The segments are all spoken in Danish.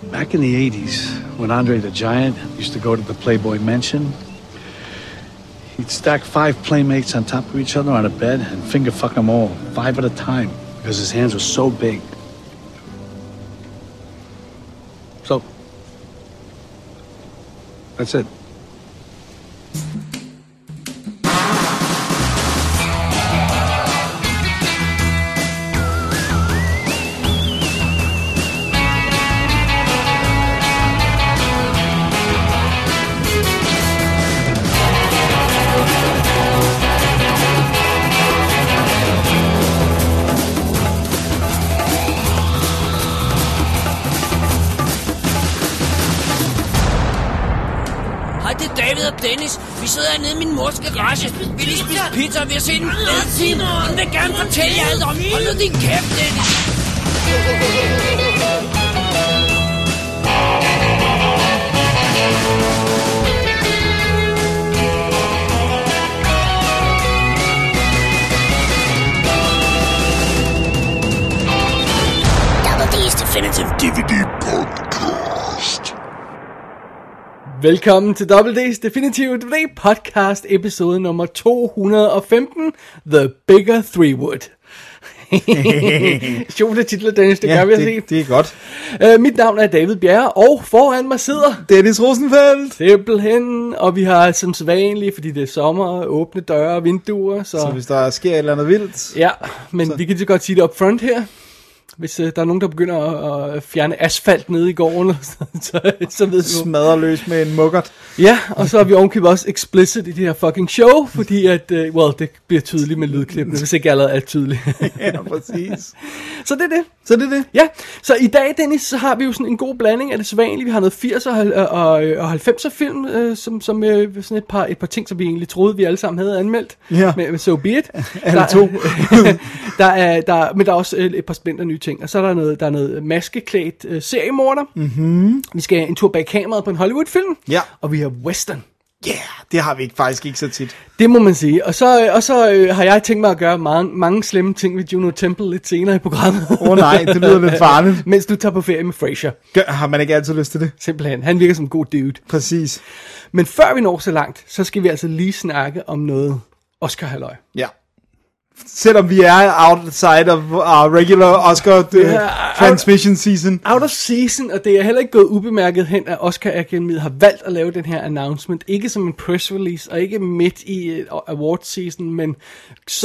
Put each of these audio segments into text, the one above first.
Back in the 80s, when Andre the Giant used to go to the Playboy Mansion, he'd stack 5 playmates on top of each other on a bed and finger fuck them all, 5 at a time, because his hands were so big. So, that's it. Dennis, vi sidder nede i min mors garage. Vi lige spise pizza, vi har set en fed film. Hun vil gerne fortælle jer alt om. Hold nu din kæft, Dennis. Double D's Definitive DVD Podcast. Velkommen til WD's Definitive DVD Podcast, episode nummer 215, The Bigger Threewood. Sjovt titler, Dennis, det gør vi at se. Det er godt. Mit navn er David Bjerre, og foran mig sidder Dennis Rosenfeldt. simpelthen, og vi har som sædvanligt, fordi det er sommer, åbne døre og vinduer. Så hvis der sker et eller andet vildt. Ja, men vi kan så godt sige det up front her. Hvis der er nogen, der begynder at fjerne asfalt nede i gården, så ved vi. Smadrer løs med en muggert. Ja, og så er vi ovenkøbet også explicit i det her fucking show, fordi at, det bliver tydeligt med lydklippene, hvis ikke allerede er tydeligt. Ja, præcis. Så det er det. Ja, så i dag, Dennis, så har vi jo sådan en god blanding af det sædvanlige. Vi har noget 80'er og 90'er film, som sådan et par ting, som vi egentlig troede, vi alle sammen havde anmeldt. Ja. Med So Be It. Alle to. Men der er også et par splinter nye ting. Og så er der noget maskeklædt seriemorder. Mm-hmm. Vi skal en tur bag kameraet på en Hollywood-film. Ja. Og vi har western. Ja, yeah, det har vi faktisk ikke så tit. Det må man sige. Og så har jeg tænkt mig at gøre mange slemme ting ved Juno Temple lidt senere i programmet. Nej, det lyder lidt farligt. Mens du tager på ferie med Frasier. Har man ikke altid lyst til det? Simpelthen. Han virker som en god dude. Præcis. Men før vi når så langt, så skal vi altså lige snakke om noget Oscar-halløj. Ja. Selvom vi er outside of our regular Oscar transmission season. Out of season, og det er heller ikke gået ubemærket hen, at Oscar Akademiet har valgt at lave den her announcement. Ikke som en press release, og ikke midt i award season, men så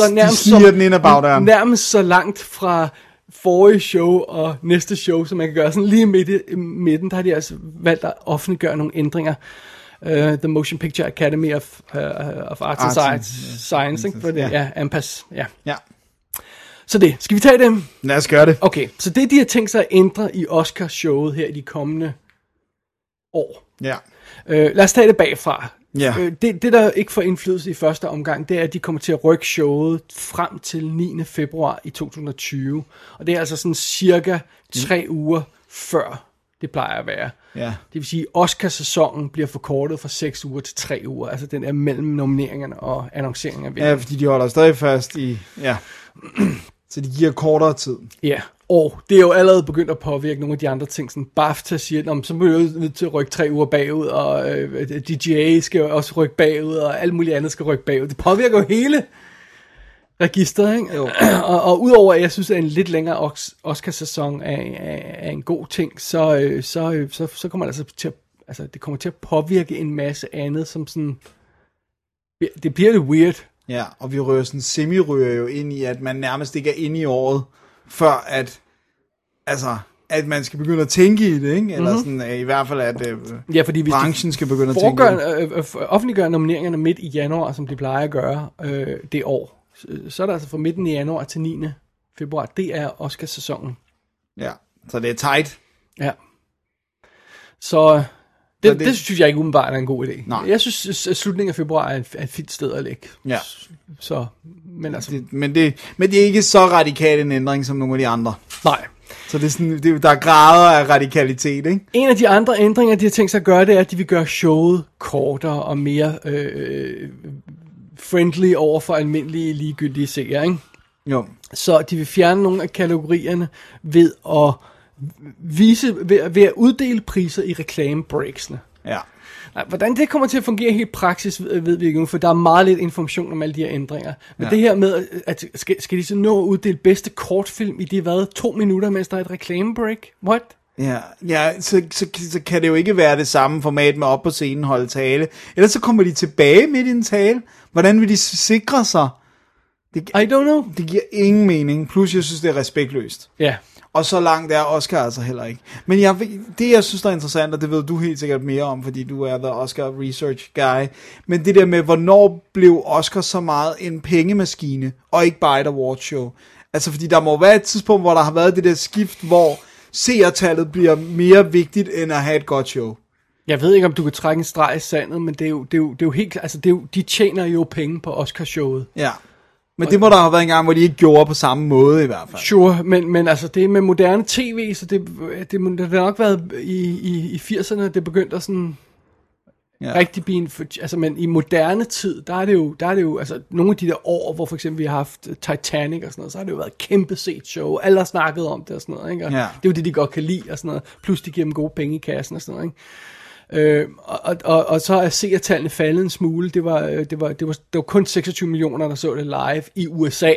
nærmest så langt fra forrige show og næste show, som man kan gøre sådan lige midt i midten, der har de altså valgt at offentliggøre nogle ændringer. The Motion Picture Academy of Arts and Science, ikke? For det, ja, AMPAS, ja. Ja. Så det, skal vi tage dem? Lad os gøre det. Okay, så det de har tænkt sig at ændre i Oscar-showet her i de kommende år. Ja. Lad os tage det bagfra. Ja. Det der ikke får indflydelse i første omgang, det er, at de kommer til at rykke showet frem til 9. februar i 2020. Og det er altså sådan cirka 3 uger før det plejer at være. Ja. Det vil sige, at Oscar-sæsonen bliver forkortet fra 6 uger til 3 uger. Altså den er mellem nomineringerne og annonceringen af vinderne. Ja, fordi de holder stadig fast i... Ja. Så de giver kortere tid. Ja, og det er jo allerede begyndt at påvirke nogle af de andre ting. Sådan BAFTA siger, så bliver vi nødt til at rykke 3 uger bagud, og DGA skal jo også rykke bagud, og alt muligt andet skal rykke bagud. Det påvirker jo hele registret, ikke? og udover at jeg synes, at en lidt længere Oscar-sæson er en god ting, så kommer det altså til det kommer til at påvirke en masse andet, som sådan, det bliver lidt weird. Ja, og vi rører sådan semi-rører jo ind i, at man nærmest ikke er inde i året, før at man skal begynde at tænke i det, ikke? Eller sådan, i hvert fald, at fordi branchen skal begynde at tænke i det. Offentliggør nomineringerne midt i januar, som de plejer at gøre det år. Så er der altså fra midten i januar til 9. februar. Det er Oscar-sæsonen. Ja, så det er tight. Ja. Så det synes jeg ikke umiddelbart er en god idé. Nej. Jeg synes, at slutningen af februar er et fint sted at lægge. Ja. Så, men altså... Men det er ikke så radikal en ændring som nogle af de andre. Nej. Så det er sådan, der er grader af radikalitet, ikke? En af de andre ændringer, de har tænkt sig at gøre, det er, at de vil gøre showet kortere og mere friendly over for almindelige ligegyldige seere, ikke? Jo. Så de vil fjerne nogle af kategorierne ved at ved at uddele priser i reklamebreaksene. Ja. Nej, hvordan det kommer til at fungere helt praksis, ved vi ikke nu, for der er meget lidt information om alle de her ændringer. Men det her med, at skal de så nå at uddele bedste kortfilm i de 2 minutter, mens der er et reklamebreak? What? Ja, så kan det jo ikke være det samme format med op på scenen holde tale. Ellers så kommer de tilbage midt i en tale. Hvordan vil de sikre sig? I don't know. Det giver ingen mening. Plus jeg synes, det er respektløst. Ja. Og så langt er Oscar altså heller ikke. Men det jeg synes der er interessant, og det ved du helt sikkert mere om, fordi du er the Oscar research guy, men det der med, hvornår blev Oscar så meget en pengemaskine, og ikke bare et awardshow. Altså fordi der må være et tidspunkt, hvor der har været det der skift, hvor seertallet bliver mere vigtigt, end at have et godt show. Jeg ved ikke, om du kan trække en streg i sandet, men det er jo helt, altså de tjener jo penge på Oscarshowet. Ja. Men det må der have været en gang, hvor de ikke gjorde på samme måde i hvert fald. Sure, men altså det med moderne tv, så det har nok været i 80'erne, det begyndte at sådan rigtig blive, altså men i moderne tid, der er det jo, altså nogle af de der år, hvor for eksempel vi har haft Titanic og sådan noget, så har det jo været et kæmpe set show, alle har snakket om det og sådan noget, ikke? Og det er jo det, de godt kan lide og sådan noget, plus de giver dem gode penge i kassen og sådan noget, ikke? Og så er seertallene faldet en smule. Det var kun 26 millioner, der så det live i USA.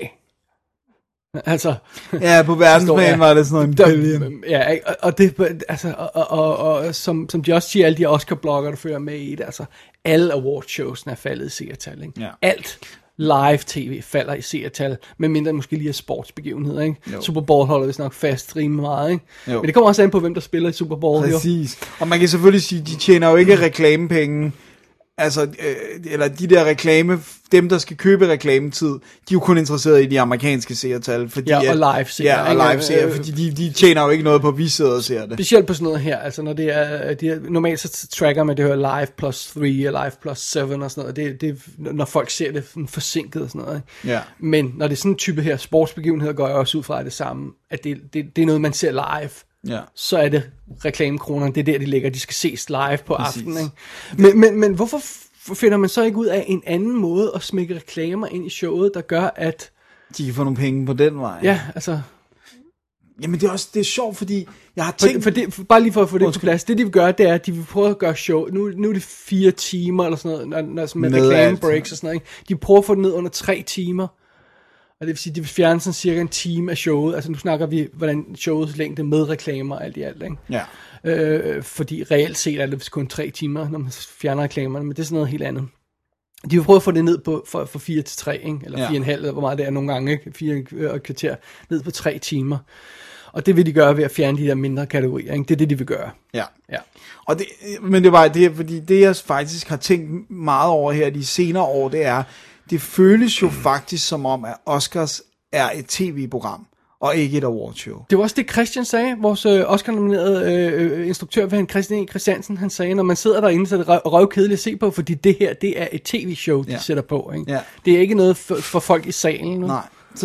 Altså, ja, på verdensplan var det sådan noget en billion. Ja, og det, altså, og som de også siger, alle de Oscar-blogger, der følger med i det, altså, alle awardshowsene er faldet i seertal, ikke? Ja. Alt live tv falder i seertal, medmindre måske lige er sportsbegivenheder, ikke? Jo. Super Bowl holder vi nok fast rimelig meget, ikke? Jo. Men det kommer også an på, hvem der spiller i Super Bowl. Præcis. Jo. Og man kan selvfølgelig sige, de tjener jo ikke reklamepenge. Altså, eller de der reklame, dem der skal købe reklametid, de er jo kun interesseret i de amerikanske seertal. Fordi og live-seere. Ja, og live-seere, fordi de tjener jo ikke noget på, at vi sidder og ser det. Specielt på sådan noget her, altså når det er, normalt så tracker man det her live plus 3 og live plus 7 og sådan noget, det når folk ser det forsinket og sådan noget. Ikke? Ja. Men når det er sådan en type her sportsbegivenheder, går jeg også ud fra det samme, at det er noget, man ser live. Ja. Så er det reklamekronerne, det er der, de ligger, de skal ses live på aftenen. Men hvorfor finder man så ikke ud af en anden måde at smække reklamer ind i showet, der gør, at de kan få nogle penge på den vej? Ja, altså. Jamen det er sjovt, fordi jeg har tænkt... Bare lige for at få det på plads, det de vil gøre, det er, at de vil prøve at gøre show, nu er det 4 timer eller sådan noget, når med reklamebreaks og sådan noget, ikke? De prøver at få det ned under 3 timer. Og det vil sige, at de vil fjerne sådan cirka en time af showet. Altså nu snakker vi, hvordan showets længde med reklamer og alt i alt, ikke? Ja. Fordi reelt set er det kun 3 timer, når man fjerner reklamerne, men det er sådan noget helt andet. De vil prøve at få det ned på fra 4 til 3, ikke? Eller 4,5, eller hvor meget det er nogle gange, ikke? 4 kvarter, ned på 3 timer. Og det vil de gøre ved at fjerne de der mindre kategorier, ikke? Det er det, de vil gøre. Ja. Og men det var det, fordi det jeg faktisk har tænkt meget over her de senere år, det er, det føles jo faktisk som om, at Oscars er et tv-program, og ikke et awardshow. Det var også det, Christian sagde, vores Oscar-nominerede instruktør, Christian E. Christiansen, han sagde, når man sidder derinde, så er det røvkedeligt at se på, fordi det her, det er et tv-show, de sætter på. Ikke? Ja. Det er ikke noget for folk i salen. Nu. Nej,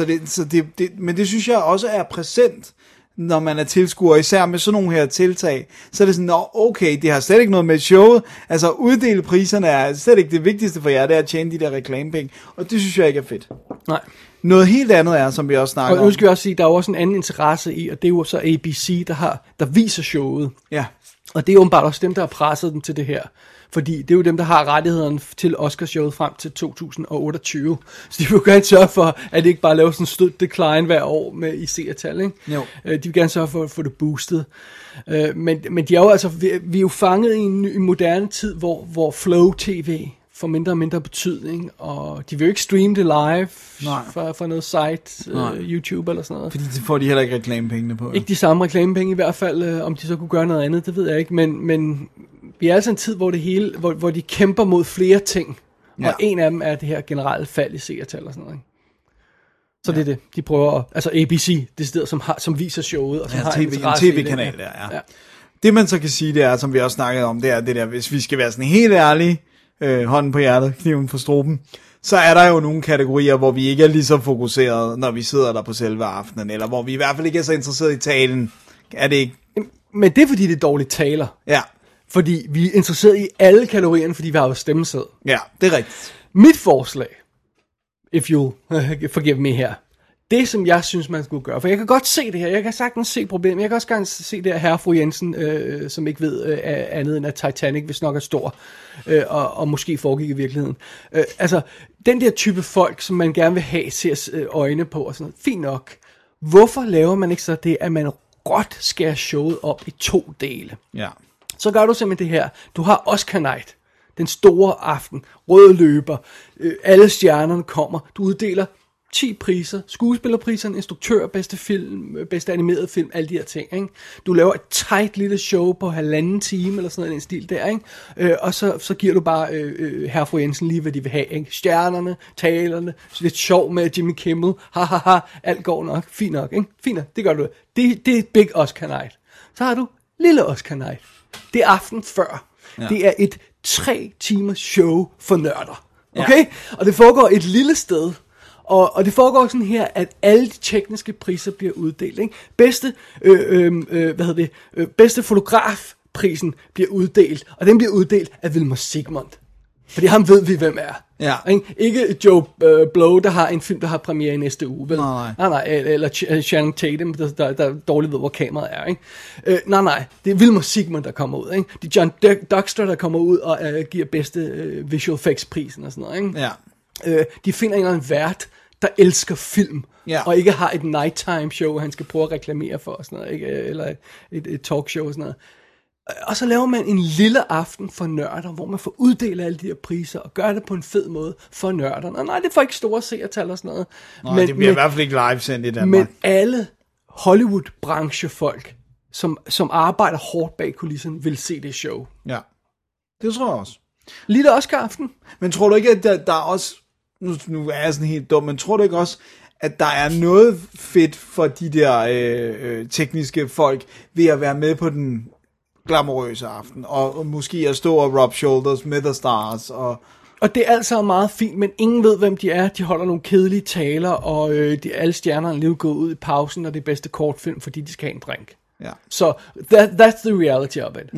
men det synes jeg også er præsent, når man er tilskuer, især med sådan nogle her tiltag, så er det sådan, okay, det har slet ikke noget med showet, altså uddele priserne er slet ikke det vigtigste for jer, det er at tjene de der reklamepenge, og det synes jeg ikke er fedt. Nej. Noget helt andet er, som vi også snakker om. Og nu skal vi også sige, der er også en anden interesse i, og det er jo så ABC, der viser showet. Ja. Og det er åbenbart også dem, der har presset dem til det her. Fordi det er jo dem, der har rettighederne til Oscarshowet frem til 2028. Så de vil jo gerne sørge for, at det ikke bare laver sådan en stødt decline hver år med i seertal, ikke? Jo. De vil gerne sørge for at få det boostet. Men de er jo altså, vi er jo fanget i en moderne tid, hvor Flow TV får mindre og mindre betydning, og de vil jo ikke streame det live fra noget site, YouTube eller sådan noget. Fordi det får de heller ikke reklamepengene på. Ikke de samme reklamepenge i hvert fald, om de så kunne gøre noget andet, det ved jeg ikke, men vi er altså en tid, hvor det hele, hvor de kæmper mod flere ting, og en af dem er det her generelle fald i seertal og sådan noget, ikke? Så det er det, de prøver at, altså ABC, det sted, som viser showet, og som har en tv-kanal, ja. Det man så kan sige, det er, som vi også snakkede om, det er det der, hvis vi skal være sådan helt ærlige, hånden på hjertet, kniven på struben, så er der jo nogle kategorier, hvor vi ikke er lige så fokuseret, når vi sidder der på selve aftenen, eller hvor vi i hvert fald ikke er så interesseret i talen. Er det ikke? Men det er fordi, det er dårligt taler. Ja. Fordi vi er interesseret i alle kategorierne, fordi vi har jo stemmesæd. Ja, det er rigtigt. Mit forslag, if you'll forgive me her, Det, som jeg synes, man skulle gøre, for jeg kan godt se det her, jeg kan sagtens se problemet, jeg kan også gerne se det her herre fru Jensen, som ikke ved andet end at Titanic, hvis nok er stor, og måske foregik i virkeligheden. Altså, den der type folk, som man gerne vil have, ser øjne på og sådan noget, fint nok. Hvorfor laver man ikke så det, at man råt skærer showet op i 2 dele? Ja. Så gør du simpelthen det her. Du har Oscar Night, den store aften, røde løber, alle stjernerne kommer, du uddeler 10 priser, skuespillerpriserne, instruktør, bedste film, bedste animeret film, alle de her ting, ikke? Du laver et tight lille show på 1,5 time, eller sådan noget, en stil der, ikke? Og så giver du bare herre fru Jensen lige, hvad de vil have, ikke? Stjernerne, talerne, lidt sjov med Jimmy Kimmel, hahaha, alt går nok, fint nok, ikke? Fint nok, det gør du. Det er Big Oscar Night. Så har du Lille Oscar Night. Det er aften før. Ja. Det er et 3 timers show for nørder. Okay? Ja. Og det foregår et lille sted. Og det foregår sådan her, at alle de tekniske priser bliver uddelt. Ikke? Bedste fotografprisen bliver uddelt, og den bliver uddelt af Vilmos Zsigmond. Fordi ham ved vi, hvem er. Ja. Ikke Joe Blow, der har en film, der har premiere i næste uge. Vel? Nej. Eller Channing Tatum, der dårligt ved, hvor kameraet er. Ikke? Nej. Det er Vilmos Zsigmond, der kommer ud. Ikke? Det er John Duxter, der kommer ud og giver bedste visual effects prisen og sådan noget. Ikke? Ja. De finder en eller anden vært, der elsker film, og ikke har et nighttime show, han skal prøve at reklamere for, og sådan noget, ikke? Eller et talkshow og sådan noget. Og så laver man en lille aften for nørder, hvor man får uddelt alle de her priser, og gør det på en fed måde for nørderne. Og nej, det får ikke store seertal og sådan noget. Nej, det bliver i hvert fald ikke livesendt i Danmark. Men alle Hollywood-branchefolk, som arbejder hårdt bag kulissen, vil se det show. Ja, det tror jeg også. Lille Oscar-aften. Men tror du ikke, at der er også... Nu er jeg sådan helt dum, men tror du ikke også, at der er noget fedt for de der tekniske folk ved at være med på den glamourøse aften, og måske at stå og rub shoulders med the stars, og det er altså meget fint, men ingen ved, hvem de er. De holder nogle kedelige taler, og alle stjernerne lige går ud i pausen, og det er bedste kortfilm, fordi de skal have en drink. Ja. Så that's the reality of it.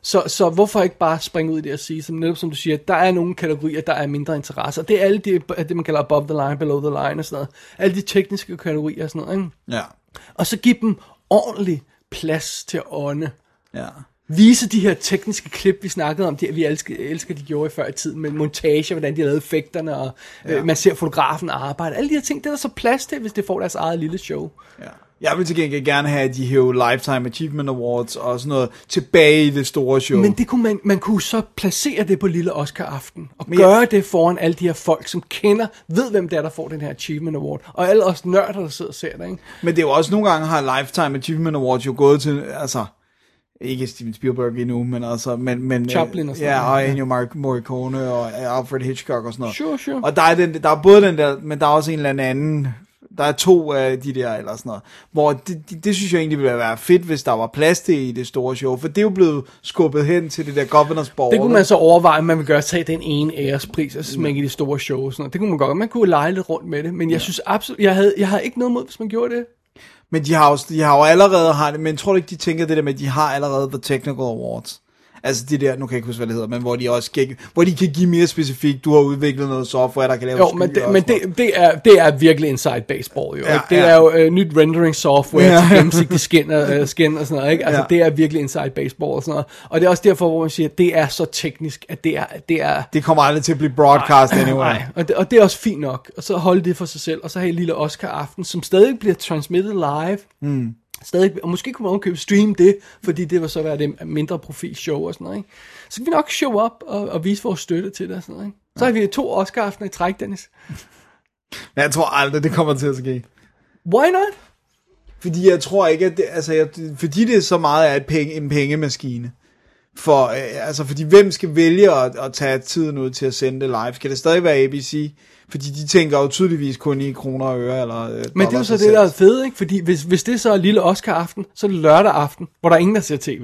Så hvorfor ikke bare springe ud i det og sige, som du siger, der er nogle kategorier, der er mindre interesse, og det er alle det man kalder above the line, below the line og sådan noget. Alle de tekniske kategorier og sådan noget, ikke? Ja. Og så give dem ordentlig plads til at ånde. Ja. Vise de her tekniske klip, vi snakkede om, vi elsker de gjorde i før i tiden, med montage, hvordan de lavede effekterne, og man ser fotografen arbejde. Alle de her ting, det er der så plads til, hvis det får deres eget lille show. Ja. Jeg vil til gengæld gerne have, at de hæver Lifetime Achievement Awards og sådan noget tilbage i det store show. Men det kunne man kunne så placere det på lille Oscar-aften, og gøre det foran alle de her folk, som ved, hvem det er, der får den her Achievement Award, og alle os nørder, der sidder og ser det, ikke? Men det er jo også nogle gange, har Lifetime Achievement Awards jo gået til, altså... Ikke Steven Spielberg endnu, men altså... Men Chaplin og sådan noget. Ja, og Ennio Morricone og Alfred Hitchcock og sådan noget. Sure. Og der er både den der, men der er også en eller anden... Der er 2 af de der, eller sådan noget. Hvor det synes jeg egentlig ville være fedt, hvis der var plads til i det store show. For det er jo blevet skubbet hen til det der Governors Ball. Det kunne man så overveje, at man vil gøre, tage den ene ærespris og smække i det store show. Sådan noget. Det kunne man godt. Man kunne lege lidt rundt med det. Men jeg synes absolut... Jeg havde ikke noget mod, hvis man gjorde det. Men de har jo allerede... Men tror du ikke, de tænker det der med, at de har allerede The Technical Awards? Altså de der, nu kan jeg ikke huske, hvad det hedder, men hvor de også hvor de kan give mere specifikt, du har udviklet noget software, der kan lave det er virkelig inside baseball, jo. Ja, det er jo nyt rendering software til gennemsigtig skin og sådan noget, ikke? Altså det er virkelig inside baseball og sådan noget. Og det er også derfor, hvor man siger, at det er så teknisk, at det er... Det kommer aldrig til at blive broadcast anyway. Og det er også fint nok. Og så holde det for sig selv, og så have en lille Oscar-aften, som stadig bliver transmitted live. Stadig, og måske kunne man streame det, fordi det var så være det mindre profil show og sådan noget, ikke? Så kan vi nok show op og vise vores støtte til det og sådan noget, ikke? Så har vi 2 Oscar-aftener i træk, Dennis. Men jeg tror aldrig, det kommer til at ske. Why not? Fordi jeg tror ikke, at fordi det er så meget af en pengemaskine. Fordi hvem skal vælge at tage tiden ud til at sende det live? Skal det stadig være ABC? Fordi de tænker jo tydeligvis kun i kroner og øre eller men det er jo så det, der er fedt, ikke? Fordi hvis det så er lille Oscar-aften, så er det lørdag aften, hvor der er ingen, der ser tv.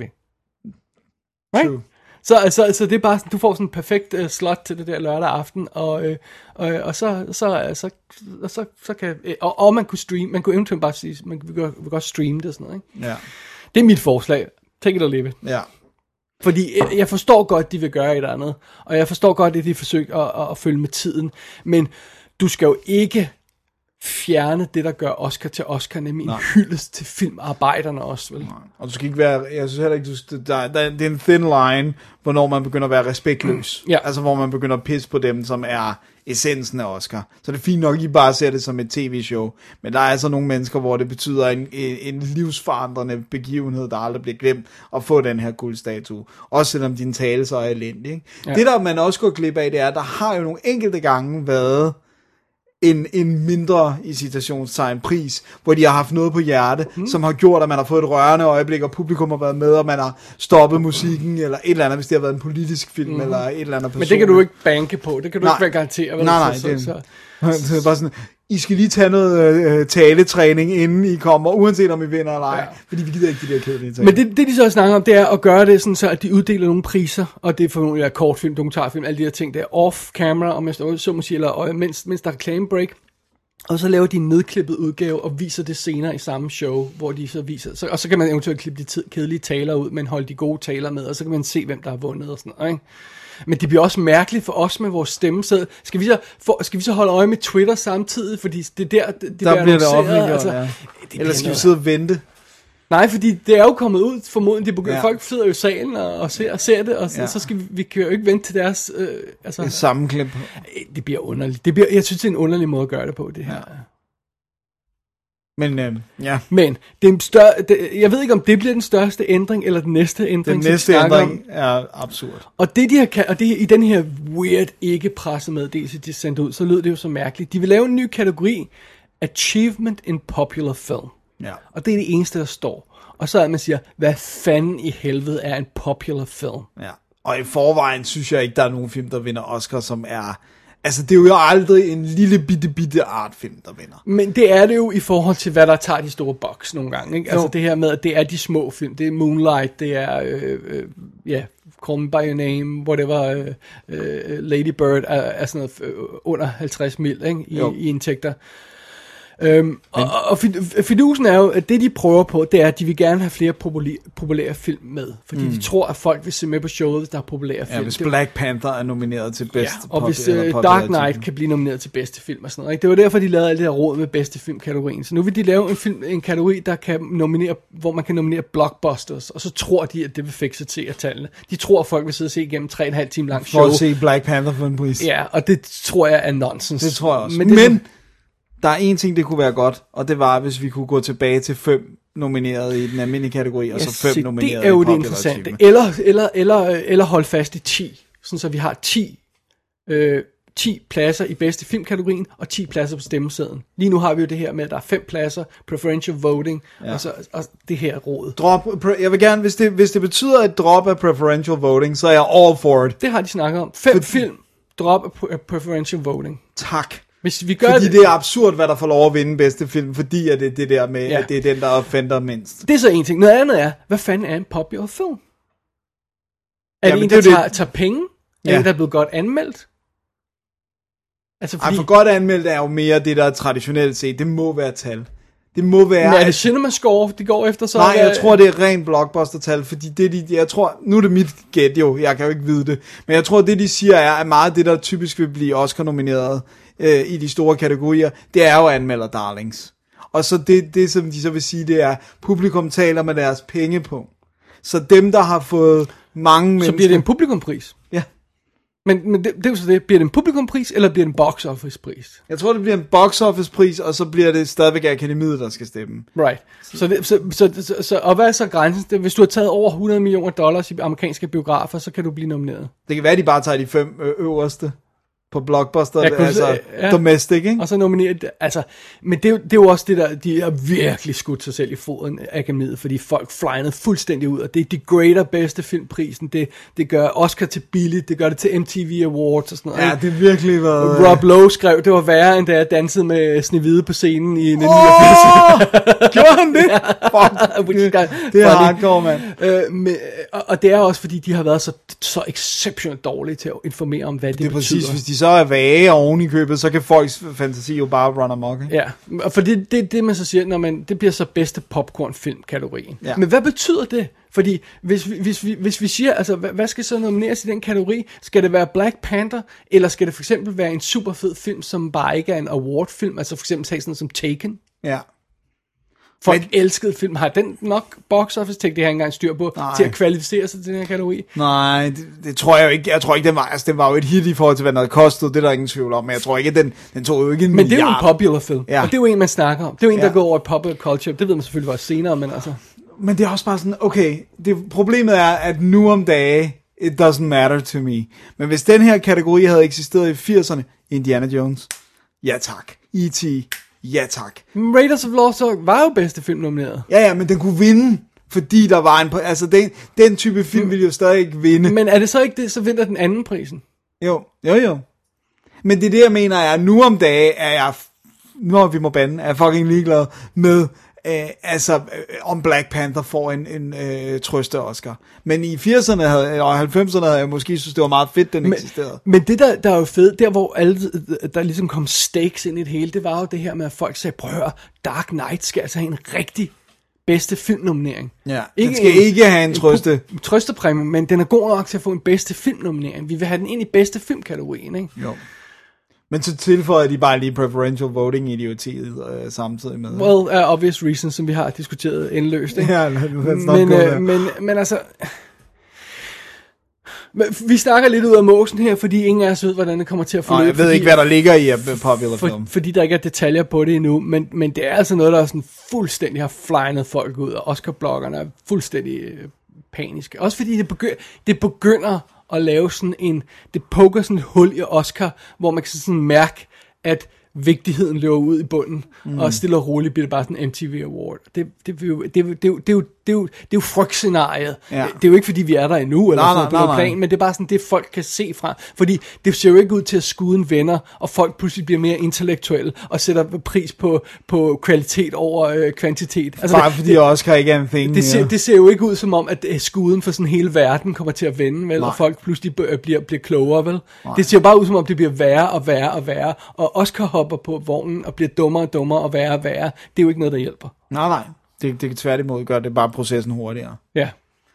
Right? Så det er bare sådan, du får sådan en perfekt slot til det der lørdag aften, og så kan... Og man kunne streame, man kunne eventuelt bare sige, man kunne godt streame det og sådan noget, ikke? Ja. Det er mit forslag. Take it or leave it. Ja. Fordi jeg forstår godt, de vil gøre et eller andet, og jeg forstår godt, at de forsøger at følge med tiden, men du skal jo ikke fjerne det, der gør Oscar til Oscar, nemlig en hyldest til filmarbejderne også, vel? Og du skal ikke være, jeg synes heller ikke, det er en thin line, hvornår man begynder at være respektløs. Ja. Altså, hvor man begynder at pisse på dem, som er essensen af Oscar. Så det er fint nok, at I bare ser det som et tv-show. Men der er altså nogle mennesker, hvor det betyder en livsforandrende begivenhed, der aldrig bliver glemt, at få den her guldstatue. Også selvom din tale så er elendig. Ikke? Ja. Det, der man også går glip af, det er, at der har jo nogle enkelte gange været en mindre, i citationstegn, pris, hvor de har haft noget på hjerte, som har gjort, at man har fået et rørende øjeblik, og publikum har været med, og man har stoppet musikken, eller et eller andet, hvis det har været en politisk film, eller et eller andet person. Men det kan du ikke banke på, det kan du ikke være garantere. Nej, det er bare sådan, I skal lige tage noget taletræning, inden I kommer, uanset om I vinder eller ej, fordi vi gider ikke de der kedelige ting. Men det de så snakker om, det er at gøre det sådan, så at de uddeler nogle priser, og det er for nogle kortfilm, dokumentarfilm, alle de her ting, der er off-camera, om jeg så må sige, eller mens der er reclame-break, og så laver de en nedklippet udgave, og viser det senere i samme show, hvor de så viser, og så kan man eventuelt klippe de kedelige taler ud, men holde de gode taler med, og så kan man se, hvem der har vundet og sådan noget, ikke? Men det bliver også mærkeligt for os med vores stemmesæd. Skal vi så holde øje med Twitter samtidig? Fordi det der bliver det offentliggjort, altså, ja. Eller skal vi sidde og vente? Nej, fordi det er jo kommet ud, formodentlig. Ja. Folk sidder jo i salen og ser det, og så skal vi kan jo ikke vente til deres... sammenklip. Det bliver underligt. Jeg synes, det er en underlig måde at gøre det på, det her. Ja. Men jeg ved ikke, om det bliver den største ændring, eller den næste ændring. Den næste ændring er absurd. Og det i den her weird, ikke pressemeddelelse, de sendte ud, så lød det jo så mærkeligt. De vil lave en ny kategori, Achievement in Popular Film. Ja. Og det er det eneste, der står. Og så er man siger, hvad fanden i helvede er en popular film? Ja. Og i forvejen synes jeg ikke, der er nogen film, der vinder Oscar, som er... Altså, det er jo aldrig en lille bitte artfilm, der vinder. Men det er det jo i forhold til, hvad der tager de store boks nogle gange, ikke? Altså det her med, at det er de små film. Det er Moonlight, det er, Call Me By Your Name, whatever, Lady Bird, er sådan noget under 50 mil, ikke? I indtægter. Og fidusen er jo, at det de prøver på, det er, at de vil gerne have flere populære film med. Fordi de tror, at folk vil se med på showet, hvis der er populære film. Ja, hvis Black Panther er nomineret til bedste film. Og hvis Dark Knight kan blive nomineret til bedste film og sådan noget. Ikke? Det var derfor, de lavede alt det her råd med bedste filmkategorien. Så nu vil de lave en kategori, der kan nominere, hvor man kan nominere blockbusters. Og så tror de, at det vil fikse til at tallene. De tror, at folk vil sidde og se igennem 3,5 timer lang show. For at se Black Panther for en pris. Ja, og det tror jeg er nonsens. Det tror jeg også. Men der er en ting, det kunne være godt, og det var, hvis vi kunne gå tilbage til 5 nomineret i den almindelige kategori, og så 5 nomineret det er jo det interessante. Eller holde fast i 10, sådan så vi har 10 pladser i bedste filmkategorien, og 10 pladser på stemmesedlen. Lige nu har vi jo det her med, at der er 5 pladser, preferential voting, og det her råd. Jeg vil gerne, hvis det betyder et drop af preferential voting, så er jeg all for it. Det har de snakket om. 5 film, drop af preferential voting. Tak. Hvis vi gør fordi det er absurd, hvad der får lov at vinde bedste film, fordi at det der med, at det er den, der offender mindst. Det er så en ting. Noget andet er, hvad fanden er en popular film? Er det en, der tager penge? Er det, der er blevet godt anmeldt? Altså, fordi... for godt anmeldt er jo mere det, der er traditionelt set. Det må være tal. Det må være... Men er det CinemaScore, det går efter så? Nej, jeg tror, det er ren blockbuster-tal, fordi jeg tror, nu er det mit gæt jo, jeg kan jo ikke vide det, men jeg tror, det de siger er, at meget af det, der typisk vil blive Oscar-nomineret i de store kategorier, det er jo anmelder darlings. Og så det, som de så vil sige, det er, publikum taler med deres pengepunkt. Så dem, der har fået mange mennesker... Så bliver det en publikumpris? Ja. Men det er jo så det. Bliver det en publikumpris, eller bliver det en box office pris? Jeg tror, det bliver en box office pris, og så bliver det stadigvæk akademiet, der skal stemme. Right. Så og hvad er så grænsen? Hvis du har taget over $100 million i amerikanske biografer, så kan du blive nomineret. Det kan være, at de bare tager de 5 øverste på blockbuster, domestic, ikke? Og så nominerer altså, men det er jo også det der, de har virkelig skudt sig selv i foden af akademiet, fordi folk flynede fuldstændig ud, og det degrader bedste filmprisen, det gør Oscar til billigt, det gør det til MTV Awards og sådan noget. Ja, det er virkelig været... Rob Lowe skrev, det var værre, end da jeg dansede med Snehvide på scenen i 1989. Gjorde han det? Fuck, det er hardcore, mand. Og det er også, fordi de har været så exceptionelt dårlige til at informere om, hvad det betyder. Det er præcis, hvis de så så er vage oven i købet, så kan folks fantasi jo bare run amok. Ja, for det man så siger, det bliver så bedste popcorn-film-kategorien. Ja. Men hvad betyder det? Fordi hvis vi siger, altså hvad skal så nomineres i den kategori? Skal det være Black Panther, eller skal det for eksempel være en super fed film, som bare ikke er en award-film? Altså for eksempel tage sådan noget som Taken? Ja. Folk elskede film. Har den nok box office tech, det har jeg ikke engang styr på, til at kvalificere sig til den her kategori? Nej, det tror jeg jo ikke. Jeg tror ikke, den var jo et hit i forhold til, hvad den havde kostet. Det er der ingen tvivl om. Men jeg tror ikke, at den tog jo ikke en milliard. Men det er jo en popular film. Ja. Og det er jo en, man snakker om. Det er jo en, der går over i popular culture. Det ved man selvfølgelig også senere, men altså... Men det er også bare sådan, okay, problemet er, at nu om dage, it doesn't matter to me. Men hvis den her kategori havde eksisteret i 80'erne, Indiana Jones, ja tak. E.T., ja tak. Raiders of Lost Ark var jo bedste film nomineret. Ja, men den kunne vinde, fordi der var en... Altså, den type film ville jo stadig ikke vinde. Men er det så ikke det, så vinder den anden prisen? Jo. Men det er det, jeg mener, er, nu om dage er jeg... Når vi må bande, er jeg fucking ligeglad med... om Black Panther får en trøste Oscar. Men i 80'erne og 90'erne havde jeg måske synes, det var meget fedt, den eksisterede. Men det der er jo fedt, der hvor der ligesom kom stakes ind i det hele, det var jo det her med, at folk sagde, prøv at høre, Dark Knight skal altså have en rigtig bedste filmnominering. Ja, den skal ikke have en trøstepræmie, men den er god nok til at få en bedste filmnominering. Vi vil have den ind i bedste filmkategorien, ikke? Jo. Men så tilføjer de bare lige preferential voting idiotiet samtidig med. Well, obvious reasons, som vi har diskuteret endeløst, ikke? Ja, men altså... Vi snakker lidt ud af måsen her, fordi ingen af os ved, hvordan det kommer til at forløbe. Jeg ved ikke, hvad der ligger i popular film. Fordi der ikke er detaljer på det endnu, men det er altså noget, der er sådan fuldstændig har flynet folk ud, og Oscar-bloggerne er fuldstændig paniske. Også fordi det begynder at lave sådan det poker sådan et hul i Oscar, hvor man kan sådan mærke, at vigtigheden løber ud i bunden, og stille og roligt bliver det bare sådan en MTV Award. Det er jo frygtscenariet. Ja. Det er jo ikke, fordi vi er der endnu, eller sådan noget på plan, men det er bare sådan, det folk kan se fra. Fordi det ser jo ikke ud til at skuden venner, og folk pludselig bliver mere intellektuelle, og sætter pris på kvalitet over kvantitet. Altså, bare fordi Oscar ikke er en thing. Det ser jo ikke ud som om, at skuden for sådan hele verden kommer til at vende, vel? Og folk pludselig bliver klogere, vel? Nej. Det ser bare ud som om, det bliver værre og værre og værre, og Oscar hopper på vognen og bliver dummere og dummere og værre og værre. Det er jo ikke noget, der hjælper. Nej. Det kan tværtimod gøre det bare processen hurtigere. Ja.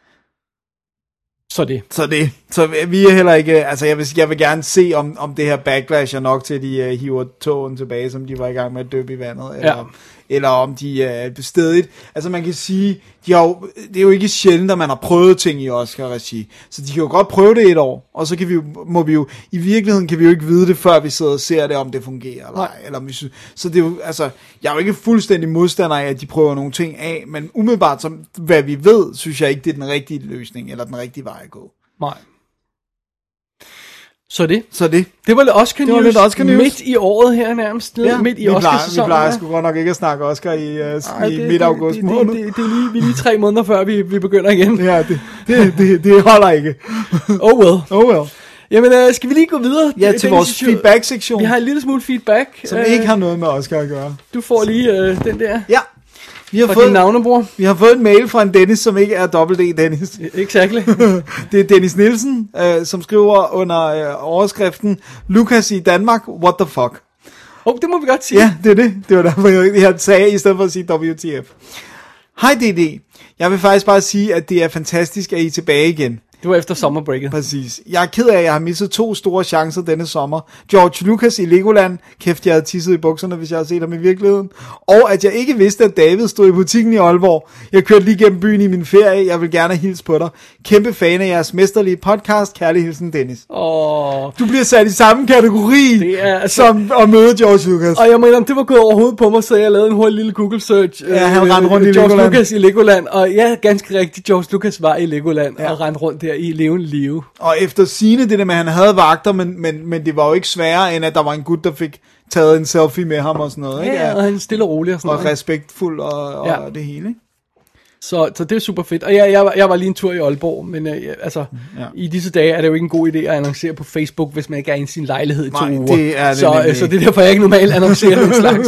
Så vi er heller ikke... Altså, jeg vil gerne se, om det her backlash er nok til, de hiver tågen tilbage, som de var i gang med at døbe i vandet. Eller om de er bestedigt. Altså, man kan sige... det er jo ikke sjældent, at man har prøvet ting i Oscar-regi. Så de kan jo godt prøve det et år. Og så må vi jo... I virkeligheden kan vi jo ikke vide det, før vi sidder og ser det, om det fungerer. Eller om vi synes, så det er jo... Altså, jeg er jo ikke fuldstændig modstander af, at de prøver nogle ting af. Men umiddelbart, som hvad vi ved, synes jeg ikke, det er den rigtige løsning. Eller den rigtige vej at gå. Nej. Så det. Det var lidt Oscar News. Midt i året her nærmest. Midt i Oscar-sæsonen. Vi plejer sgu godt nok ikke at snakke Oscar i midt-august måned. Det er lige 3 måneder før vi begynder igen. Ja, det holder ikke. Oh well. Jamen, skal vi lige gå videre? Ja, til vores feedback-sektion. Vi har en lille smule feedback. Som ikke har noget med Oscar at gøre. Du får lige den der. Ja. Vi har fået en mail fra en Dennis, som ikke er dobbelt Dennis. Exactly. Det er Dennis Nielsen, som skriver under overskriften Lucas i Danmark, what the fuck? Det må vi godt sige. Ja, det er det. Det var derfor, jeg sagde, i stedet for at sige WTF. Hej DD. Jeg vil faktisk bare sige, at det er fantastisk, at I er tilbage igen. Det var efter sommerbreaket. Præcis. Jeg er ked af, at jeg har misset 2 store chancer denne sommer. George Lucas i Legoland. Kæft, jeg havde tisset i bukserne, hvis jeg havde set ham i virkeligheden. Og at jeg ikke vidste, at David stod i butikken i Aalborg. Jeg kørte lige gennem byen i min ferie. Jeg vil gerne hilse på dig. Kæmpe fan af jeres mesterlige podcast. Kærlig hilsen, Dennis. Du bliver sat i samme kategori som at møde George Lucas. Og jeg mener, det var gået overhovedet på mig, så jeg lavede en hurtig lille Google search. Ja, han rendte rundt i George Legoland. Lucas i Legoland. Og ja, ganske rigtigt, George Lucas var i Legoland og rendte rundt der i levende live. Og efter sigende det der med, at han havde vagter, men det var jo ikke sværere, end at der var en gut, der fik taget en selfie med ham og sådan noget. Ikke? Ja, og han stille og rolig og sådan noget. Og respektfuld og det hele. Ikke? Så det er super fedt. Og jeg var lige en tur i Aalborg, men i disse dage er det jo ikke en god idé at annoncere på Facebook, hvis man ikke er i sin lejlighed i 2 uger. Det er det så det er derfor, jeg ikke normalt annoncerer den slags.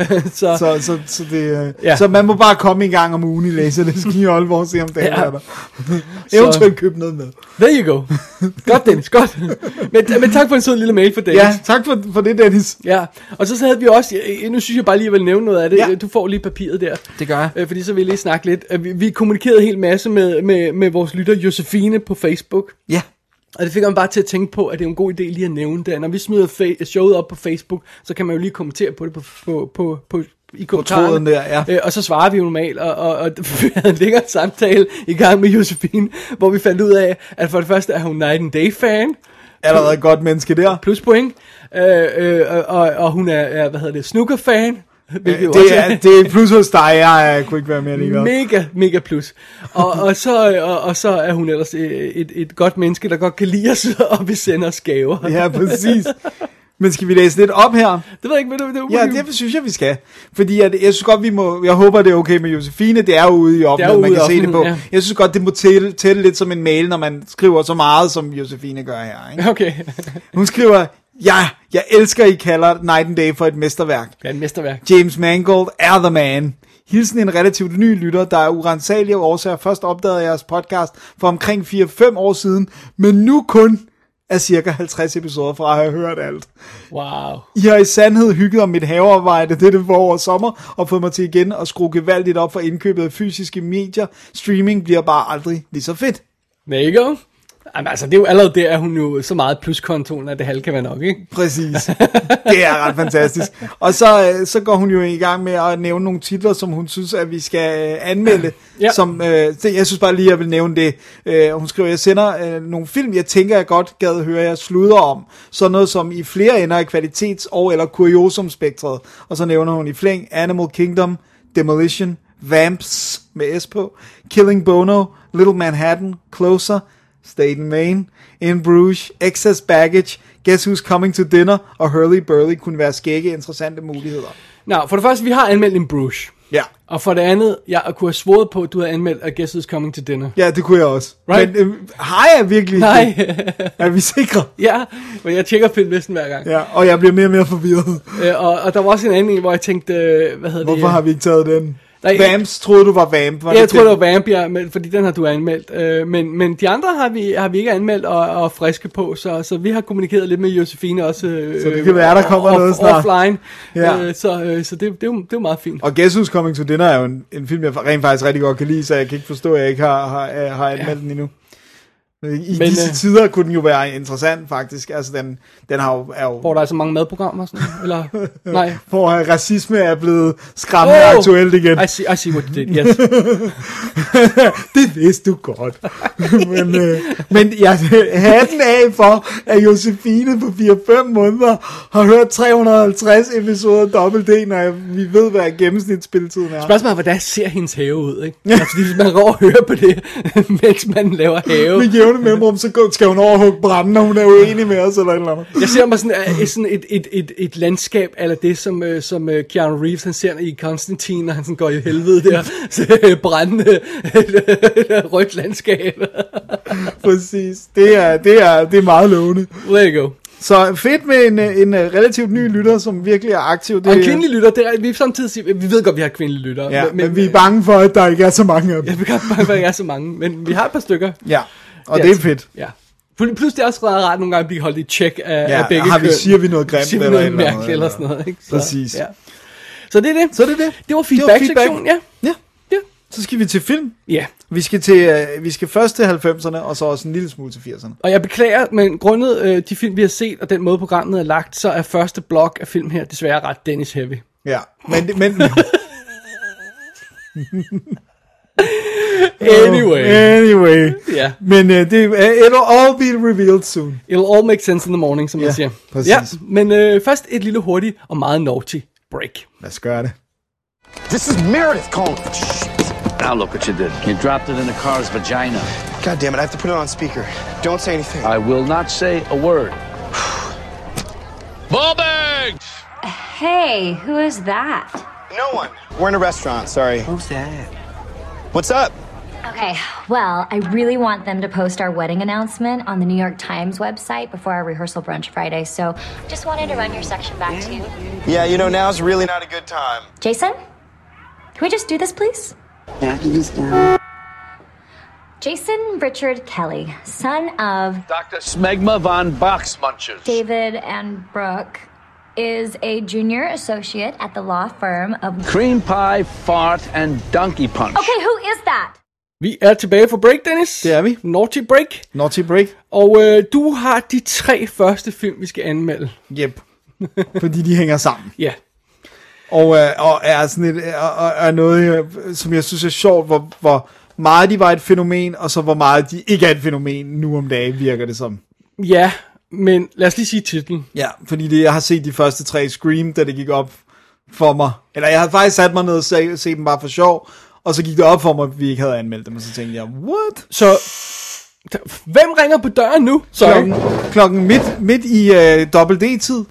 Så man må bare komme en gang om ugen i læserlisten i Aalborg og se om det er der. Eventuelt købe noget med. There you go. Godt, Dennis, godt. Men tak for en sød lille mail for Dennis. Ja, tak for det, Dennis. Ja, og så havde vi også, nu synes jeg bare lige, at jeg vil nævne noget af det. Ja. Du får lige papiret der. Det gør jeg. Fordi så vil jeg lige snakke lidt. Vi kommunikerede en hel masse med vores lytter Josefine på Facebook. Ja. Og det fik mig bare til at tænke på, at det er en god idé lige at nævne det. Når vi smider showet op på Facebook, så kan man jo lige kommentere på det i kommentarerne. Der, og så svarer vi jo normalt, og vi havde en længere samtale i gang med Josefine, hvor vi fandt ud af, at for det første er hun Night and Day fan. Allerede et godt menneske der. Pluspoint. Og hun er, snooker fan. Det er plus hos dig, jeg kunne ikke være mere ligeglad. Mega plus. Og så er hun ellers et godt menneske, der godt kan lide os, og vi sender os gaver. Ja, præcis. Men skal vi læse lidt op her? Det ved jeg ikke, hvad det ja, det synes jeg, vi skal. Fordi jeg synes godt, jeg håber, det er okay med Josefine. Det er jo ude i offentligheden, man kan se det på. Ja. Jeg synes godt, det må tælle lidt som en mail, når man skriver så meget, som Josefine gør her. Ikke? Okay. Hun skriver, jeg elsker, I kalder Night and Day for et mesterværk. Ja, et mesterværk. James Mangold er the man. Hilsen en relativt ny lytter, der er urensagelige årsager først opdagede jeres podcast for omkring 4-5 år siden, men nu kun er cirka 50 episoder fra at have hørt alt. Wow. I har i sandhed hygget om mit havearbejde dette forår og sommer, og fået mig til igen at skrue gevaldigt op for indkøbet af fysiske medier. Streaming bliver bare aldrig lige så fedt. There you go. Jamen, altså, det er jo allerede der, at hun jo så meget pluskontoen, at det halve kan være nok, ikke? Præcis. Det er ret fantastisk. Og så går hun jo i gang med at nævne nogle titler, som hun synes, at vi skal anmelde. Ja. Jeg synes bare lige, at jeg vil nævne det. Hun skriver, jeg sender nogle film, jeg tænker, jeg godt gad høre jer sludre om. Sådan noget som i flere ender af kvalitets- og eller kuriosum-spektret. Og så nævner hun i flæng Animal Kingdom, Demolition, Vamps med S på, Killing Bono, Little Manhattan, Closer, State in Maine, In Bruges, Excess Baggage, Guess Who's Coming to Dinner og Hurly Burly kunne være skægge interessante muligheder. Nå, for det første, vi har anmeldt In Bruges. Ja. Og for det andet, jeg kunne have svoret på, at du havde anmeldt Guess Who's Coming to Dinner. Ja, det kunne jeg også. Right? Men har jeg virkelig? Nej. Er vi sikre? Ja, men jeg tjekker filmlisten hver gang. Ja, og jeg bliver mere og mere forvirret. Og der var også en anden, hvor jeg tænkte, hvorfor har vi ikke taget den? Vamps, troede du var Vamp? Jeg troede det var Vamp, ja, fordi den har du anmeldt. Men de andre har vi ikke anmeldt og friske på, så vi har kommunikeret lidt med Josefine også. Så det kan være, der kommer noget snart. Offline. Ja. Så det er jo meget fint. Og Guess Who's Coming to Dinner er jo en film, jeg rent faktisk rigtig godt kan lide, så jeg kan ikke forstå, at jeg ikke har anmeldt den endnu. I disse tider kunne den jo være interessant, faktisk. Altså, den har jo... Hvor der er så mange madprogrammer, sådan, eller... Nej. Hvor racisme er blevet skræmmende aktuelt igen. I see what you did, yes. Det vidste du godt. men jeg hatten af for, at Josefine på 4-5 måneder har hørt 350 episoder dobbelt D, når vi ved, hvad gennemsnitsspilletiden er. Spørgsmålet er, hvordan ser hendes have ud, ikke? Altså, fordi hvis man går og hører på det, mens man laver have... mellemrum, så skal hun overhugge branden, og hun er uenig med os, eller et eller andet. Jeg ser mig sådan et landskab, eller det, som Keanu Reeves, han ser i Constantine, når han sådan går i helvede der, brændende rødt landskab. Præcis. Det er meget lovende. There you go. Så fedt med en relativt ny lytter, som virkelig er aktiv. Og en kvindelig lytter, vi samtidig siger, vi ved godt, vi har kvindelige lytter. Ja, men vi er bange for, at der ikke er så mange af dem. Ja, vi er bange for, at der ikke er så mange, men vi har et par stykker. Ja. Og det er fedt. Ja. Plus det er også rart nogle gange at blive holdt i check af begge køn. Siger vi noget grimt eller noget mærkeligt eller sådan noget, ikke? Præcis. Ja. Så det er det. Det var feedback-sektionen, ja. Så skal vi til film. Ja. Vi skal først til 90'erne, og så også en lille smule til 80'erne. Og jeg beklager, men grundet de film, vi har set, og den måde programmet er lagt, så er første blok af film her desværre ret Dennis heavy. Ja, men Anyway. Ja. Men it'll all be revealed soon. It'll all make sense in the morning, som man siger. Præcis. Ja, men først et lille hurtigt og meget naughty break. Lad os gøre det. This is Meredith calling. Now look what you did. You dropped it in the car's vagina. God damn it, I have to put it on speaker. Don't say anything. I will not say a word. Ballbags! Hey, who is that? No one. We're in a restaurant, sorry. Who's that? What's up? Okay, well, I really want them to post our wedding announcement on the New York Times website before our rehearsal brunch Friday, so just wanted to run your section back to you. Yeah, you know, now's really not a good time. Jason, can we just do this, please? Jason Richard Kelly, son of Dr. Smegma von Boxmunchers. David and Brooke, is a junior associate at the law firm of... Cream pie, fart, and donkey punch. Okay, who is that? Vi er tilbage for break, Dennis. Det er vi. Naughty break. Naughty break. Og du har de 3 første film, vi skal anmelde. Yep. Fordi de hænger sammen. Ja. Og er sådan et, og er noget, som jeg synes er sjovt, hvor meget de var et fænomen, og så hvor meget de ikke er et fænomen nu om dagen, virker det som. Ja, men lad os lige sige titlen. Ja, fordi jeg har set de første 3 Scream, da det gik op for mig. Eller jeg havde faktisk sat mig ned og set dem bare for sjov, og så gik det op for mig, at vi ikke havde anmeldt dem, og så tænkte jeg, what? Så, hvem ringer på døren nu? Klokken midt i dobbelt D-tid.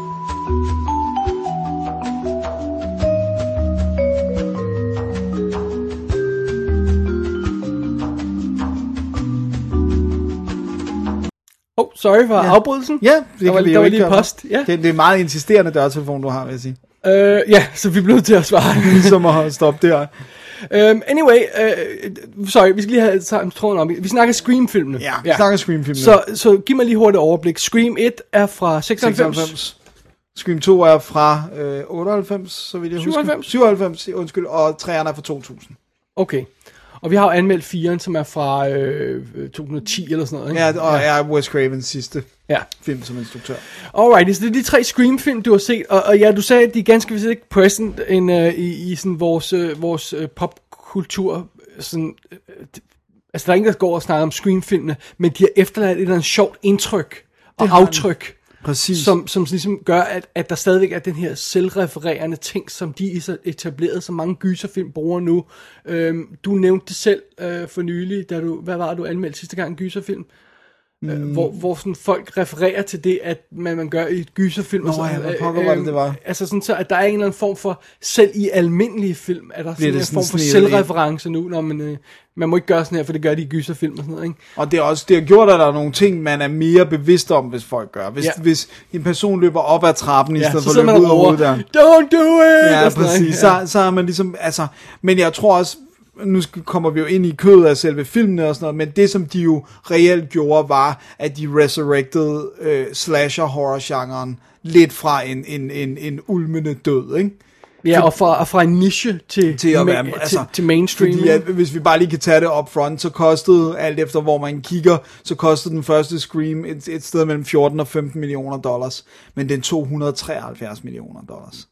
Sorry for afbrydelsen. Ja, det kan vi jo ikke ikke gøre. Post. Ja. Det er en meget insisterende dørtelefon, du har, vil jeg sige. Ja, så vi bliver nødt til at svare. Ligesom at stoppe der. Anyway, sorry, vi skal lige have tråden om. Vi snakker Scream-filmene. Ja, vi snakker Scream-filmene. Så giv mig lige hurtigt overblik. Scream 1 er fra 96. Scream 2 er fra 98, så vidt jeg husker. 97, undskyld, og 3'erne er fra 2000. Okay. Og vi har jo anmeldt 4'eren, som er fra 2010 eller sådan noget, ikke? Ja, og er Wes Cravens sidste film som instruktør. Alright, så det er de 3 Scream-film, du har set. Og ja, du sagde, at de er ganske vist ikke present i sådan vores popkultur. Sådan, altså, der er ingen, der går og snakker om Scream-filmene, men de har efterladt et eller andet sjovt indtryk og aftryk. Præcis. Som ligesom gør, at der stadigvæk er den her selvrefererende ting, som de etablerede, så mange gyserfilm bruger nu. Du nævnte det selv for nylig, hvad var det, du anmeldte sidste gang, en gyserfilm? Hvor sådan folk refererer til det, at man gør i et gyserfilm. Nå ja, hvad pokker var det var? Altså sådan så, at der er en eller anden form for, selv i almindelige film, er der sådan en form for selvreference nu, når man må ikke gøre sådan her, for det gør de i gyserfilm og sådan noget, ikke? Og det har gjort, at der er nogle ting, man er mere bevidst om, hvis folk gør. Hvis en person løber op ad trappen, i stedet for at løbe ud af hovedet der. Don't do it! Ja, præcis. Så er man ligesom, altså, men jeg tror også, nu kommer vi jo ind i kødet af selve filmene og sådan noget, men det som de jo reelt gjorde, var, at de resurrected slasher-horror-genren lidt fra en ulmende død, ikke? Ja, og fra en niche til mainstream. Fordi hvis vi bare lige kan tage det up front, så kostede, alt efter hvor man kigger, så kostede den første Scream et sted mellem 14 og 15 millioner dollars, men den 273 millioner dollars.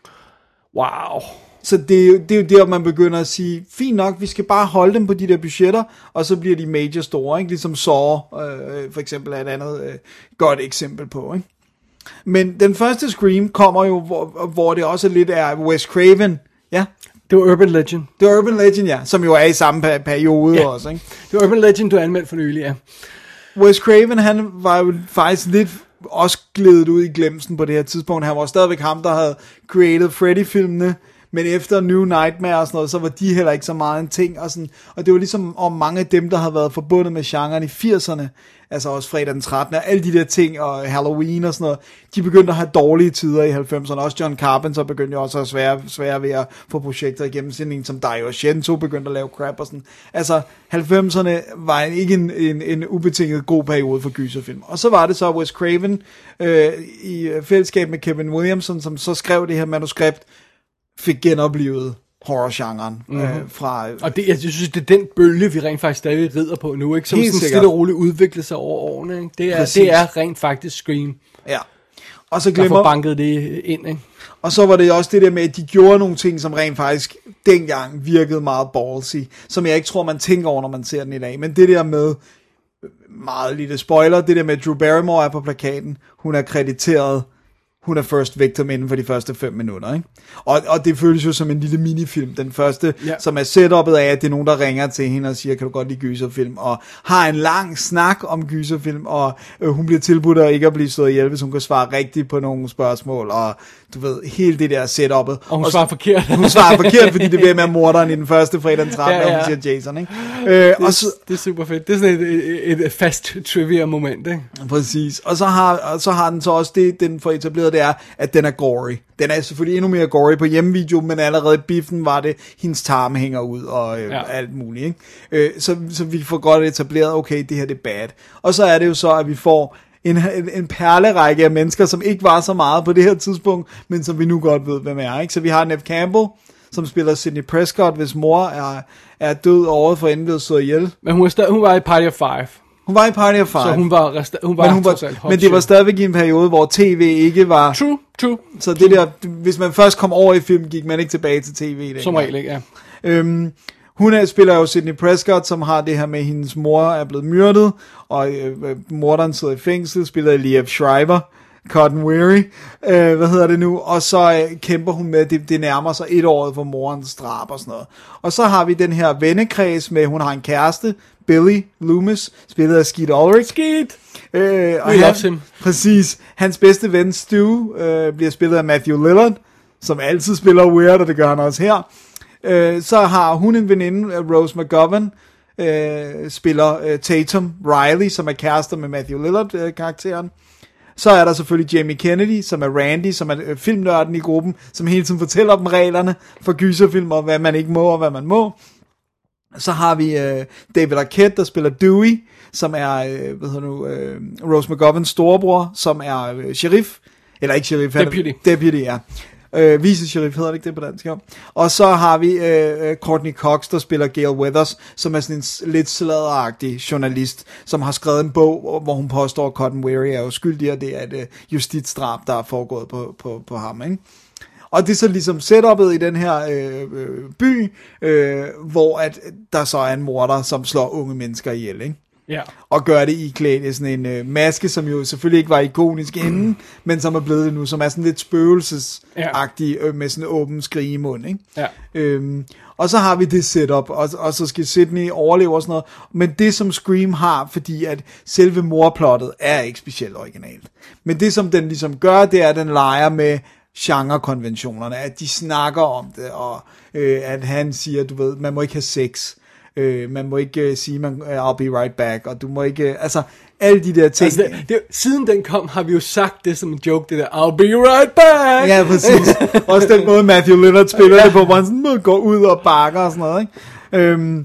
Wow. Så det er jo der, man begynder at sige, fint nok, vi skal bare holde dem på de der budgetter, og så bliver de major store, ikke? Ligesom Saw, for eksempel, er et andet godt eksempel på, ikke? Men den første Scream kommer jo, hvor det også lidt er Wes Craven, ja? Det var Urban Legend. Det var Urban Legend, ja, som jo er i samme periode også, ikke? Det var Urban Legend, du anmeldte for nylig, ja. Wes Craven, han var jo faktisk lidt også glædet ud i glemsen på det her tidspunkt. Han var stadigvæk ham, der havde created Freddy-filmene, men efter New Nightmare og sådan noget, så var de heller ikke så meget en ting, og sådan, og det var ligesom om mange af dem, der havde været forbundet med genren i 80'erne, altså også fredag den 13. og alle de der ting, og Halloween og sådan noget, de begyndte at have dårlige tider i 90'erne, også John Carpenter begyndte jo også at have svære ved at få projekter igennem, sådan en som Dario Argento begyndte at lave crap og sådan, altså 90'erne var ikke en ubetinget god periode for gyserfilm, og så var det så Wes Craven i fællesskab med Kevin Williamson, som så skrev det her manuskript, fik genoplivet horrorgenren fra... Og det, jeg synes, det er den bølge, vi rent faktisk stadig rider på nu, ikke? Som sådan stille og roligt udvikler sig over årene, ikke? Det er rent faktisk Scream. Ja. Og så glemmer... Der får banket det ind, ikke? Og så var det også det der med, at de gjorde nogle ting, som rent faktisk dengang virkede meget ballsy, som jeg ikke tror, man tænker over, når man ser den i dag. Men det der med, meget lille spoiler, det der med, Drew Barrymore er på plakaten, hun er krediteret, hun er first victim inden for de første 5 minutter, ikke? Og det føles jo som en lille minifilm. Den første, som er setupet af, at det er nogen, der ringer til hende og siger, kan du godt lide gyserfilm? Og har en lang snak om gyserfilm, og hun bliver tilbudt at ikke at blive slået ihjel, hvis hun kan svare rigtigt på nogle spørgsmål. Og du ved, hele det der setup'et. Og hun svarer forkert. Hun svarer forkert, fordi det bliver med morderen i den første fredag den 13. og hun siger Jason, ikke? Det er super fedt. Det er sådan et fast trivia moment, ikke? Præcis. Og så har den så også det, den får etableret, det er, at den er gory. Den er selvfølgelig endnu mere gory på hjemmevideo, men allerede i biffen var det, hendes tarme hænger ud og alt muligt, ikke? Så vi får godt etableret, okay, det her det er bad. Og så er det jo så, at vi får en perlerække af mennesker, som ikke var så meget på det her tidspunkt, men som vi nu godt ved, hvem er, ikke? Så vi har Neve Campbell, som spiller Sidney Prescott, hvis mor er død året for inden blevet slået ihjel. Men hun var i Party of Five. Hun var i Party of Five. Så hun var men det var stadigvæk i en periode, hvor tv ikke var... True. Så det der, hvis man først kom over i film, gik man ikke tilbage til tv. Som regel ikke, ja. Hun spiller jo Sidney Prescott, som har det her med, at hendes mor er blevet myrdet, og morderen sidder i fængsel, spiller Liev Schreiber, Cotton Weary, og så kæmper hun med, det nærmer sig 1 år for morens drab og sådan noget. Og så har vi den her vennekreds med, hun har en kæreste, Billy Loomis, spillet af Skeet Ulrich. Skeet! We love him. Præcis. Hans bedste ven, Stu, bliver spillet af Matthew Lillard, som altid spiller weird, og det gør han også her. Så har hun en veninde, Rose McGovern, spiller Tatum Riley, som er kærester med Matthew Lillard-karakteren. Så er der selvfølgelig Jamie Kennedy, som er Randy, som er filmnørden i gruppen, som hele tiden fortæller dem reglerne for gyserfilm, og hvad man ikke må, og hvad man må. Så har vi David Arquette, der spiller Dewey, som er Rose McGoverns storebror, som er sheriff. Eller ikke sheriff, Deputy, ja. Vice-sheriff hedder det ikke det på dansk, ja. Og så har vi Courtney Cox, der spiller Gail Weathers, som er sådan en lidt sladderagtig journalist, som har skrevet en bog, hvor hun påstår, at Cotton Weary er uskyldig, og det er et justitsdrab, der er foregået på ham, ikke? Og det er så ligesom setup'et i den her by, hvor at der så er en morder, som slår unge mennesker ihjel, ikke? Ja. Og gør det iklædt i sådan en maske, som jo selvfølgelig ikke var ikonisk inden, men som er blevet det nu, som er sådan lidt spøgelsesagtig med sådan en åben skrigemund, ikke? Ja. Og så har vi det setup, og så skal Sydney overleve og sådan noget, men det som Scream har, fordi at selve morplottet er ikke specielt originalt, men det som den ligesom gør, det er, at den leger med genrekonventionerne, at de snakker om det, og at han siger, du ved, man må ikke have sex, man må ikke sige, I'll be right back, og du må ikke, altså, alle de der ting. Altså siden den kom, har vi jo sagt det som en joke, det der, I'll be right back. Ja, præcis. Også den måde, Matthew Lillard spiller det på, hvor han sådan går ud og bakker og sådan noget, ikke?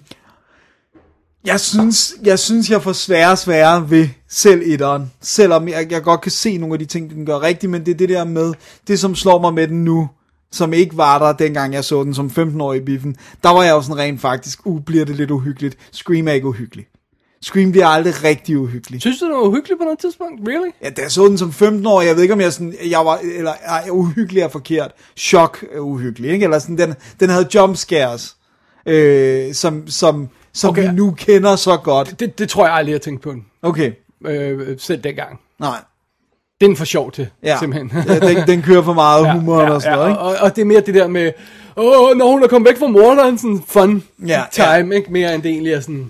Jeg synes, jeg får sværere ved selv etteren, selvom jeg godt kan se nogle af de ting, den gør rigtigt, men det er det der med, det som slår mig med den nu, som ikke var der, dengang jeg så den som 15-årig i biffen, der var jeg jo sådan rent faktisk, bliver det lidt uhyggeligt. Scream er ikke uhyggelig. Scream bliver aldrig rigtig uhyggelig. Synes du, det var uhyggeligt på noget tidspunkt? Really? Ja, da jeg så den som 15-årig, jeg ved ikke, om jeg var, eller uhyggelig er forkert. Chok er uhyggelig, ikke? Eller sådan, den havde jump scares, som okay, vi nu kender så godt. Det tror jeg aldrig, jeg tænkt på den. Okay. Selv dengang. Nej. Den er for sjov til, simpelthen. Ja, den kører for meget humor og sådan noget, ikke? Og det er mere det der med, når hun er kommet væk fra morderen, sådan fun time, ikke? Mere end det egentlig er sådan,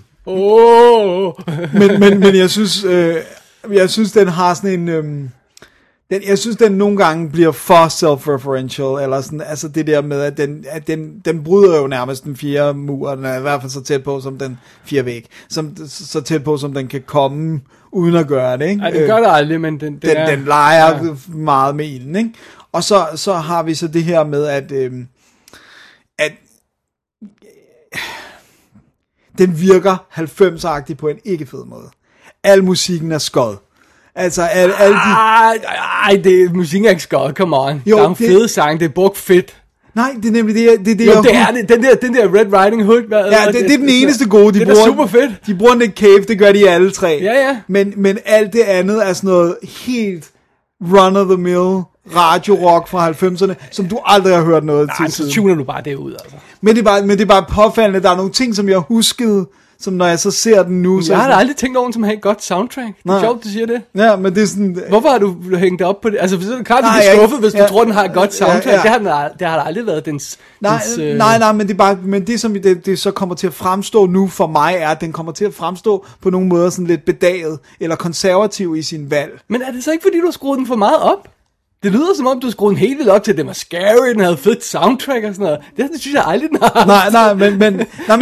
Men jeg synes, den har sådan en... jeg synes, den nogle gange bliver for self-referential, eller sådan, altså det der med, at den bryder jo nærmest den 4. mur, den er i hvert fald så tæt på, som den 4. væg, så tæt på, som den kan komme, uden at gøre det, ikke? Ja, den gør det aldrig, men den leger meget med ilden, ikke? Og så har vi så det her med, at den virker 90'er-agtig på en ikke fed måde. Al musikken er skod. Altså, alle de... musikken er ikke skod, come on. Jo, der er en fede sang, det er brugt fedt. Nej, det er nemlig det. Jo, det er det. Den der Red Riding Hood. Ja, det er den eneste gode, de bruger. Det er super fedt. De bruger Nick Cave, det gør de alle tre. Ja. Men alt det andet er sådan noget helt run-of-the-mill radio-rock fra 90'erne, som du aldrig har hørt noget til siden. Så tuner du bare det ud, altså. Men det er bare påfaldende. Der er nogle ting, som jeg huskede, som når jeg så ser den nu... Jeg har aldrig tænkt over, som har et godt soundtrack. Det er sjovt, du siger det. Ja, men det er sådan... Hvorfor har du hængt op på det? Altså, så kan du blive skuffet, hvis du tror, den har et godt soundtrack. Det har der aldrig været dens... Nej, men det er bare... Men det, som det så kommer til at fremstå nu for mig, er, at den kommer til at fremstå på nogle måder sådan lidt bedaget, eller konservativ i sin valg. Men er det så ikke, fordi du har skruet den for meget op? Det lyder som om, du skruede en helt vildt op til, at det var scary, den havde fedt soundtrack og sådan noget. Det synes jeg aldrig, den har. Nej, men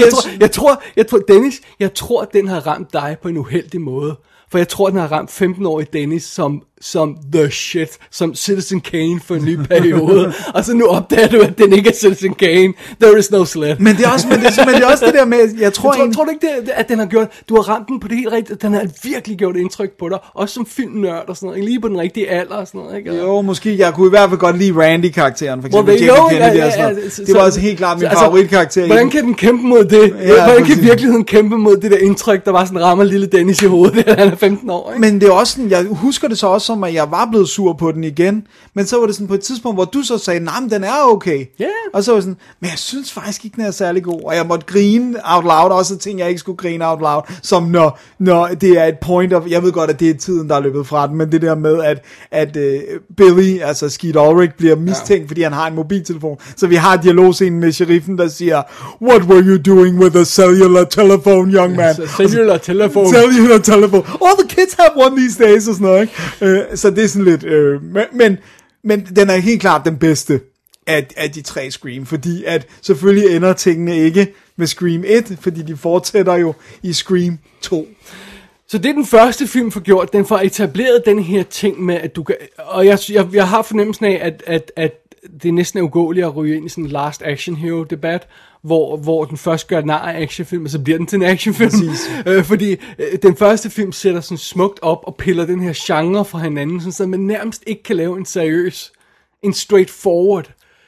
jeg tror, Dennis, jeg tror, den har ramt dig på en uheldig måde. For jeg tror, den har ramt 15-årige Dennis som the shit, som Citizen Kane for en ny periode. Og så nu opdager du, at den ikke er Citizen Kane. There is no sled. Men det er også det der med, jeg tror du ikke, at den har gjort, du har ramt den på det helt rigtige, den har virkelig gjort indtryk på dig, også som filmnørd og sådan noget, lige på den rigtige alder og sådan noget, ikke? Jo, måske, jeg kunne i hvert fald godt lide Randy-karakteren, for eksempel, det var også helt klart min favoritkarakter. Hvordan kan den kæmpe mod det? Hvordan kan virkeligheden kæmpe mod det der indtryk, der var sådan rammer lille Dennis i hovedet, da han er 15 år, ikke? Men det er også sådan, jeg husker det så også som, at jeg var blevet sur på den igen, men så var det sådan på et tidspunkt, hvor du så sagde, nej, men den er okay. Yeah. Og så var jeg sådan, men jeg synes faktisk ikke, den er særlig god, og jeg måtte grine out loud, også ting, jeg ikke skulle grine out loud, som når det er et point of, jeg ved godt, at det er tiden, der er løbet fra den, men det der med, at Billy, altså Skeet Ulrich, bliver mistænkt, fordi han har en mobiltelefon, så vi har dialogscenen med sheriffen, der siger, what were you doing with a cellular telephone, young man? Cellular telephone. Cellular telephone. All the kids have one these days, og sådan noget, ikke? Så det er sådan lidt, men den er helt klart den bedste af de tre Scream, fordi at selvfølgelig ender tingene ikke med Scream 1, fordi de fortsætter jo i Scream 2. Så det er den første film for gjort, den får etableret den her ting med, at du kan, og jeg har fornemmelsen af, at det er næsten ugåeligt at ryge ind i sådan en last action hero debat, hvor den først gør nar af actionfilm, og så bliver den til en actionfilm. Fordi den første film sætter sådan smukt op og piller den her genre fra hinanden, så man nærmest ikke kan lave en straightforward,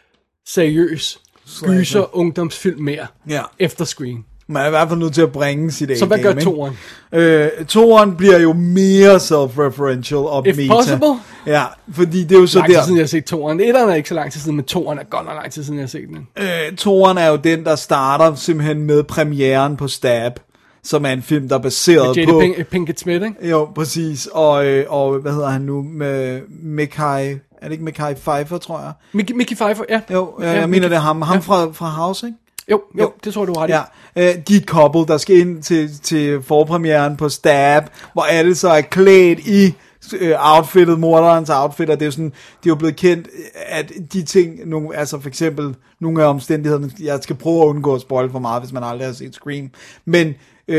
seriøs gyser ungdomsfilm mere efter Scream. Man er i hvert fald nødt til at bringe sit A-game. Så hvad gør toeren? Toeren bliver jo mere self-referential og meta. If possible? Ja, fordi det er jo så der... Lang tid siden jeg har set toeren. Etteren er ikke så lang tid siden, men toeren er godt nok lang tid siden jeg har set den. Toeren er jo den, der starter simpelthen med premieren på Stab, som er en film, der er baseret på... Jada Pinkett Smith, ikke? Jo, præcis. Og hvad hedder han nu? Med Mekhi... Er det ikke Mekhi Phifer, tror jeg? Mickey Pfeiffer, ja. Jo, jeg mener det er ham. Ham fra House, ikke? Jo, det tror du ret i. Ja, de er et couple, der skal ind til forpremieren på Stab, hvor alle så er klædt i outfittet, morderens outfit, og det er jo sådan, det er jo blevet kendt, at de ting, altså for eksempel, nogle af omstændighederne, jeg skal prøve at undgå at spoil for meget, hvis man aldrig har set Scream, men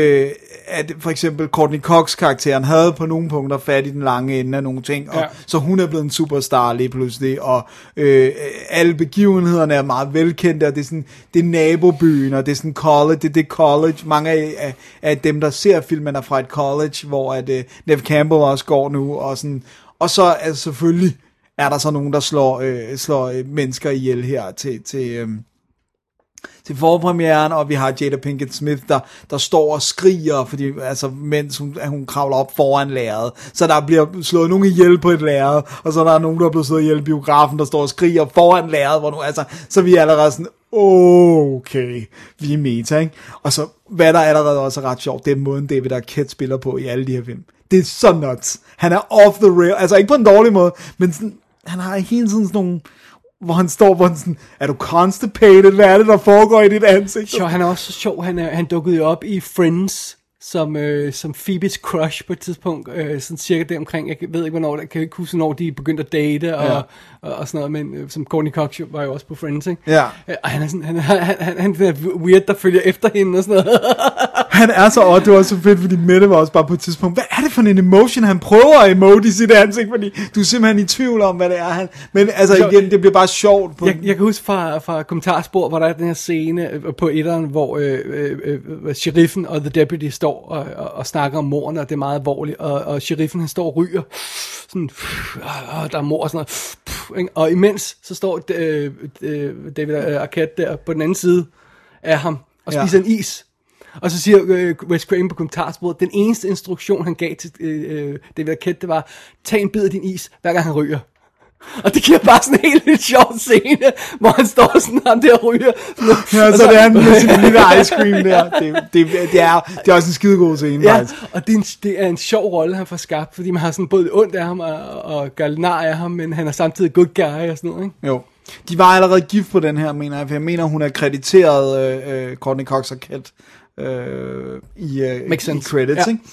at for eksempel Courtney Cox karakteren havde på nogle punkter fat i den lange ende af nogle ting, og så hun er blevet en superstar lige pludselig, og alle begivenhederne er meget velkendte, og det er sådan, det er nabobyen, og det er sådan college, det er college, mange af dem der ser filmen er fra et college, hvor at Neve Campbell også går nu, og sådan, og så altså, selvfølgelig er der så nogen der slår mennesker ihjel her til forpremieren, og vi har Jada Pinkett Smith, der står og skriger, fordi, altså, mens hun kravler op foran lærredet. Så der bliver slået nogen ihjel på et lærred, og så der er nogen, der er blevet slået ihjel i biografen, der står og skriger foran lærredet, hvor nu, altså, så vi er allerede sådan, okay, vi er meta, ikke? Og så, hvad der allerede også er ret sjovt, det er måden David Arquette spiller på i alle de her film. Det er så nuts. Han er off the rail, altså ikke på en dårlig måde, men sådan, han har hele tiden sådan nogle, hvor han står, hvor han sådan, er du constipated? Hvad er det, der foregår i dit ansigt? Sjov, han er også så sjov. Han dukkede jo op i Friends, som Phoebes crush på et tidspunkt, sådan cirka det omkring, jeg ved ikke, hvornår, jeg kan ikke huske, når de begyndte at date, og sådan noget, men som Courtney Cox var jo også på Friends, ikke? Ja. Og han er sådan, han er weird, der følger efter hende og sådan noget. Han er så, og det var så fedt, fordi Mette var også bare på et tidspunkt, hvad er det for en emotion, han prøver at emote i sit ansigt, fordi du er simpelthen i tvivl om, hvad det er, men altså igen, det bliver bare sjovt. På jeg kan huske fra kommentarspor, hvor der er den her scene på etteren, hvor sheriffen og the deputy står og snakker om mordene, og det er meget alvorligt, og sheriffen han står og ryger, sådan, der er mord og sådan noget, og imens så står David Arquette der på den anden side af ham, og spiser en is. Og så siger Wes Craven på kommentarsporet, den eneste instruktion han gav til David Arquette, det var, tag en bid af din is, hver gang han ryger. Og det giver bare sådan en helt lidt sjov scene, hvor han står sådan, han der ryger. Ja, så det er med sin lille ice cream der. Det er også en skidegod scene, ja, faktisk. Og det er en sjov rolle, han får skabt, fordi man har sådan både ondt af ham og gør nar af ham, men han er samtidig good guy og sådan noget, ikke? Jo. De var allerede gift på den her, mener jeg, for jeg mener, hun er krediteret Courtney Cox og Kent i credits,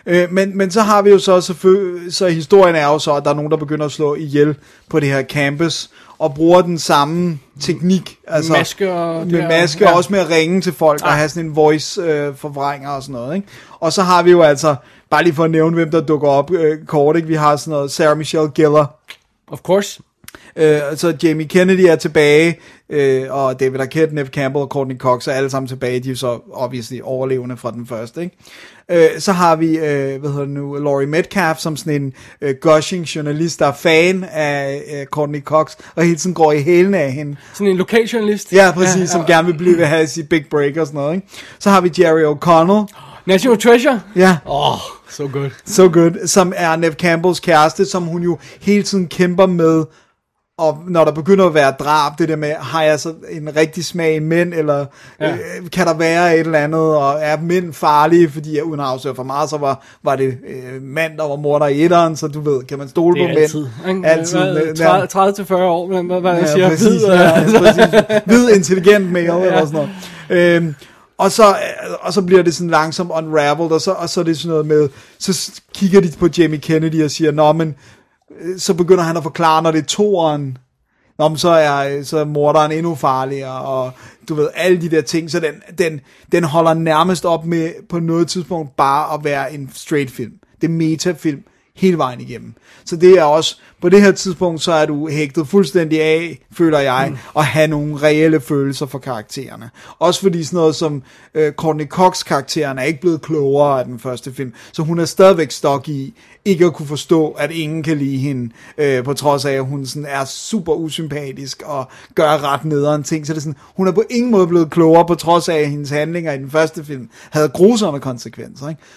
Men så har vi jo så historien er jo så, at der er nogen, der begynder at slå ihjel på det her campus, og bruger den samme teknik. Altså, maske og også med at ringe til folk, og have sådan en voice-forvrænger og sådan noget, ikke? Og så har vi jo altså, bare lige for at nævne, hvem der dukker op kort, ikke? Vi har sådan noget Sarah Michelle Gellar. Of course. Så Jamie Kennedy er tilbage, og David Arquette, Neve Campbell og Courtney Cox er alle sammen tilbage. De er så obviously overlevende fra den første, ikke? Så har vi, Laurie Metcalf som sådan en gushing journalist, der er fan af Courtney Cox, og hele tiden går i hælene af hende. Sådan en lokaljournalist. Ja, præcis, som gerne vil have sit big break og sådan noget, ikke? Så har vi Jerry O'Connell. National Treasure? Ja. So good. So good, som er Neve Campbells kæreste, som hun jo hele tiden kæmper med. Og når der begynder at være drab, det der med, har jeg så en rigtig smag i mænd, eller kan der være et eller andet, og er mænd farlige, fordi uden at afsløre for meget, så var det mand, der var morder i etteren, så du ved, kan man stole på mænd? Altid. 30-40 år, hvad jeg siger, præcis, præcis. Hvid, intelligent male, eller sådan noget. Og så bliver det sådan langsomt unraveled, og så er det sådan noget med, så kigger de på Jamie Kennedy og siger, nå, men så begynder han at forklare, når det er toeren, så er morderen endnu farligere, og du ved, alle de der ting, så den holder nærmest op med på noget tidspunkt bare at være en straight film. Det er metafilm hele vejen igennem. Så det er også, på det her tidspunkt, så er du hægtet fuldstændig af, føler jeg, at have nogle reelle følelser for karaktererne. Også fordi sådan noget som Courtney Cox-karakteren er ikke blevet klogere af den første film, så hun er stadigvæk stok i ikke at kunne forstå, at ingen kan lide hende, på trods af, at hun sådan er super usympatisk og gør ret nederen ting. Så det er sådan, hun er på ingen måde blevet klogere, på trods af, at hendes handlinger i den første film havde grusomme konsekvenser, ikke?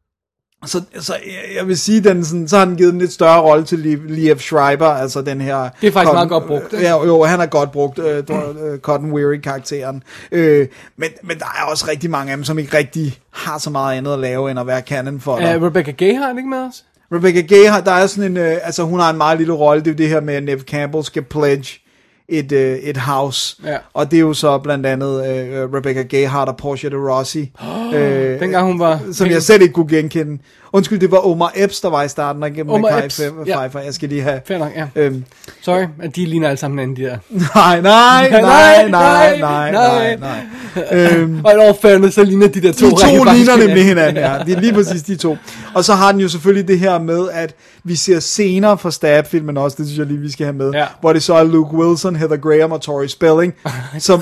Så jeg vil sige, så har den givet en lidt større rolle til Liev Schreiber, altså den her... Det er faktisk meget godt brugt. Jo, han har godt brugt Cotton Weary-karakteren. Men der er også rigtig mange af dem, som ikke rigtig har så meget andet at lave, end at være canon for dig. Rebecca Gay har han ikke med os? Rebecca Gay der er sådan en... hun har en meget lille rolle, det er det her med, at Neve Campbell skal pledge et house, og det er jo så blandt andet Rebecca Gayheart og Portia de Rossi, dengang hun var, som jeg selv ikke kunne genkende. Undskyld, det var Omar Epps, der var i starten, og gennem Mekhi Phifer. Jeg skal lige have... Fair nok, ja. Sorry, at de ligner alle sammen hinanden, de der. Nej. Og i overfærende, så ligner de der to. De to ligner nemlig hinanden, ja. Det er lige præcis de to. Og så har den jo selvfølgelig det her med, at vi ser scener fra Stab-filmen også, det synes jeg lige, vi skal have med, hvor det så er Luke Wilson, Heather Graham og Tori Spelling, som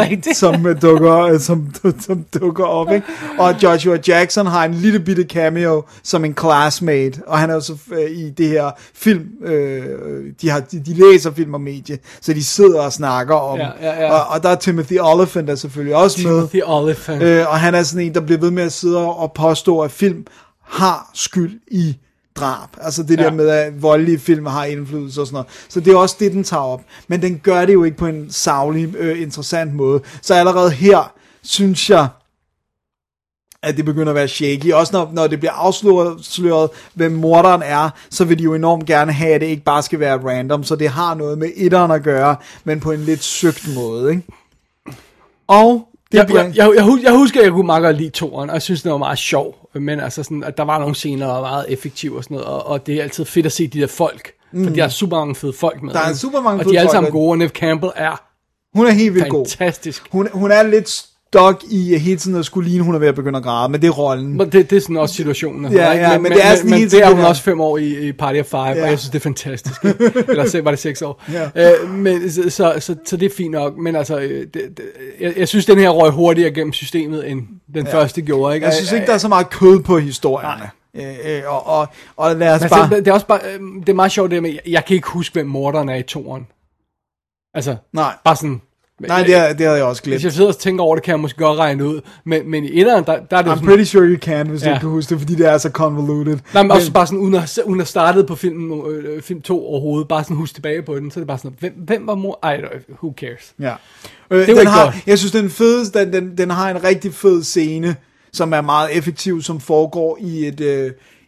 dukker op, ikke? Og Joshua Jackson har en lille bitte cameo som en classmate, og han er jo så i det her film, de læser film og medie, så de sidder og snakker om, og der er Timothy Olyphant der selvfølgelig også med, og han er sådan en, der bliver ved med at sidde og påstå, at film har skyld i drab, altså det der med, at voldelige film har indflydelse og sådan noget, så det er også det, den tager op, men den gør det jo ikke på en saglig, interessant måde, så allerede her, synes jeg, at det begynder at være shaky. Også når det bliver afsløret, hvem morderen er, så vil de jo enormt gerne have, at det ikke bare skal være random, så det har noget med etteren at gøre, men på en lidt søgt måde, ikke? Og jeg husker, at jeg kunne meget godt lide toeren, og jeg synes, det var meget sjov, men altså sådan, at der var nogle scener, der var meget effektive og sådan noget, og det er altid fedt at se de der folk, for der er super mange fede folk med. Der er super mange fede folk. Og de er alle sammen gode, og Neve Campbell er hun er helt vildt god. Fantastisk. Hun er lidt stok i hele tiden at skulle ligne, hun er ved at begynde at græde, men det er rollen. Det er sådan også situationen. Men det er sådan men det er hun også 5 år i Party of 5, og jeg synes, det er fantastisk. Eller var det 6 år. Men, så det er fint nok, men altså, jeg synes, den her røg hurtigere gennem systemet, end den første gjorde. Ikke? Jeg synes ikke, der er så meget kød på historierne. Og lad os bare... Det er også bare, det er meget sjovt det med, jeg kan ikke huske, hvem morderen er i toeren. Altså, bare sådan... Nej, det havde jeg også glemt. Hvis jeg sidder og tænker over det, kan jeg måske godt regne ud. Men i etteren, der er det I'm sådan... pretty sure you can, hvis du kan huske det, fordi det er så convoluted. Nej, men også bare sådan, uden at startet på film 2 overhovedet, bare sådan huske tilbage på den, så er det bare sådan, hvem var mor? Ej, who cares? Ja. Jeg synes, den fedeste, den har en rigtig fed scene, som er meget effektiv, som foregår i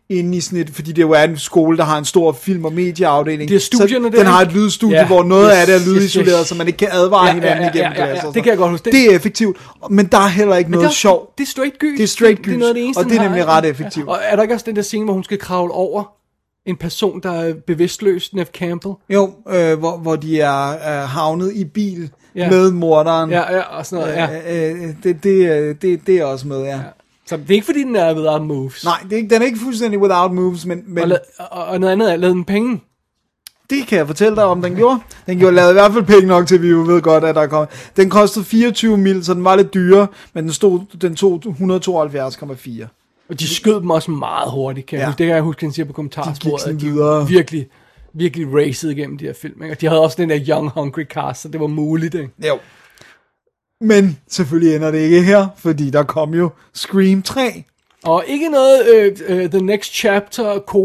inde i sådan et, fordi det jo er en skole, der har en stor film- og medieafdeling. Det er studierne der. Den har et lydstudie, hvor noget af det er lydisoleret, så man ikke kan advare hinanden igennem klasser. Det kan jeg godt huske. Det er effektivt, men der er heller ikke noget sjov. Det er straight gys. Det er straight gys, det er noget af det eneste, og det er nemlig ret effektivt. Og er der ikke også den der scene, hvor hun skal kravle over en person, der er bevidstløs, Neve Campbell? Jo, hvor de er havnet i bil med morderen. Ja, og sådan noget, det er også med, ja. Så det er ikke fordi, den er without moves. Nej, den er ikke fuldstændig without moves, men... Og noget andet er, lavede den penge? Det kan jeg fortælle dig om, den gjorde. Den lavede i hvert fald penge nok til, at vi jo ved godt, at der kom. Den kostede 24 mil, så den var lidt dyrere, men den tog 172,4. Og de skød dem også meget hurtigt, kan jeg huske. Det kan jeg huske, han siger på kommentarsporet, at de virkelig racede igennem de her film. Ikke? Og de havde også den der Young Hungry cast, så det var muligt. Ikke? Jo. Men selvfølgelig ender det ikke her, fordi der kom jo Scream 3. Og ikke noget The Next Chapter,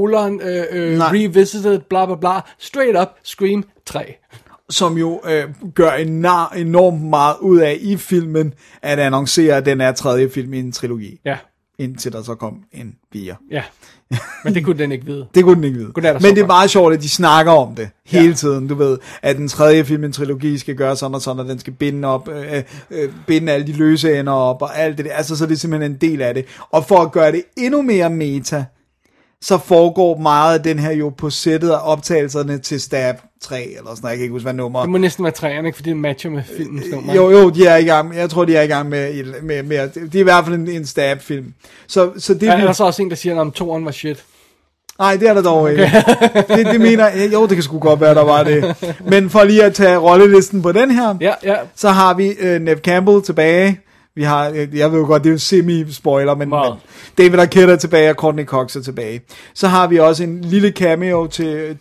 Revisited, bla bla bla. Straight up Scream 3. Som jo gør enormt meget ud af i filmen, at annoncere, at den er tredje film i en trilogi. Ja. Indtil der så kom en 4. Ja, men det kunne den ikke vide. Det kunne den ikke vide. Men det er meget sjovt, at de snakker om det hele tiden. Du ved, at den tredje film i en trilogi skal gøre sådan og sådan, og den skal binde alle de løse ender op, og alt det der. Altså, så det er simpelthen en del af det. Og for at gøre det endnu mere meta, så foregår meget af den her jo på sættet af optagelserne til Stab 3, eller sådan, jeg kan ikke huske, hvad nummer. Det må næsten være 3'erne, ikke? Fordi det matcher med filmens nummer. Jo, de er i gang. Jeg tror, de er i gang med det er i hvert fald en Stab-film. Så det er der så også en, der siger, at 2'eren var shit? Nej, det er der dog ikke. Det mener jeg. Jo, det kan sgu godt være, der var det. Men for lige at tage rollelisten på den her, så har vi Neve Campbell tilbage. Vi har, jeg ved jo godt, det er jo semi-spoiler, men David Arquette er tilbage, og Courtney Cox er tilbage. Så har vi også en lille cameo til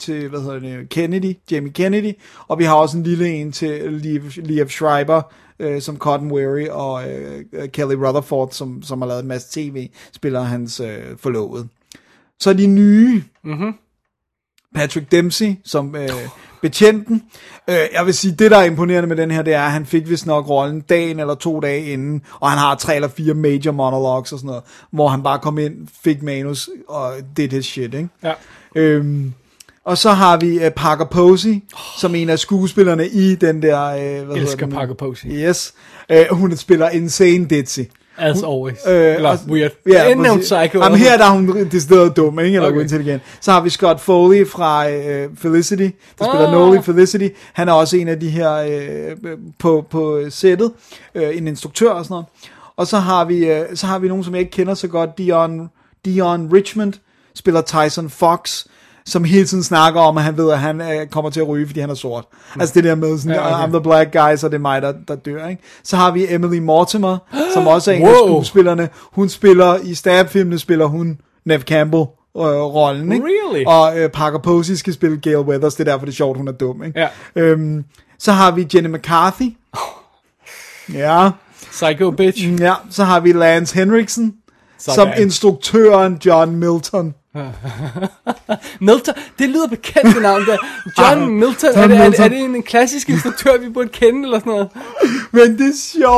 Jamie Kennedy, og vi har også en lille en til Liev Schreiber, som Cotton Weary, og Kelly Rutherford, som har lavet en masse tv, spiller hans forlovede. Så de nye, Patrick Dempsey, som... betjenten. Jeg vil sige, det der er imponerende med den her, det er, at han fik vist nok rollen dagen eller 2 dage inden, og han har 3 eller 4 major monologues og sådan noget, hvor han bare kom ind, fik manus og did his shit, ikke? Ja. Og så har vi Parker Posey, som en af skuespillerne i den der... elsker Parker Posey. Yes. Hun spiller Insane Ditzy. As always. Weird. Ja, Psycho. Jamen, her der er hun decideret dum, ikke? Eller uintelligent. Så har vi Scott Foley fra Felicity, der spiller Noel i Felicity. Han er også en af de her på sættet. En instruktør og sådan noget. Og så har vi nogen, som jeg ikke kender så godt. Dion Richmond spiller Tyson Fox, som hele tiden snakker om, at han ved, at han kommer til at ryge, fordi han er sort. Altså det der med sådan, I'm the black guy, så det er mig, der dør, ikke? Så har vi Emily Mortimer, som også er en af skuespillerne. Hun spiller, i Stab-filmene spiller hun Neve Campbell rollen, ikke? Really? Og Parker Posey skal spille Gail Weathers, det er derfor, det er sjovt, hun er dum, ikke? Ja. Så har vi Jenny McCarthy. Ja. Psycho bitch. Ja, så har vi Lance Henriksen, som instruktøren John Milton. Milton, det lyder bekendt med navn der. John Milton, er det en klassisk instruktør, vi burde kende, eller sådan noget? Men det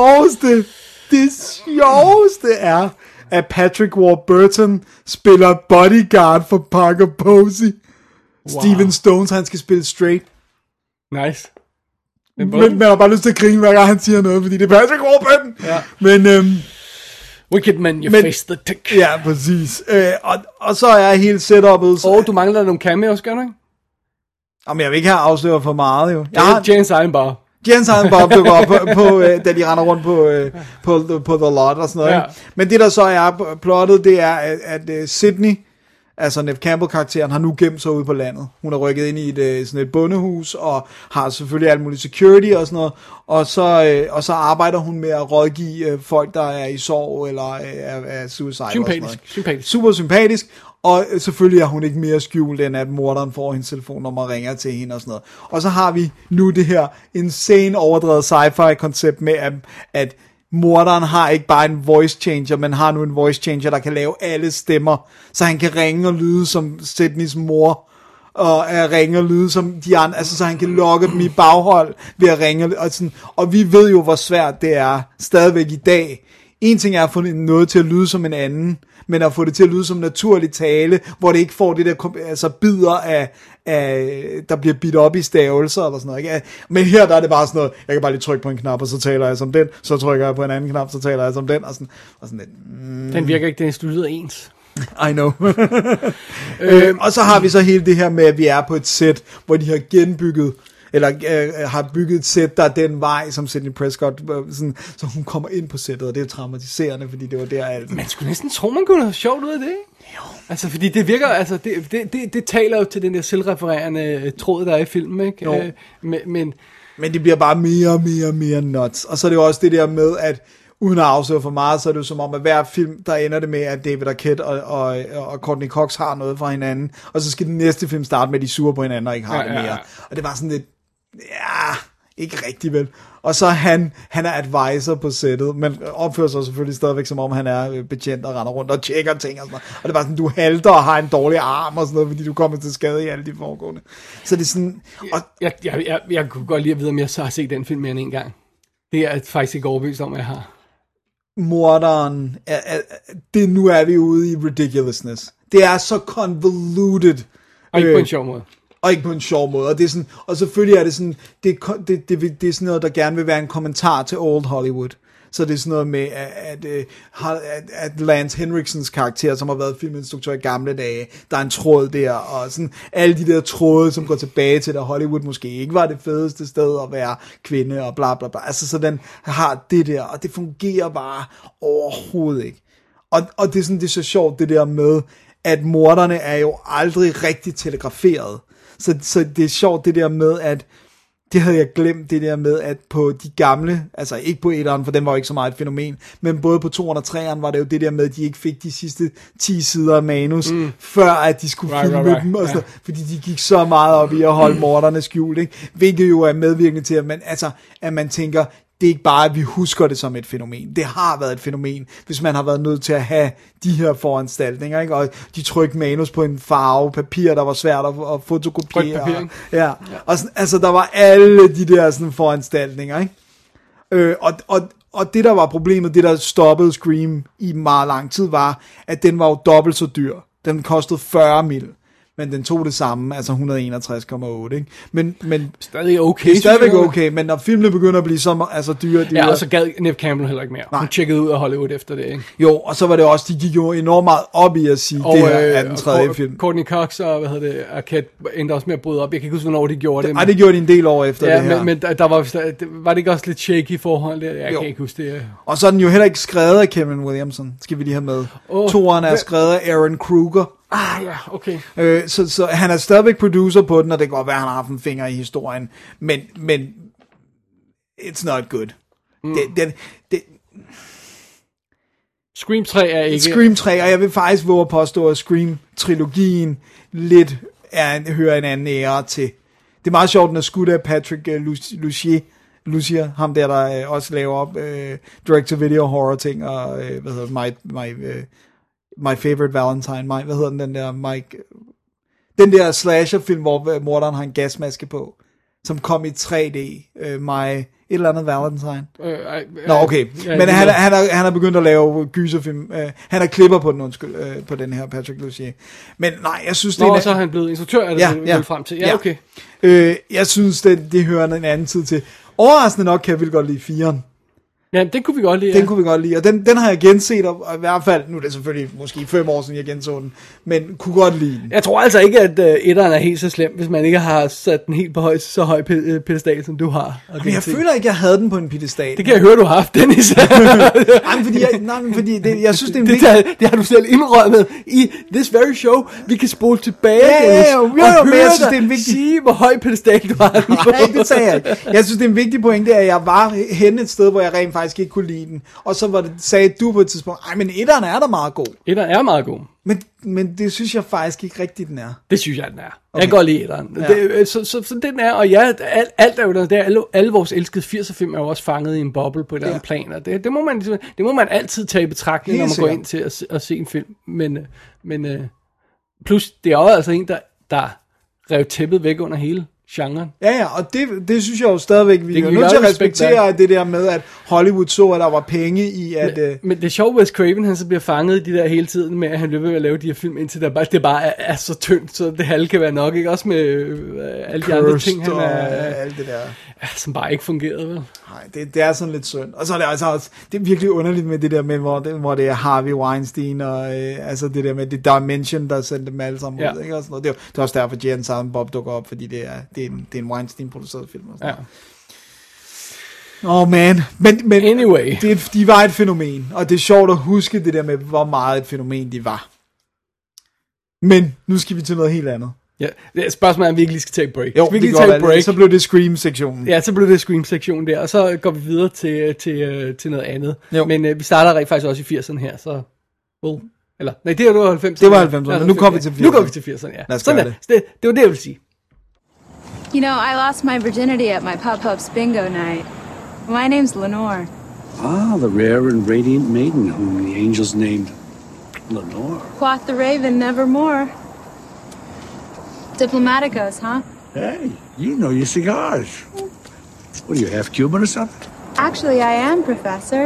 sjoveste er, at Patrick Warburton spiller bodyguard for Parker Posey. Wow. Steven Stones, han skal spille straight. Nice. Men man har bare lyst til at grine, hver gang han siger noget, fordi det er Patrick Warburton. Ja. Men... Wicked man, face the tick. Ja, præcis. Og så er hele setup'et... du mangler nogle cameos, gør du ikke? Jamen, jeg vil ikke have afsløret for meget, jo. Jane Silent Bob. Jane Silent Bob dukker op på, da de render rundt på The Lot og sådan noget. Ja. Men det, der så er plottet, det er, at Sydney, altså Neve Campbell-karakteren, har nu gemt sig ude på landet. Hun er rykket ind i sådan et bondehus, og har selvfølgelig alt muligt security og sådan noget. Og så arbejder hun med at rådgive folk, der er i sorg, eller er suicide. Sympatisk. Super sympatisk. Og selvfølgelig er hun ikke mere skjult, end at morderen får hendes telefonnummer og ringer til hende og sådan noget. Og så har vi nu det her insane overdrevet sci-fi koncept med, at morderen har ikke bare en voice changer, men har nu en voice changer, der kan lave alle stemmer, så han kan ringe og lyde som Sydneys mor, og ringe og lyde som de andre, altså så han kan lokke dem i baghold ved at ringe, og sådan. Og vi ved jo, hvor svært det er stadigvæk i dag. En ting er at få noget til at lyde som en anden, men at få det til at lyde som naturlig tale, hvor det ikke får det der bidder af der bliver bidt op i stavelser eller sådan noget, ikke? Men her der er det bare sådan noget, jeg kan bare lige trykke på en knap, og så taler jeg som den, så trykker jeg på en anden knap, så taler jeg som den, og sådan lidt. Den virker ikke, den er studeret ens. I know. Og så har vi så hele det her med, at vi er på et sæt, hvor de har genbygget, eller har bygget et sæt, der er den vej, som Sidney Prescott, sådan, så hun kommer ind på sættet, og det er traumatiserende, fordi det var der alt. Man skulle næsten tro, man kunne have sjovt ud af det, ikke? Jo. Altså, fordi det virker, altså, det taler jo til den der selvrefererende tråd, der er i filmen, ikke? Jo. Men det bliver bare mere nuts. Og så er det jo også det der med, at uden at afsløre for meget, så er det jo som om, at hver film, der ender det med, at David Arquette og Courtney Cox har noget fra hinanden, og så skal den næste film starte med, at de suger på hinanden og ikke har det mere. Og det var sådan lidt, ikke rigtig vel. Og så han er advisor på sættet, men opfører sig selvfølgelig stadigvæk, som om han er betjent og render rundt og tjekker ting og sådan noget. Og det var sådan, du halter og har en dårlig arm og sådan noget, fordi du kommer til skade i alle de foregående. Så det er sådan... Og jeg kunne godt lide at vide, om jeg så har set den film mere end en gang. Det er jeg faktisk ikke overbevist om, jeg har. Morderen, nu er vi ude i ridiculousness. Det er så convoluted. Og ikke på en sjov måde. Og ikke på en sjov måde. Og, det er sådan, og selvfølgelig er det sådan, det er sådan noget, der gerne vil være en kommentar til Old Hollywood. Så det er sådan noget med, at Lance Henriksens karakter, som har været filminstruktør i gamle dage, der er en tråd der, og sådan alle de der tråde, som går tilbage til, at Hollywood måske ikke var det fedeste sted at være kvinde, og bla bla bla. Altså, så den har det der, og det fungerer bare overhovedet ikke. Og det er sådan, det er så sjovt, det der med, at morderne er jo aldrig rigtig telegraferet. Så det er sjovt, det der med, at det havde jeg glemt, det der med, at på de gamle, altså ikke på 1'eren, for den var jo ikke så meget et fænomen, men både på 2'eren og 3'eren var det jo det der med, at de ikke fik de sidste 10 sider af manus, før at de skulle filme dem, og sådan, fordi de gik så meget op i at holde morderne skjult, ikke? Hvilket jo er medvirkende til, at man tænker, det er ikke bare, at vi husker det som et fænomen. Det har været et fænomen, hvis man har været nødt til at have de her foranstaltninger, ikke? Og de trykte manus på en farve papir, der var svært at fotokopiere. Ja. Og sådan, altså, der var alle de der sådan foranstaltninger, ikke? Og det, der var problemet, det der stoppede Scream i meget lang tid, var, at den var jo dobbelt så dyr. Den kostede 40 mil. Men den tog det samme, altså 161,8, ikke? Men stadig okay. Det er stadigvæk okay, men når filmene begynder at blive så dyre... Ja, og så gad Neve Campbell heller ikke mere. Nej. Hun tjekkede ud af Hollywood efter det, ikke? Jo, og så var det også, de gik jo enormt meget op i at sige, og, det her er den tredje film. Courtney Cox og, Arquette endte også med at bryde op. Jeg kan ikke huske, hvornår de gjorde det. Nej, det gjorde de en del år efter det her. Men der var det ikke også lidt shaky forhold der? Jeg kan ikke huske det. Og så er den jo heller ikke skrevet af Kevin Williamson, skal vi lige have med. Toren er skrevet af Aaron Kruger. Ja, okay. Så han er stadigvæk producer på den, og det kan godt være, at han har haft en finger i historien, men it's not good. Scream 3 er ikke... Scream 3, og jeg vil faktisk våge at påstå, at Scream-trilogien lidt hører en anden ære til. Det er meget sjovt, den er skudt af Patrick Lussier, ham der også laver op direct-to-video horror ting, og My Favorite Valentine, hvad hedder den der Mike... Den der slasherfilm, hvor morderen har en gasmaske på, som kom i 3D, et eller andet Valentine. Nå, okay. Men han har begyndt at lave gyserfilm. Han er klipper på den, på den her Patrick Lussier. Men nej, jeg synes... så er han blevet instruktør, er det frem til? Ja, okay. Jeg synes, det hører en anden tid til. Overraskende nok kan jeg vildt godt lide 4'eren. Ja, den kunne vi godt lide. Den kunne vi godt lide, og den har jeg genset, og i hvert fald, nu er det selvfølgelig måske 5 år siden, jeg genså den, men kunne godt lide den. Jeg tror altså ikke, at etteren er helt så slem, hvis man ikke har sat den helt på så høj pedestal, som du har. Men jeg føler ikke, jeg havde den på en pedestal. Det kan jeg høre, du har haft, Dennis. fordi jeg synes, det er vigtigt. Det har du selv indrømmet i this very show. Vi kan spole tilbage, men jeg synes, det er en vigtig... sige, hvor høj pedestal du har den på. Nej, det sagde jeg ikke. Jeg synes, det er en vigtig pointe, at jeg var henne et sted, hvor jeg rent faktisk ikke kunne lide den. Og så sagde du på et tidspunkt, men etteren er da meget god. Etteren er meget god. Men det synes jeg faktisk ikke rigtigt, den er. Det synes jeg, den er. Okay. Jeg kan godt lide etteren. Ja. Så den er, og ja, alt er jo der. Alle vores elskede 80'er film er jo også fanget i en boble på et eller andet plan. Og det må man altid tage i betragtning, når man går ind til at se en film. Men plus, det er også altså en, der rev tæppet væk under hele genren. Ja, og det synes jeg jo stadigvæk, vi er nødt til at respektere det der med, at Hollywood så, at der var penge i, at... Men det er sjovt, Wes Craven, han så bliver fanget i de der hele tiden med, at han løber ved at lave de her film, indtil det bare er så tyndt, så det halve kan være nok, ikke? Også med alle de andre ting, han alt det der. Som bare ikke fungerede, vel? Nej, det er sådan lidt synd. Og så er det altså også, det er virkelig underligt med det der med, hvor det er Harvey Weinstein, og altså det der med det Dimension, der sendte dem alle sammen ud, ikke? Og sådan noget. Det er også derfor, Jay and Silent Bob dukker op, fordi det er en Weinstein-produceret film. Og sådan man. Men anyway. De var et fænomen, og det er sjovt at huske det der med, hvor meget et fænomen de var. Men nu skal vi til noget helt andet. Ja, spørgsmålet er, om vi ikke lige skal tage et break. Jo, vi lige tage et break. Så blev det Scream-sektionen. Ja, så blev det Scream-sektionen der, og så går vi videre til noget andet. Jo. Men vi starter rent faktisk også i 80'erne her, så... Eller, nej, det var 90'erne. Det var 90'erne, men nu går vi til 80'erne. Nu går vi til 80'erne, ja. Sådan det. Det var det, jeg ville sige. You know, I lost my virginity at my Pop-Pop's bingo night. My name's Lenore. Ah, the rare and radiant maiden whom the angels named Lenore. Quoth the raven, nevermore. Diplomaticos, huh? Hey, you know your cigars. What are you, half Cuban or something? Actually, I am, Professor.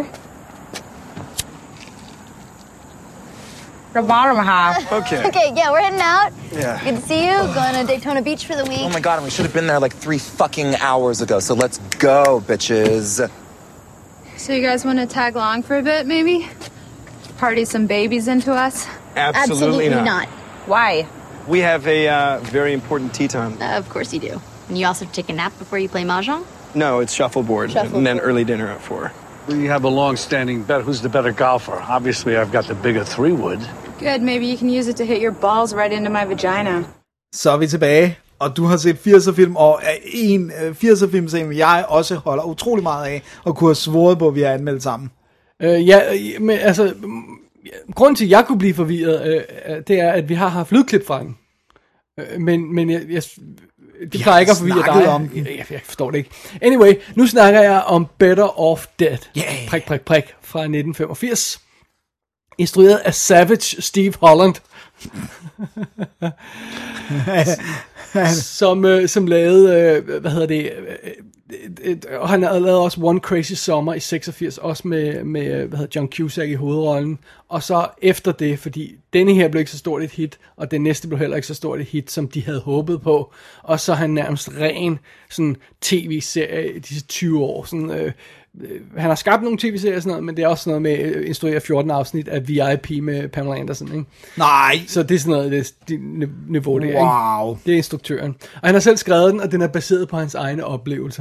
The bottom half. Okay. Okay, yeah, we're heading out. Yeah. Good to see you. Going to Daytona Beach for the week. Oh my god, and we should have been there like 3 fucking hours ago, so let's go, bitches. So you guys want to tag along for a bit, maybe? Party some babies into us? Absolutely not. Why? We have a very important tea time. Of course you do. And you also take a nap before you play Mahjong? No, it's shuffleboard, and then early dinner at 4. We have a long-standing bet. Who's the better golfer? Obviously, I've got the bigger 3-wood. Good, maybe you can use it to hit your balls right into my vagina. Så er vi tilbage, og du har set 80'er-film, og en 80'er-film, som jeg også holder utrolig meget af, og kunne have svoret på, at vi har anmeldt sammen. Men altså, grunden til, at jeg kunne blive forvirret, det er, at vi har haft lydklip fra den. Men det plejer ikke at forvirre dig. Om den. Jeg forstår det ikke. Anyway, nu snakker jeg om Better Off Dead. Yeah. Fra 1985. Instrueret af Savage Steve Holland. som lavede, hvad hedder det, og han har lavet også One Crazy Summer i 86, også med hvad hedder John Cusack i hovedrollen. Og så efter det, fordi denne her blev ikke så stort et hit, og den næste blev heller ikke så stort et hit, som de havde håbet på. Og så er han nærmest ren sådan tv-serie i disse 20 år. Sådan, han har skabt nogle tv-serier og sådan noget, men det er også noget med at instruere 14 afsnit af VIP med Pamela Anderson, ikke? Nej! Så det er sådan noget, det niveau, det er, wow. Ikke? Det er instruktøren. Og han har selv skrevet den, og den er baseret på hans egne oplevelser.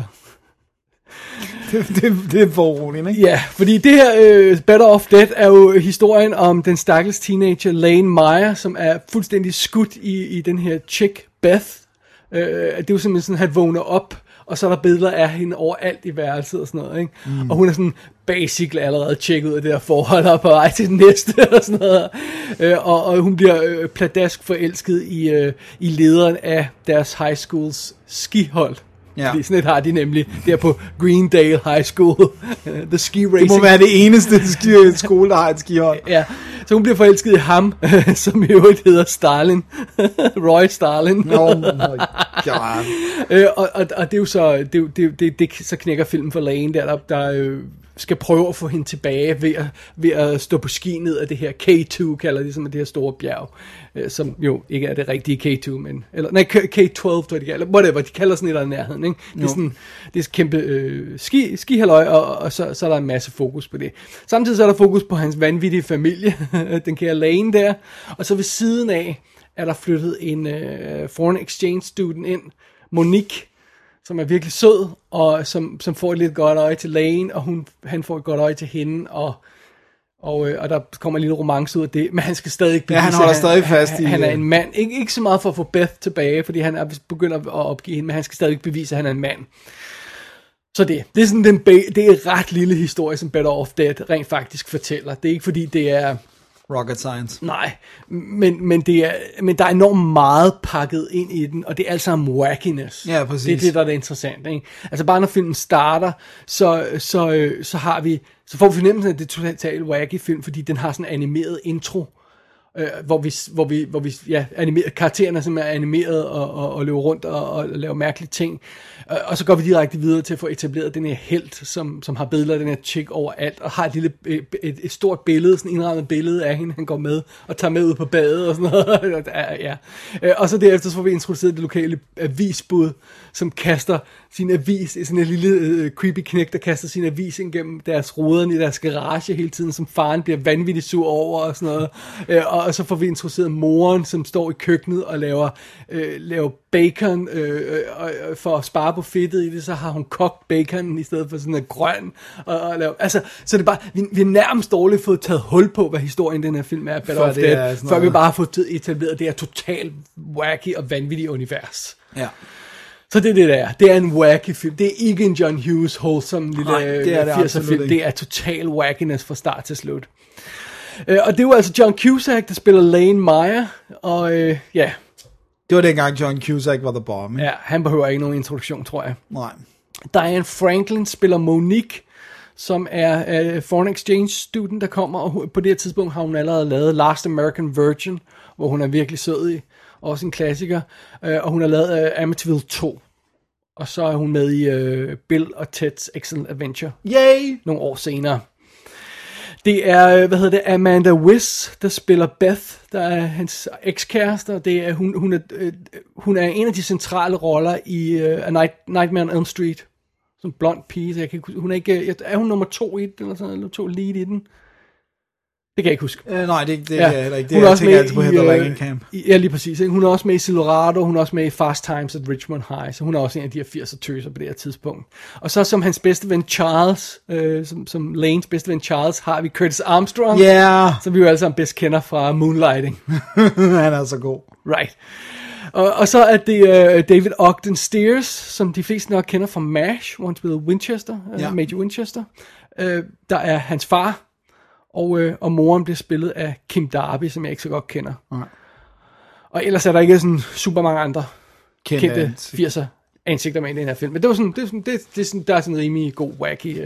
Det er foruroligende, ikke? Ja, fordi det her Better Off Dead er jo historien om den stakkels teenager Lane Meyer, som er fuldstændig skudt i den her chick Beth. Det er jo simpelthen sådan, at han vågner op, og så er der billeder af hende overalt i værelset og sådan noget, ikke? Mm. Og hun er sådan basically allerede tjekket ud af det her forhold og på vej til den næste og sådan noget. Og hun bliver pladask forelsket i lederen af deres high schools skihold. Ja. Fordi sådan et har de nemlig der på Greendale High School. The ski racing. Det må være det eneste skole, der har et skihold. Ja, så hun bliver forelsket i ham, som i øvrigt hedder Stalin. Roy Stalin. Oh my god. Og det er jo så, det så knækker filmen for Lane, der skal prøve at få hende tilbage ved at stå på ski ned af det her K2, kalder de som det her store bjerg, som jo ikke er det rigtige K2, men, eller, nej, K12, tror jeg de kalder, whatever, de kalder sådan et eller andet nærheden, ikke? Det er sådan, det er kæmpe skihalløj, og så er der en masse fokus på det. Samtidig så er der fokus på hans vanvittige familie, den kære Lane der, og så ved siden af er der flyttet en foreign exchange student ind, Monique, som er virkelig sød, og som får et lidt godt øje til Lane, og han får et godt øje til hende, og der kommer en lille romance ud af det, men han skal stadig bevise, han holder stadig fast i... Han er en mand. Ikke så meget for at få Beth tilbage, fordi han er begyndt at opgive hende, men han skal stadig bevise, at han er en mand. Så det er sådan det er ret lille historie, som Better Off Dead rent faktisk fortæller. Det er ikke fordi det er rocket science. Nej, men der er enormt meget pakket ind i den, og det er alt sammen wackiness. Ja, præcis. Det er det, der er interessant, ikke? Altså bare når filmen starter, så får vi fornemmelsen af det totalt wacky film, fordi den har sådan en animeret intro, hvor vi karaktererne som er animeret og løber rundt og laver mærkelige ting. Og så går vi direkte videre til at få etableret den her helt, som har billeder af den her chick overalt, og har et stort billede, sådan indrammet billede af hende, han går med og tager med ud på badet og sådan noget. Og så derefter så får vi introduceret det lokale avisbud, som kaster sin avis, sådan en lille creepy knægt, der kaster sin avis ind gennem deres ruder i deres garage hele tiden, som faren bliver vanvittigt sur over og sådan noget. Og så får vi introduceret moren, som står i køkkenet og laver bacon, for at spare på fedtet i det, så har hun kogt bacon i stedet for sådan en grøn. Så det er bare, vi er nærmest dårligt fået taget hul på, hvad historien den her film er, før vi bare har fået etableret det her totalt wacky og vanvittige univers. Ja. Så det er det der. Det er en wacky film. Det er ikke en John Hughes wholesome lille 80'er film. Det er total wackiness fra start til slut. Og det er jo altså John Cusack, der spiller Lane Meyer, og ja. Det var dengang John Cusack var the bomb. Ja, han behøver ikke nogen introduktion, tror jeg. Nej. Diane Franklin spiller Monique, som er foreign exchange student, der kommer, og på det her tidspunkt har hun allerede lavet Last American Virgin, hvor hun er virkelig sød i, også en klassiker, og hun har lavet Amityville 2. Og så er hun med i Bill og Ted's Excellent Adventure. Yay! Nogle år senere. Det er, Amanda Wyss, der spiller Beth, der er hans ekskæreste, og det er, hun er en af de centrale roller i Nightmare on Elm Street, som blond pige, så jeg kan ikke, hun er ikke, er hun nummer 2 i den, eller sådan, eller 2 lead i den? Det kan jeg ikke huske. Nej, det er jeg heller ikke. Det jeg tænker altid på Heather Langenkamp. Ja, lige præcis. Ikke? Hun er også med i Silverado, hun er også med i Fast Times at Richmond High, så hun er også en af de her 80'er tøser på det her tidspunkt. Og så som hans bedste ven Charles, som Lanes bedste ven Charles, har vi Curtis Armstrong, som vi jo alle sammen bedst kender fra Moonlighting. Han er så god. Right. Og så er det David Ogden Stiers, som de fleste nok kender fra MASH, hvor han spillede Winchester, Major Winchester. Der er hans far, og moren bliver spillet af Kim Darby, som jeg ikke så godt kender. Nej. Og ellers er der ikke sådan super mange andre kendte 80'er ansigter med i den her film. Men det var sådan, det er sådan, der er sådan en rimelig god, wacky,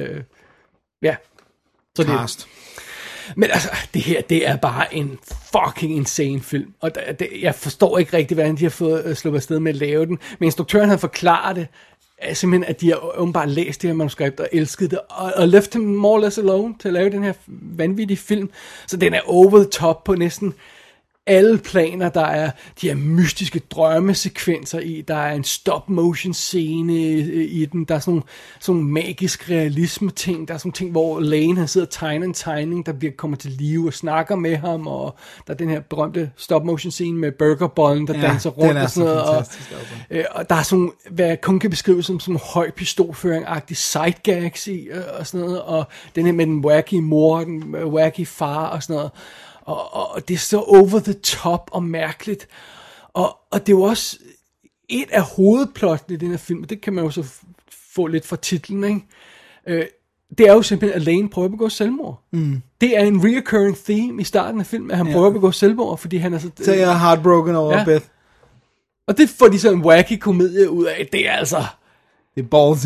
så cast. Men altså, det her, det er bare en fucking insane film. Og jeg forstår ikke rigtig, hvordan de har fået sluppet afsted med at lave den. Men instruktøren har forklaret det, simpelthen, at de har åbenbart læst det her manuskript og elsket det, og left him more or less alone til at lave den her vanvittige film. Så den er over the top på næsten alle planer. Der er de her mystiske drømmesekvenser i, der er en stop motion scene i den, der er sådan nogle magisk realisme ting, der er sådan ting, hvor Lane han sidder og tegner en tegning, der kommer til live og snakker med ham, og der er den her berømte stop motion scene med burgerbollen, der danser rundt og sådan noget, og der er sådan, hvad kun kan beskrives som sådan en høj pistolføring-agtig sidegags i, og sådan noget, og den her med den wacky mor, den wacky far og sådan noget. Og det er så over the top og mærkeligt. Og det er jo også et af hovedplottene i den her film, og det kan man jo så få lidt fra titlen, ikke? Det er jo simpelthen, at Lane prøver at begå selvmord. Mm. Det er en reoccurring theme i starten af filmen, at han prøver at begå selvmord, fordi han er så jeg er heartbroken over Beth. Og det får de så en wacky komedie ud af. Det er altså... Det er ballsy.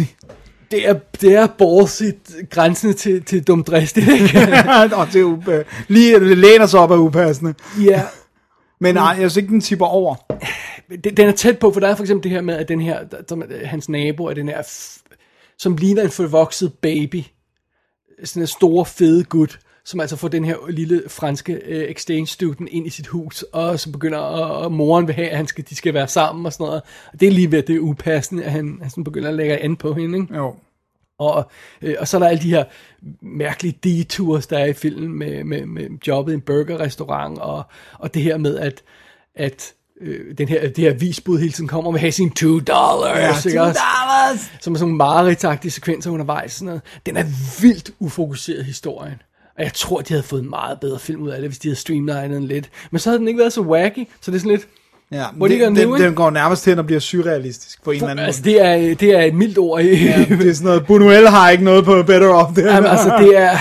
Det er ballsy, grænsende til dumdristigt, ikke? Og det lige det læner sig op af upassende. Ja. Men nej, jeg synes ikke, den tipper over. Den er tæt på, for der er for eksempel det her med, at den her, hans nabo er den her, som ligner en forvokset baby. Sådan en stor, fede gut, som altså får den her lille franske exchange student ind i sit hus, og så begynder, og moren vil have, at de skal være sammen og sådan noget. Og det er lige ved, det er upassende, at han sådan begynder at lægge an på hende, ikke? Jo. Og så er der alle de her mærkelige detours, der er i filmen med jobbet i en burgerrestaurant, og det her med, at det her visbud hele tiden kommer og vil have sine $2. Ja, $2! Som er sådan nogle mareridtsagtige sekvenser undervejs. Sådan noget. Den er vildt ufokuseret historien. Og jeg tror, de havde fået en meget bedre film ud af det, hvis de havde streamlinet den lidt. Men så havde den ikke været så wacky, så det er sådan lidt... Ja, den går nærmest hen og bliver surrealistisk på en eller anden måde. Altså, det er et mildt ord. Ja, det er sådan noget, Buñuel har ikke noget på Better Off. Jamen, altså, det er...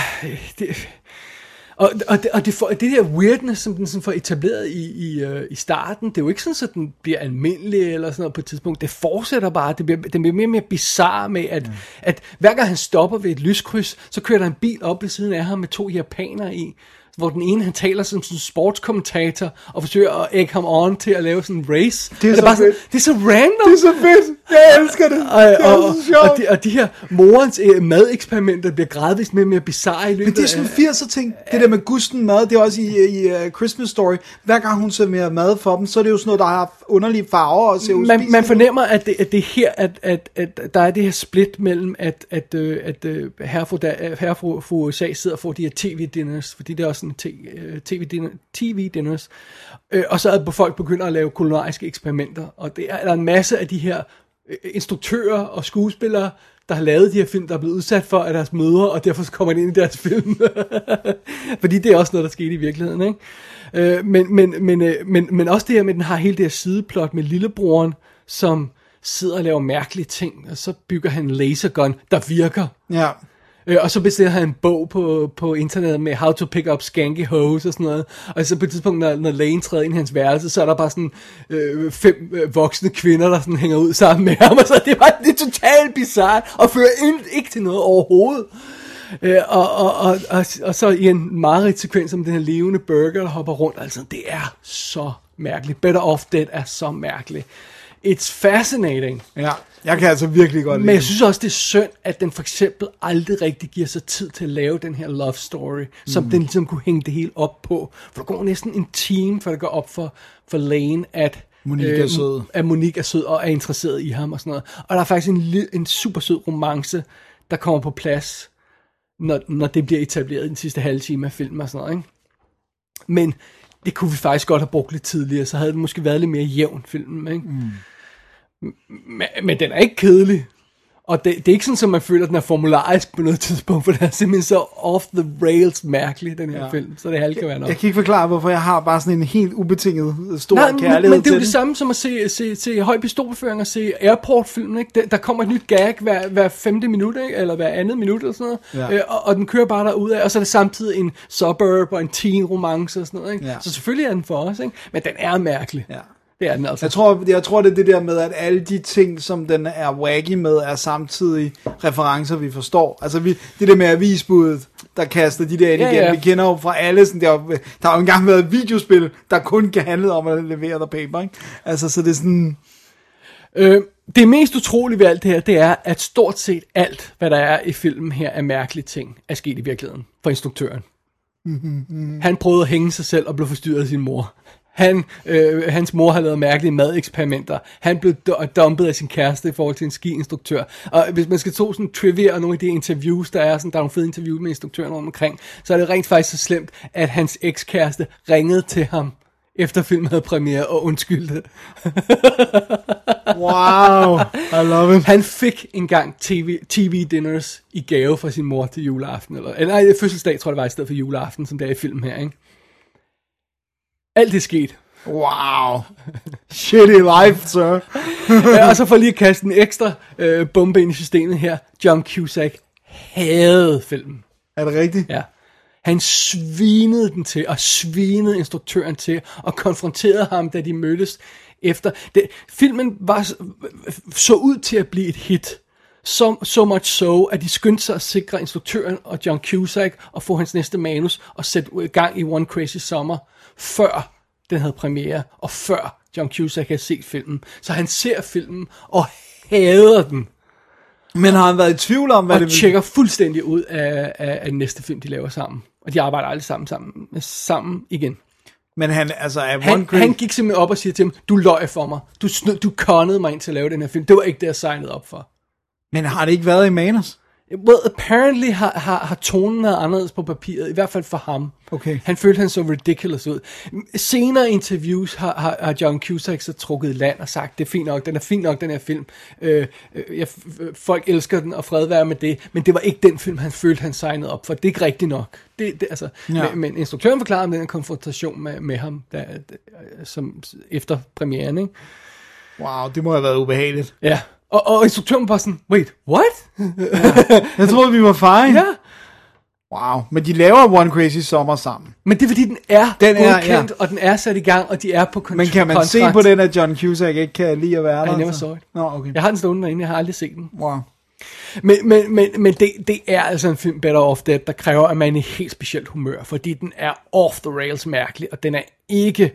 Og det der weirdness, som den sådan får etableret i starten, det er jo ikke sådan, at den bliver almindelig eller sådan noget på et tidspunkt. Det fortsætter bare. Den bliver mere og mere bizarre med, at hver gang han stopper ved et lyskryds, så kører der en bil op ved siden af ham med 2 japanere i, hvor den ene, han taler som sådan en sportskommentator, og forsøger at egge ham on til at lave sådan en race. Det er så bare fedt. Det er så random. Det er så fedt. Jeg elsker det. Det er så sjovt. Og de her morens madeksperimenter bliver gradvist mere bizarre i løbet. Men det er sådan 80'er ting. Det der med gusten mad, det er også i Christmas Story. Hver gang hun serverer mad for dem, så er det jo sådan noget, der har underlige farver og ser uspiseligt. Man fornemmer, at det er her, at der er det her split mellem, at herre fra USA sidder og får de her tv-dinners, fordi det er også sådan tv-dinners, og så at folk begynder at lave kulinariske eksperimenter, og der er en masse af de her instruktører og skuespillere, der har lavet de her film, der er blevet udsat for af deres mødre, og derfor kommer de ind i deres film. Fordi det er også noget, der skete i virkeligheden, ikke? Men også det her med, at den har hele det her sideplot med lillebroren, som sidder og laver mærkelige ting, og så bygger han en lasergun, der virker. Ja. Og så bestiller han en bog på internettet med how to pick up skanky hoes og sådan noget. Og så på et tidspunkt, når lægen træder ind i hans værelse, så er der bare sådan 5 voksne kvinder, der sådan hænger ud sammen med ham. Og så det er totalt bizarrt og fører ikke til noget overhovedet. Og så i en mareridtsekvens om den her levende burger, der hopper rundt. Altså, det er så mærkeligt. Better Off Dead er så mærkeligt. It's fascinating. Ja, jeg kan altså virkelig godt lide. Men jeg synes også, det er synd, at den for eksempel aldrig rigtig giver sig tid til at lave den her love story, som den ligesom kunne hænge det hele op på. For der går næsten en time, før det går op for Lane, at Monique er sød. At Monique er sød og er interesseret i ham og sådan noget. Og der er faktisk en super sød romance, der kommer på plads, når det bliver etableret i den sidste halve time af filmen og sådan noget, ikke? Men det kunne vi faktisk godt have brugt lidt tidligere, så havde det måske været lidt mere jævn film, ikke? Men den er ikke kedelig. Og det er ikke sådan, at man føler, at den er formularisk på noget tidspunkt, for den er simpelthen så off the rails mærkelig, den her film. Så det halv kan være nok. Jeg kan ikke forklare, hvorfor jeg har bare sådan en helt ubetinget stor kærlighed til men det er jo det samme som at se høj pistolføring og se Airport-filmen, ikke? Der kommer et nyt gag hver 5. minut, ikke? Eller hver andet minut eller sådan noget. Ja. Og den kører bare derudad, og så er det samtidig en suburb og en teen-romance og sådan noget, ikke? Ja. Så selvfølgelig er den for os, ikke? Men den er mærkelig. Ja. Det er den altså. Jeg tror, det er det der med, at alle de ting, som den er wacky med, er samtidig referencer, vi forstår. Altså det der med avisbuddet, der kaster de der ind igen. Vi kender jo fra alle, sådan, der har jo engang været et videospil, der kun kan handle om at levere der paper, ikke? Altså, så det er sådan... Det mest utrolige ved alt det her, det er, at stort set alt, hvad der er i filmen her, er mærkelige ting, er sket i virkeligheden for instruktøren. Han prøvede at hænge sig selv og blev forstyrret af sin mor. Hans mor har lavet mærkelige madeksperimenter. Han blev dumpet af sin kæreste i forhold til en skiinstruktør. Og hvis man skal tro sådan trivia og nogle af de interviews, der er nogle fede interviews med instruktøren omkring, så er det rent faktisk så slemt, at hans ekskæreste ringede til ham efter filmen havde premiere og undskyldte. Wow, I love it. Han fik engang TV-dinners i gave fra sin mor til juleaften. Eller fødselsdag, tror jeg det var, i stedet for juleaften, som der er i filmen her, ikke? Alt det skete. Wow. Shitty life, sir. Og så for lige at kaste en ekstra bombe ind i systemet her. John Cusack hadede filmen. Er det rigtigt? Ja. Han svinede den til, og svinede instruktøren til, og konfronterede ham, da de mødtes efter. Filmen så ud til at blive et hit. So much so, at de skyndte sig at sikre instruktøren og John Cusack og få hans næste manus og sætte gang i One Crazy Summer, før den havde premiere, og før John Cusack havde set filmen. Så han ser filmen og hader den. Men har han været i tvivl om, hvad og det vil? Og tjekker fuldstændig ud af den næste film, de laver sammen. Og de arbejder aldrig sammen igen. Men han gik simpelthen op og siger til ham, du løj for mig. Du konnede mig ind til at lave den her film. Det var ikke det, jeg signede op for. Men har det ikke været i manus? Well, apparently har tonen været anderledes på papiret, i hvert fald for ham. Okay. Han følte, han så ridiculous ud. Senere interviews har John Cusack så trukket i land og sagt, det er fint nok, den er fint nok, den her film. Folk elsker den, og fred være med det, men det var ikke den film, han følte, han signede op for. Det er ikke rigtigt nok. Men instruktøren forklarede om den her konfrontation med ham, som efter premieren, ikke? Wow, det må have været ubehageligt. Ja. Og instruktøren var sådan, wait, what? Jeg troede, vi var fine. Ja. Wow, men de laver One Crazy Summer sammen. Men det er fordi, den er godkendt, og den er sat i gang, og de er på kontrakt. Men kan man se på den, at John Cusack ikke kan lide at være der? I never saw it. Nå, okay. Jeg har den stående derinde, jeg har aldrig set den. Wow. Men det er altså en film, Better Off Dead, der kræver, at man er i helt specielt humør, fordi den er off the rails mærkelig, og den er ikke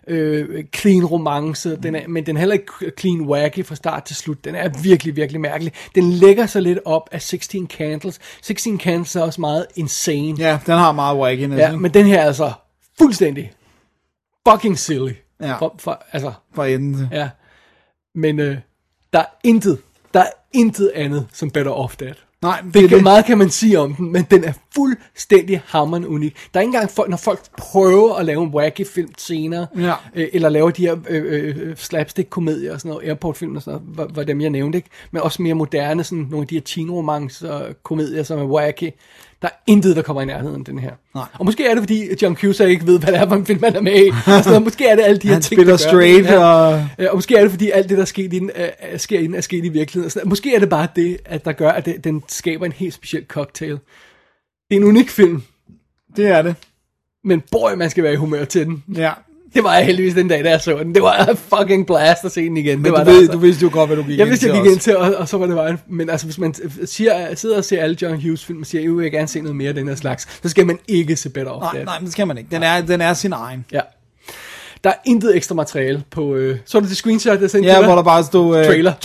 clean romance, men den er heller ikke clean wacky fra start til slut. Den er virkelig, virkelig mærkelig. Den lægger sig lidt op af 16 Candles. 16 Candles er også meget insane. Ja, den har meget wackiness. Ja, men den her er altså fuldstændig fucking silly. Ja. For enden til. Ja. Men der er intet andet som Better Off Dead. Nej, Meget kan man sige om den, men den er fuldstændig hammerende unik. Der er ikke engang, når folk prøver at lave en wacky film senere, eller laver de her slapstick-komedier og sådan noget, airport-film og sådan noget, var dem jeg nævnte, ikke? Men også mere moderne, sådan nogle af de her teen-romance-komedier, som er wacky. Der er intet, der kommer i nærheden af den her. Nej. Og måske er det, fordi John Cusack ikke ved, hvad det er for en film, man er med i. Altså, måske er det alle de her ting, spiller straight. Og måske er det, fordi alt det, der sker i den, er sket i virkeligheden. Altså, måske er det bare det, at der gør, at den skaber en helt speciel cocktail. Det er en unik film. Det er det. Men boy, man skal være i humør til den. Ja. Det var jeg heldigvis den dag, da jeg så den. Det var fucking blast at se den igen. Men det var du vidste jo godt, hvad du gik ind til. Jeg vidste, jeg gik ind til, og så var det bare. Men altså, hvis man sidder og ser alle John Hughes film og siger, jeg vil gerne se noget mere af den her slags, så skal man ikke se Better Off Dead. Nej, det skal man ikke. Den er sin egen. Ja. Der er intet ekstra materiale på... Så du det screenshot, der sendte hvor der bare stod... trailer,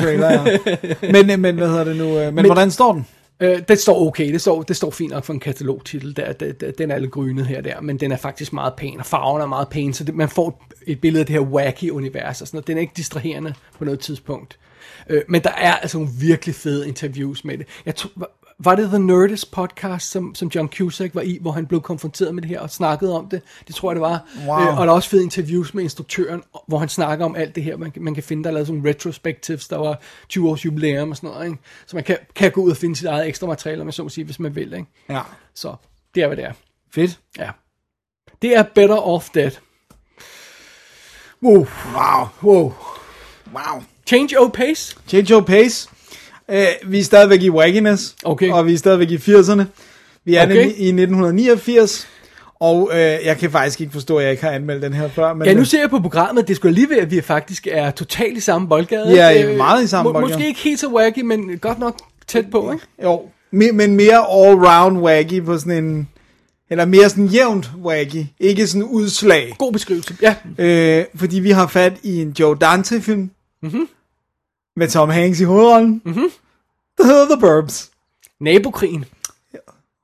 ja. Men hvad hedder det nu? Men hvordan står den? Det står okay, det står fint nok for en katalogtitel, den er lidt grynet her og der, men den er faktisk meget pæn, og farven er meget pæn, så man får et billede af det her wacky univers, og sådan noget. Den er ikke distraherende på noget tidspunkt. Men der er altså nogle virkelig fede interviews med det. Var det The Nerdist podcast, som John Cusack var i, hvor han blev konfronteret med det her og snakkede om det? Det tror jeg, det var. Wow. Og der er også fede interviews med instruktøren, hvor han snakker om alt det her. Man kan finde, der er lavet sådan retrospectives, der var 20 års jubilæum og sådan noget. Ikke? Så man kan gå ud og finde sit eget ekstra materiale, om jeg så må sige, hvis man vil. Ikke? Ja. Så det er, hvad det er. Fedt. Ja. Det er Better Off Dead. Wow. Change of pace. Vi er stadigvæk i wackiness, og vi er stadigvæk i 80'erne. Vi er i 1989, og jeg kan faktisk ikke forstå, at jeg ikke har anmeldt den her før. Men ja, nu ser jeg på programmet, det skulle lige ved, at vi faktisk er totalt i samme boldgade. Ja, meget i samme boldgade. Måske ikke helt så wacky, men godt nok tæt på, ikke? Jo, men mere all-round wacky på sådan en... Eller mere sådan jævnt wacky, ikke sådan udslag. God beskrivelse, ja. Fordi vi har fat i en Joe Dante-film, med Tom Hanks i hovedrollen, der hedder The Burbs. Nabokrigen. Ja,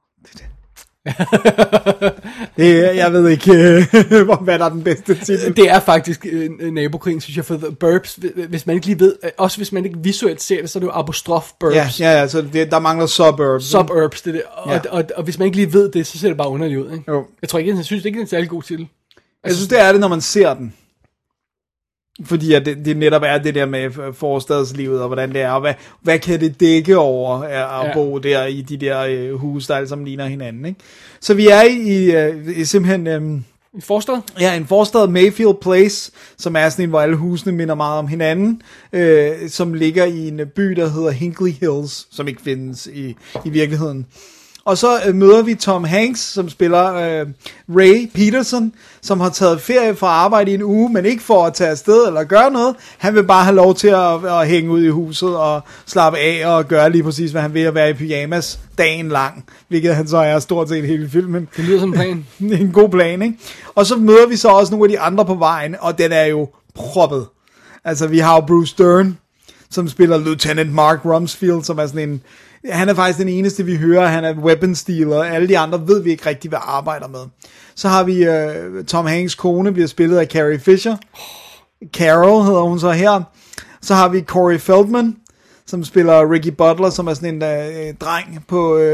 det jeg ved ikke, hvad der er den bedste titel. Det er faktisk Nabokrigen, synes jeg, for The Burbs, hvis man ikke lige ved, også hvis man ikke visuelt ser det, så er det jo apostrof Burbs. Ja, så der mangler suburbs. Suburbs, det er det. Og hvis man ikke lige ved det, så ser det bare underligt ud, ikke? Jo. Jeg synes ikke, det er en særlig god titel. Jeg synes, det er det, når man ser den. Fordi at det netop er det der med forstadslivet, og hvordan det er, og hvad kan det dække over at bo der i de der huse, der alle sammen ligner hinanden, ikke? Så vi er i simpelthen... En forstad? Ja, en forstad, Mayfield Place, som er sådan en, hvor alle husene minder meget om hinanden, som ligger i en by, der hedder Hinkley Hills, som ikke findes i virkeligheden. Og så møder vi Tom Hanks, som spiller Ray Peterson, som har taget ferie fra arbejde i en uge, men ikke for at tage afsted eller gøre noget. Han vil bare have lov til at hænge ud i huset og slappe af og gøre lige præcis, hvad han vil, at være i pyjamas dagen lang. Hvilket han så er stort set hele filmen. Det lyder som en plan. En god plan, ikke? Og så møder vi så også nogle af de andre på vejen, og den er jo proppet. Altså, vi har jo Bruce Dern, som spiller Lieutenant Mark Rumsfeld, som er sådan en... Han er faktisk den eneste, vi hører. Han er weapons dealer. Alle de andre ved vi ikke rigtig, hvad arbejder med. Så har vi Tom Hanks' kone, bliver spillet af Carrie Fisher. Carol hedder hun så her. Så har vi Corey Feldman, som spiller Ricky Butler, som er sådan en dreng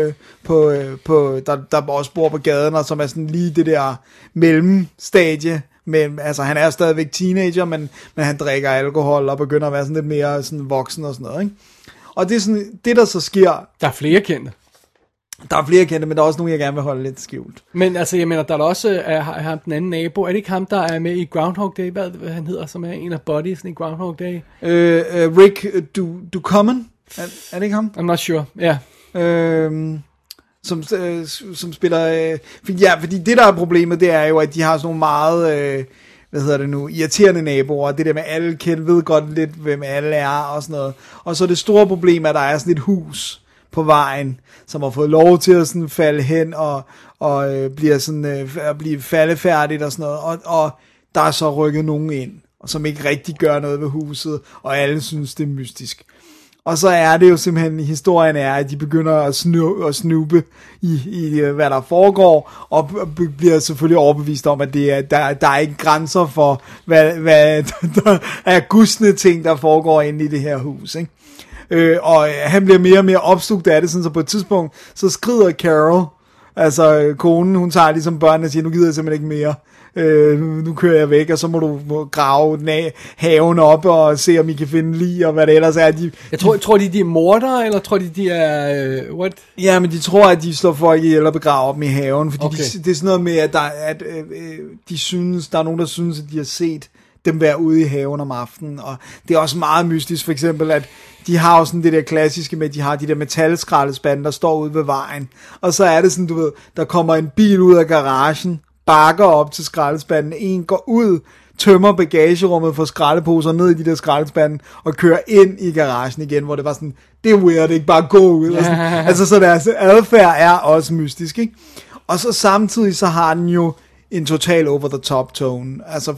der også bor på gaden, og som er sådan lige det der mellemstadie. Men altså, han er stadigvæk teenager, men han drikker alkohol og begynder at være sådan lidt mere sådan voksen og sådan noget, ikke? Og det er sådan, det der så sker... Der er flere kendte. Men der er også nogle, jeg gerne vil holde lidt skjult. Men altså, jeg mener, der er også ham den anden nabo. Er det ikke ham, der er med i Groundhog Day? Hvad han hedder, som er en af buddiesen i Groundhog Day? Rick Ducommun. Er det ikke ham? I'm not sure, ja. Som spiller... fordi det, der er problemet, det er jo, at de har sådan nogle meget... irriterende naboer, det der med alle ved godt lidt, hvem alle er, og sådan noget. Og så det store problem er, at der er sådan et hus på vejen, som har fået lov til at sådan falde hen, og bliver sådan, at blive faldefærdigt og sådan noget, og der er så rykket nogen ind, og som ikke rigtig gør noget ved huset, og alle synes, det er mystisk. Og så er det jo simpelthen, historien er, at de begynder at snuppe i hvad der foregår, og bliver selvfølgelig overbevist om, at det er, der er ikke grænser for, hvad der er gustne ting, der foregår inde i det her hus, ikke? Og han bliver mere og mere opslugt af det, sådan så på et tidspunkt, så skrider Carol, altså konen, hun tager ligesom børnene og siger, nu gider jeg simpelthen ikke mere. Nu kører jeg væk, og så må du grave haven op og se, om I kan finde lig, og hvad det ellers er. Jeg tror de er mordere, eller tror de er... what? Ja, men de tror, at de slår folk ihjel og begraver dem i haven, fordi det er sådan noget med, at de synes, der er nogen, der synes, at de har set dem være ude i haven om aftenen, og det er også meget mystisk, for eksempel, at de har jo sådan det der klassiske med, at de har de der metalskraldespande, der står ude ved vejen, og så er det sådan, du ved, der kommer en bil ud af garagen, bakker op til skraldespanden, en går ud, tømmer bagagerummet for skraldeposer ned i de der skraldespande, og kører ind i garagen igen, hvor det var sådan, det er weird, ikke bare gå ud. Og sådan. Altså, så deres adfærd er også mystisk, ikke? Og så samtidig, så har den jo en total over-the-top tone. Altså,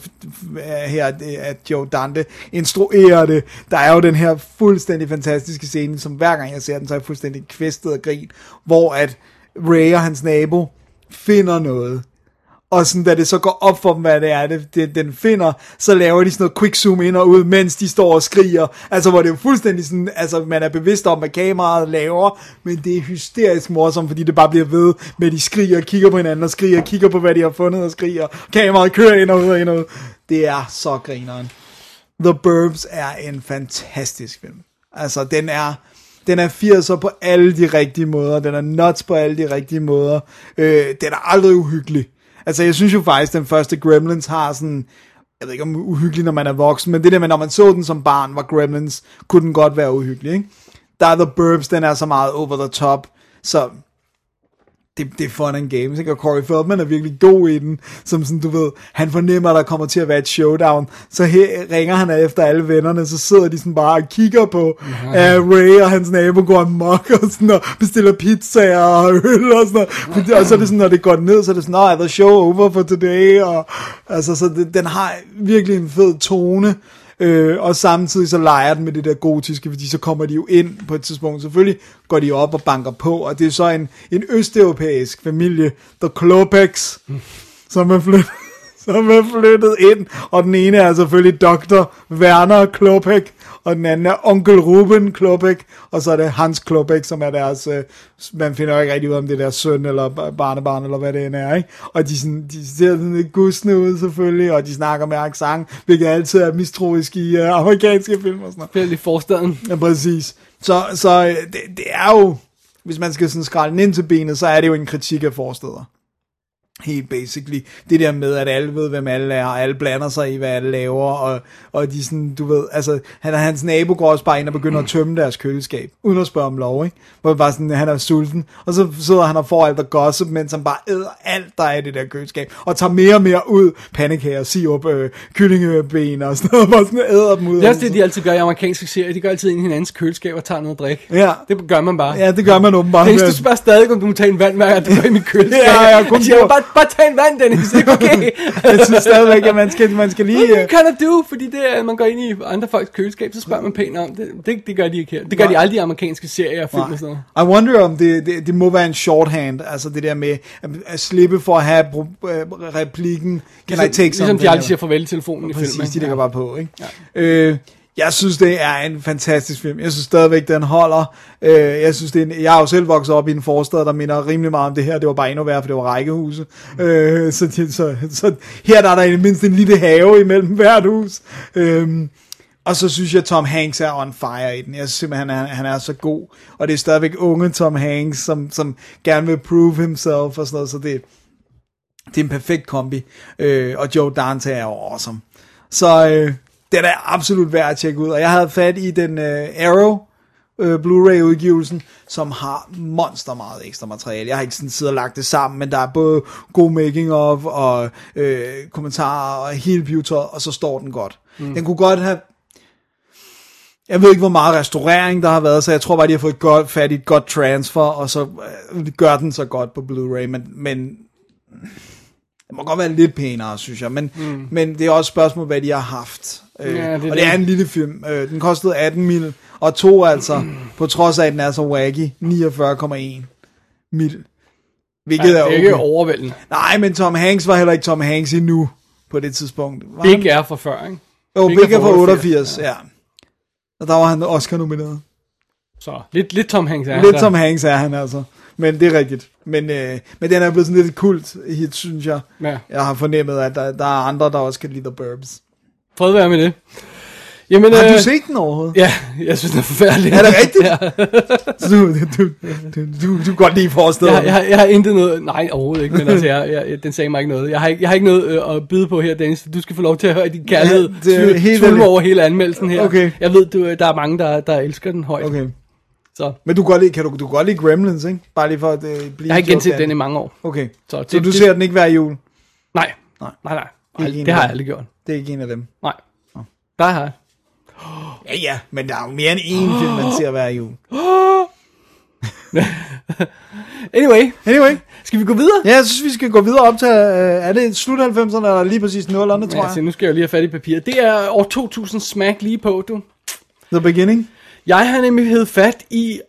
her at Joe Dante instruerer det. Der er jo den her fuldstændig fantastiske scene, som hver gang jeg ser den, så er jeg fuldstændig kvæstet og grin, hvor at Ray og hans nabo finder noget. Og sådan, da det så går op for dem, hvad det er, den finder, så laver de sådan noget quick zoom ind og ud, mens de står og skriger. Altså, hvor det er jo fuldstændig sådan, altså, man er bevidst om, hvad kameraet laver, men det er hysterisk morsomt, fordi det bare bliver ved med, at de skriger, kigger på hinanden og skriger, kigger på, hvad de har fundet og skriger. Kameraet kører ind og ud og ind og ud. Det er så grineren. The Burbs er en fantastisk film. Altså, den er 80'er på alle de rigtige måder, den er nuts på alle de rigtige måder. Den er aldrig uhyggelig. Altså, jeg synes jo faktisk, den første Gremlins har sådan, jeg ved ikke om uhyggelig, når man er voksen, men det der med, når man så den som barn, var Gremlins, kunne den godt være uhyggelig, ikke? Der er The Burbs, den er så meget over the top, så det er fun and games, ikke? Og Corey Feldman er virkelig god i den, som sådan, du ved, han fornemmer, at der kommer til at være et showdown, så her ringer han efter alle vennerne, så sidder de sådan bare og kigger på, Ray og hans nabo går amok, og sådan, og bestiller pizzaer og øl, og sådan noget. Og så er det sådan, når det går ned, så er det sådan, er the show over for today, og altså, så den har virkelig en fed tone, og samtidig så leger den med det der gotiske, fordi så kommer de jo ind på et tidspunkt, selvfølgelig går de op og banker på, og det er så en østeuropæisk familie, The Klopeks, som er flyttet ind, og den ene er selvfølgelig Dr. Werner Klopek, og den anden er onkel Ruben Klopek, og så er det Hans Klopek, som er deres, man finder jo ikke rigtig ud om det der søn, eller barnebarn, eller hvad det end er, ikke? Og de ser sådan lidt gusne ud selvfølgelig, og de snakker med accent, hvilket altid er mistroisk i amerikanske film og sådan noget. Fældig forstaden. Ja, præcis. Så det er jo, hvis man skal sådan skralde den ind til benet, så er det jo en kritik af forsteder. Helt basically. Det der med, at alle ved, hvem alle er, og alle blander sig i, hvad alle laver, og de sådan, du ved, altså, hans nabo går også bare ind og begynder at tømme deres køleskab, uden at spørge om lov, ikke? Hvor bare sådan, han er sulten, og så sidder han og får alt og gossip, mens han bare æder alt, der er i det der køleskab, og tager mere og mere ud, pandekager, sirup, kyllingeben og sådan noget, bare sådan æder dem ud. Det er også det, de altid gør i amerikanske serier, de går altid ind i hinandens køleskab og tager noget drik. Ja. Det gør man bare. Ja, det gør man åbenbart. Hvis du spørger stadig, om du må tage en vand, hver gang du går i mit køleskab. Ja, bare tag en vand, Dennis, ikke okay? Jeg synes stadigvæk, at man skal lige... What kind of do? Fordi det er, man går ind i andre folks køleskab, så spørger man pænt om det. Det gør de ikke her. Det gør de aldrig i amerikanske serier og film og sådan noget. I wonder om det må være en shorthand, altså det der med at slippe for at have replikken. Ligesom de aldrig siger farvel i telefonen i filmen. Præcis, de lægger bare på, ikke? Ja. Jeg synes, det er en fantastisk film. Jeg synes stadigvæk, den holder. Jeg synes, jeg har jo selv vokset op i en forstad, der minder rimelig meget om det her. Det var bare endnu værre, for det var rækkehuse. Så her der er der i det mindste en lille have imellem hvert hus. Og så synes jeg, Tom Hanks er on fire i den. Jeg synes simpelthen, han er så god. Og det er stadigvæk unge Tom Hanks, som gerne vil prove himself og sådan noget. Så det er en perfekt kombi. Og Joe Dante er jo awesome. Så... den er absolut værd at tjekke ud, og jeg havde fat i den Arrow Blu-ray-udgivelsen, som har monster meget ekstra materiale. Jeg har ikke sådan siddet og lagt det sammen, men der er både god making of og kommentarer og hele pivetøjet, og så står den godt. Den kunne godt have... Jeg ved ikke, hvor meget restaurering der har været, så jeg tror bare, de har fået fat i et godt transfer, og så gør den så godt på Blu-ray, men det må godt være lidt pænere, synes jeg. Men det er også et spørgsmål, hvad de har haft. Det er en lille film. Den kostede 18 mil, og tog altså, på trods af, at den er så wacky, 49,1 mil. Hvilket er okay. Ikke overvældende. Nej, men Tom Hanks var heller ikke Tom Hanks endnu på det tidspunkt. Big er fra før, ikke? Jo, Big er fra 88, ja. Og der var han Oscar nomineret. Så lidt Tom Hanks er han. Lidt Tom Hanks er han altså. Men det er rigtigt. Men den er blevet sådan lidt et kult hit, synes jeg. Ja. Jeg har fornemmet, at der er andre, der også kan lide The Burbs. Fred være med det. Jamen, har du set den overhovedet? Ja, jeg synes, den er forfærdelig. Er det rigtigt? Ja. Så du kan godt lide forestået. Jeg har intet noget... Nej, overhovedet ikke, men altså, den sagde mig ikke noget. Jeg har ikke noget at byde på her, Dennis. Du skal få lov til at høre din kærlighed svulme over hele anmeldelsen her. Okay. Jeg ved, der er mange, der elsker den højt. Okay. Så. Men du kan du godt lide Gremlins, ikke? Bare lige for at blive... Jeg har ikke genset den i mange år. Okay. Så du ser den ikke hver jul? Nej. Det har jeg aldrig gjort. Det er ikke en af dem? Nej. Der har jeg. Ja, men der er jo mere end én film, man ser hver jul. Anyway. Skal vi gå videre? Ja, jeg synes, vi skal gå videre op til... er det slut 90'erne, eller lige præcis 0'erne, tror jeg? Så nu skal jeg lige have fat i papiret. Det er år 2000 smack lige på, du. The Beginning? Jeg har nemlig hævet fat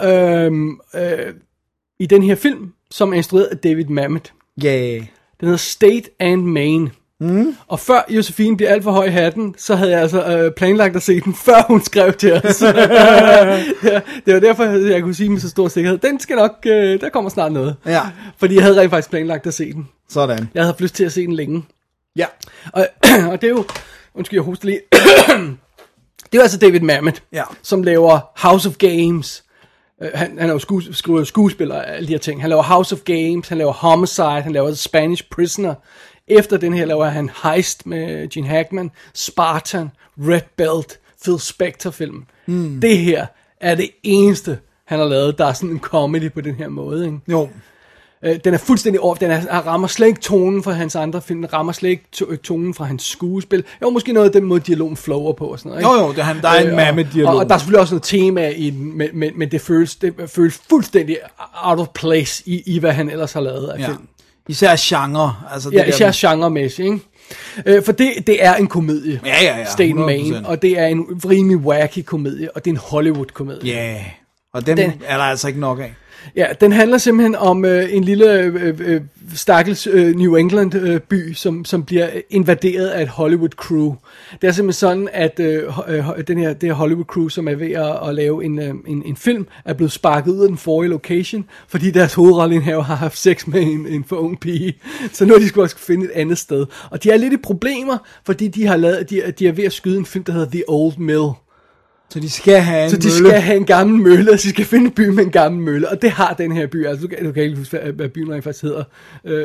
i den her film, som er instrueret af David Mamet. Yeah. Den hedder State and Maine. Og før Josefine bliver alt for høj i hatten, så havde jeg altså planlagt at se den, før hun skrev til os. Det var derfor, jeg kunne sige med så stor sikkerhed, den skal nok, der kommer snart noget. Ja. Fordi jeg havde rent faktisk planlagt at se den. Sådan. Jeg havde haft lyst til at se den længe. Ja. Og det er jo, undskyld, jeg hoster lige. Det er altså David Mamet, som laver House of Games. Han er jo skuespiller af alle de her ting. Han laver House of Games, han laver Homicide, han laver The Spanish Prisoner. Efter den her laver han Heist med Gene Hackman, Spartan, Red Belt, Phil Spector-film. Det her er det eneste, han har lavet, der er sådan en comedy på den her måde, ikke? Jo. Den er fuldstændig off, rammer slet ikke tonen fra hans andre film, den rammer slet ikke tonen fra hans skuespil. Jo, måske noget af den måde, dialogen flower på og sådan noget, ikke? Jo, der er en Mamet-dialog. Og der er selvfølgelig også noget tema i den, men det føles fuldstændig out of place i hvad han ellers har lavet af film. Især genre. Altså det især genremæssigt, ikke? For det er en komedie. Ja. State and Maine, og det er en rimelig wacky komedie, og det er en Hollywood-komedie. Ja, og den er der altså ikke nok af. Ja, den handler simpelthen om en lille stakkels New England by, som bliver invaderet af et Hollywood crew. Det er simpelthen sådan, at det her Hollywood crew, som er ved at lave en film, er blevet sparket ud af den forrige location, fordi deres hovedrolleindhaver har haft sex med en for ung pige. Så nu er de sgu også finde et andet sted. Og de er lidt i problemer, fordi de er ved at skyde en film, der hedder The Old Mill. Så de skal have en gammel mølle, og de skal finde en by med en gammel mølle, og det har den her by. Altså, du kan ikke huske, hvad byen rent faktisk hedder.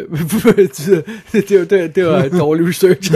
Det var dårlig research.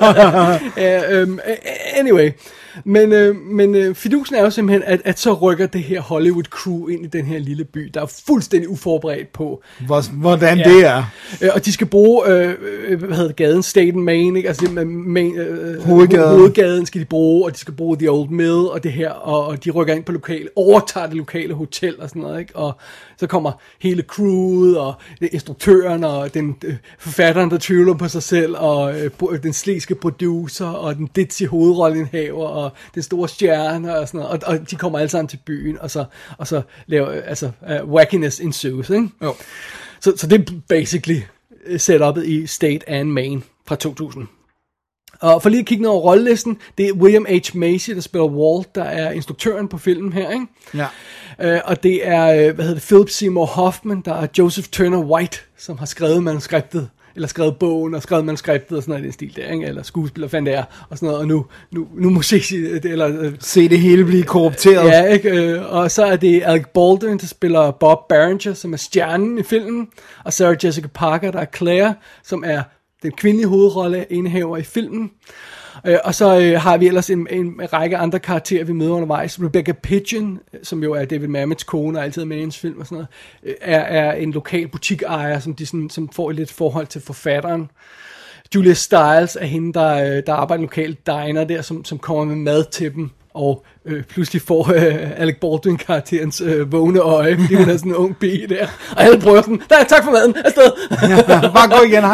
Anyway. Men fidusen er jo simpelthen, at så rykker det her Hollywood crew ind i den her lille by, der er fuldstændig uforberedt på. Hvordan det er. Og de skal bruge, gaden, State and Maine, ikke? Altså hovedgaden skal de bruge, og de skal bruge The Old Mill, og det her, og de rykker ind på overtager det lokale hotel og sådan noget, ikke? Og så kommer hele crewet, og instruktøren, og den forfatteren, der tvivler på sig selv, og den slæske producer, og den ditzy hovedrolleindhaver, og den store stjerne, og sådan noget, og de kommer alle sammen til byen, og så laver, wackiness ensues, ikke? Jo. Så det er basically setupet i State and Maine fra 2000. Og for lige at kigge ned over rollelisten, det er William H. Macy, der spiller Walt, der er instruktøren på filmen her, ikke? Ja. Og det er, Philip Seymour Hoffman, der er Joseph Turner White, som har skrevet manuskriptet, eller skrevet bogen og skrevet manuskriptet og sådan noget i den stil der, ikke? Eller skuespiller fandt det er, og sådan noget, og nu må se det hele blive korrupteret. Ja, ikke? Og så er det Alec Baldwin, der spiller Bob Berenger, som er stjernen i filmen, og Sarah Jessica Parker, der er Claire, som er den kvindelige hovedrolle indehaver i filmen. Og så har vi ellers en række andre karakterer, vi møder undervejs. Rebecca Pidgeon, som jo er David Mamets kone og altid er med i hendes film og sådan noget, er en lokal butikejer, som får et lidt forhold til forfatteren. Julia Stiles er hende, der arbejder i en lokal diner der, som kommer med mad til dem. Og pludselig får Alec Baldwin-karakterens vågne øje, fordi hun er sådan en ung pige der. Og alle prøver sådan, tak for maden, afsted. Bare gå igen,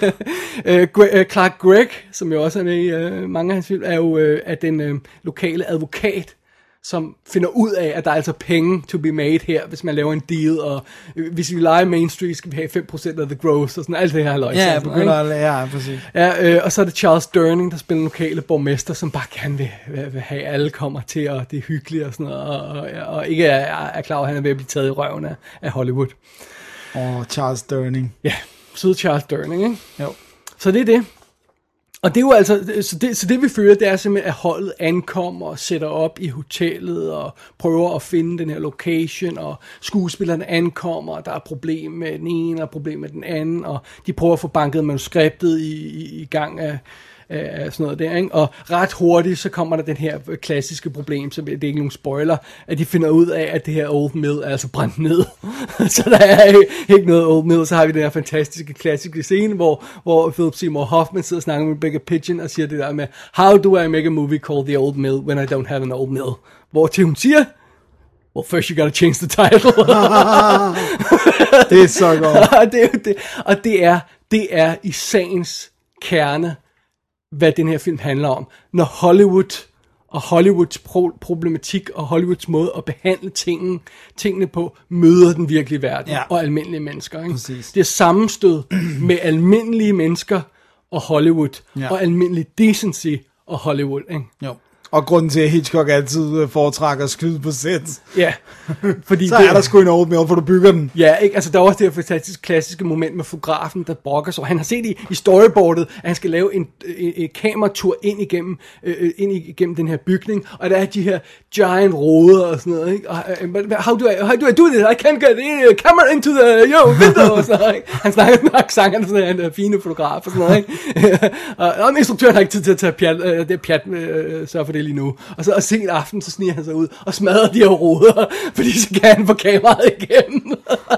hej. Clark Gregg, som jo også er med i mange af hans film, er den lokale advokat, som finder ud af, at der er altså penge to be made her, hvis man laver en deal, og hvis vi leger Main Street, skal vi have 5% af the gross, og sådan alt det her løg. Ja, begynder at lære, præcis. Ja, og så er det Charles Durning, der spiller en lokale borgmester, som bare gerne vil have, alle kommer til, og det er hyggeligt og sådan noget, og ikke er klar over, at han er ved at blive taget i røven af Hollywood. Charles Durning. Ja, søde Charles Durning, ikke? Jo. Så det er det. Og det er jo altså, så det vi føler, det er simpelthen, at holdet ankommer og sætter op i hotellet og prøver at finde den her location, og skuespillerne ankommer, og der er problem med den ene og problem med den anden, og de prøver at få banket manuskriptet i gang af sådan noget der, ikke? Og ret hurtigt, så kommer der den her klassiske problem, så det er ikke nogen spoiler, at de finder ud af, at det her Old Mill er altså brændt ned. Så der er ikke noget Old Mill. Så har vi den her fantastiske klassiske scene, hvor Philip Seymour Hoffman sidder og snakker med Rebecca Pidgeon og siger det der med, how do I make a movie called The Old Mill when I don't have an Old Mill? Hvor til hun siger, well, first you gotta change the title. Det er så godt. Og det er i sagens kerne, hvad den her film handler om. Når Hollywood og Hollywoods problematik og Hollywoods måde at behandle tingene på, møder den virkelige verden og almindelige mennesker. Ikke? Det er sammenstød med almindelige mennesker og Hollywood, og almindelig decency og Hollywood. Ikke? Jo. Og grunden til, at Hitchcock altid foretrækker at skyde på sæt. Ja. Fordi så er der sgu en Old Mill, for du bygger den. Ja, ikke? Altså der er også det her fantastisk klassiske moment med fotografen, der brokker sig. Han har set i storyboardet, at han skal lave en kameratur ind igennem den her bygning, og der er de her giant roder og sådan noget, ikke? Og, how do I do this? I can't get a camera into the window og sådan noget, ikke? Han snakker med accent, han er sådan en fine fotograf og sådan noget, ikke? og instruktøren har ikke tid til at tage pjat så for det lige nu. Og så sent aften, så sniger han sig ud og smadrer de her ruder, fordi så kan han få kameraet igennem.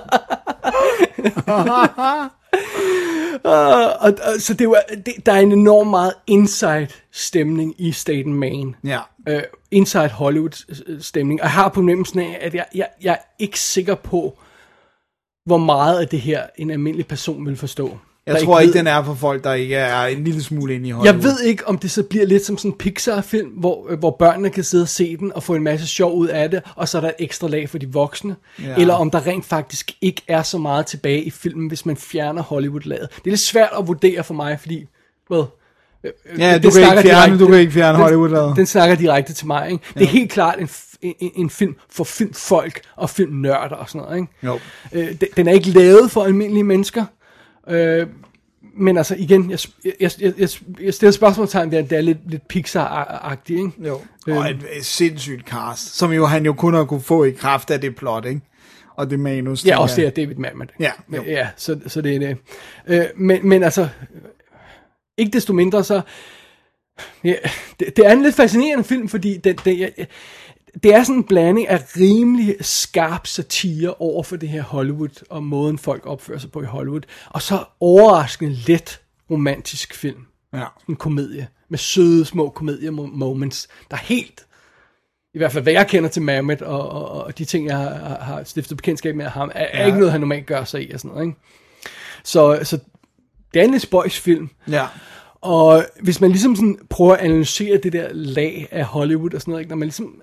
Så der er en enorm meget inside stemning i State and Main. Ja. Inside Hollywood stemning. Og jeg har på fornemmelsen af, at jeg er ikke sikker på, hvor meget af det her en almindelig person vil forstå. Jeg tror ikke, den er for folk, der ikke er en lille smule inde i Hollywood. Jeg ved ikke, om det så bliver lidt som sådan en Pixar-film, hvor børnene kan sidde og se den og få en masse sjov ud af det, og så er der et ekstra lag for de voksne. Ja. Eller om der rent faktisk ikke er så meget tilbage i filmen, hvis man fjerner Hollywood-laget. Det er lidt svært at vurdere for mig, fordi... Ja, du kan ikke fjerne Hollywood-laget. Den snakker direkte til mig, ikke? Det er helt klart en film for filmfolk og filmnørder og sådan noget, ikke? Jo. Den er ikke lavet for almindelige mennesker. Men altså igen, jeg stiller spørgsmålstegn ved, at det er lidt Pixar-agtigt, ikke? Jo, og et sindssygt cast, som jo han jo kun har kunne få i kraft af det plot, ikke? Og det manus. Ja, også det er David Mamet. Ja, så det er det. Men altså, ikke desto mindre så, ja, det er en lidt fascinerende film, fordi det er sådan en blanding af rimelig skarp satire over for det her Hollywood, og måden folk opfører sig på i Hollywood, og så overraskende let romantisk film. Ja. En komedie, med søde små komedie-moments, der helt, i hvert fald hvad jeg kender til Mamet, og de ting, jeg har stiftet bekendtskab med ham, er ikke noget, han normalt gør sig i, og sådan noget, ikke? Så det er en lidt spøjs film. Ja. Og hvis man ligesom sådan prøver at analysere det der lag af Hollywood og sådan noget, ikke? Når man ligesom,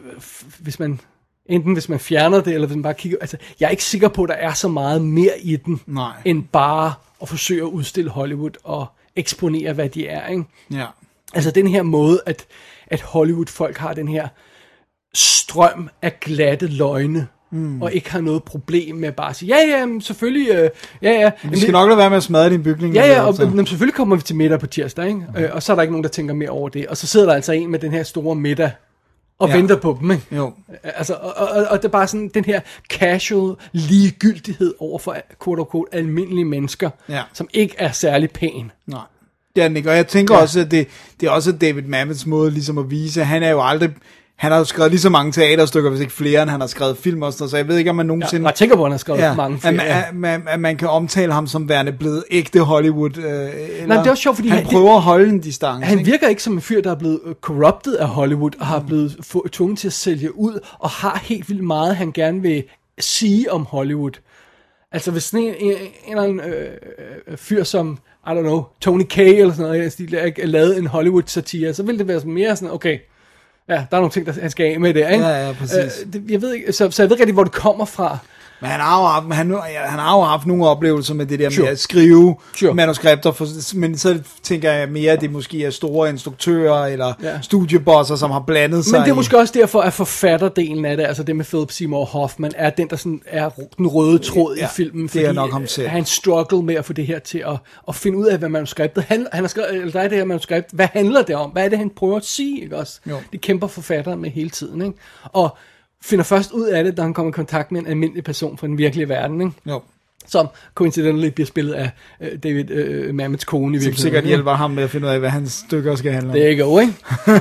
hvis man fjerner det, eller hvis man bare kigger, altså jeg er ikke sikker på, at der er så meget mere i den, end bare at forsøge at udstille Hollywood og eksponere, hvad de er, ikke? Ja. Altså den her måde, at Hollywood-folk har den her strøm af glatte løgne, og ikke har noget problem med bare at sige, ja, selvfølgelig, ja. Vi skal nok lade være med at smadre din bygning. Ja, og selvfølgelig kommer vi til middag på tirsdag, ikke? Og så er der ikke nogen, der tænker mere over det. Og så sidder der altså en med den her store middag, og venter på dem, ikke? Jo. Altså, og det er bare sådan, den her casual ligegyldighed over for, quote-unquote, almindelige mennesker, som ikke er særlig pæn. Nej. Det er den ikke, og jeg tænker også, at det er også David Mamets måde ligesom at vise, at han er jo aldrig... Han har jo skrevet lige så mange teaterstykker, hvis ikke flere, end han har skrevet film også, så jeg ved ikke, om man nogensinde... Jeg tænker på, at han har skrevet mange flere. At man kan omtale ham som værende blevet ægte Hollywood. Nej, det er også sjovt, fordi han prøver at holde en distance. Han virker ikke som en fyr, der er blevet corrupted af Hollywood, og har blevet tvunget til at sælge ud, og har helt vildt meget, han gerne vil sige om Hollywood. Altså, hvis sådan en eller anden fyr som, I don't know, Tony Kaye eller sådan noget, lavede en Hollywood-satire, så ville det være mere sådan, okay... Ja, der er nogle ting, der han skal af med det, ikke? Ja, præcis. Jeg ved ikke, så jeg ved ikke rigtig, hvor det kommer fra. Men han har jo haft nogle oplevelser med det der med at skrive manuskripter, men så tænker jeg mere, at det måske er store instruktører eller studiebosser, som har blandet sig. Men det er måske også derfor, at forfatterdelen af det, altså det med Philip Seymour Hoffman, er den, der sådan er den røde tråd i filmen. Det er nok ham selv. Han struggle med at få det her til at finde ud af, hvad manuskriptet han har skrevet, eller der er det her manuskript, hvad handler det om? Hvad er det, han prøver at sige, ikke også? Jo. Det kæmper forfatteren med hele tiden, ikke? Og finder først ud af det, da han kommer i kontakt med en almindelig person fra den virkelige verden, ikke? Jo. Som coincidentally bliver spillet af David Mamets kone i virkeligheden. Som sikkert hjælper ham med at finde ud af, hvad hans stykker skal handle om. Det er ikke ikke?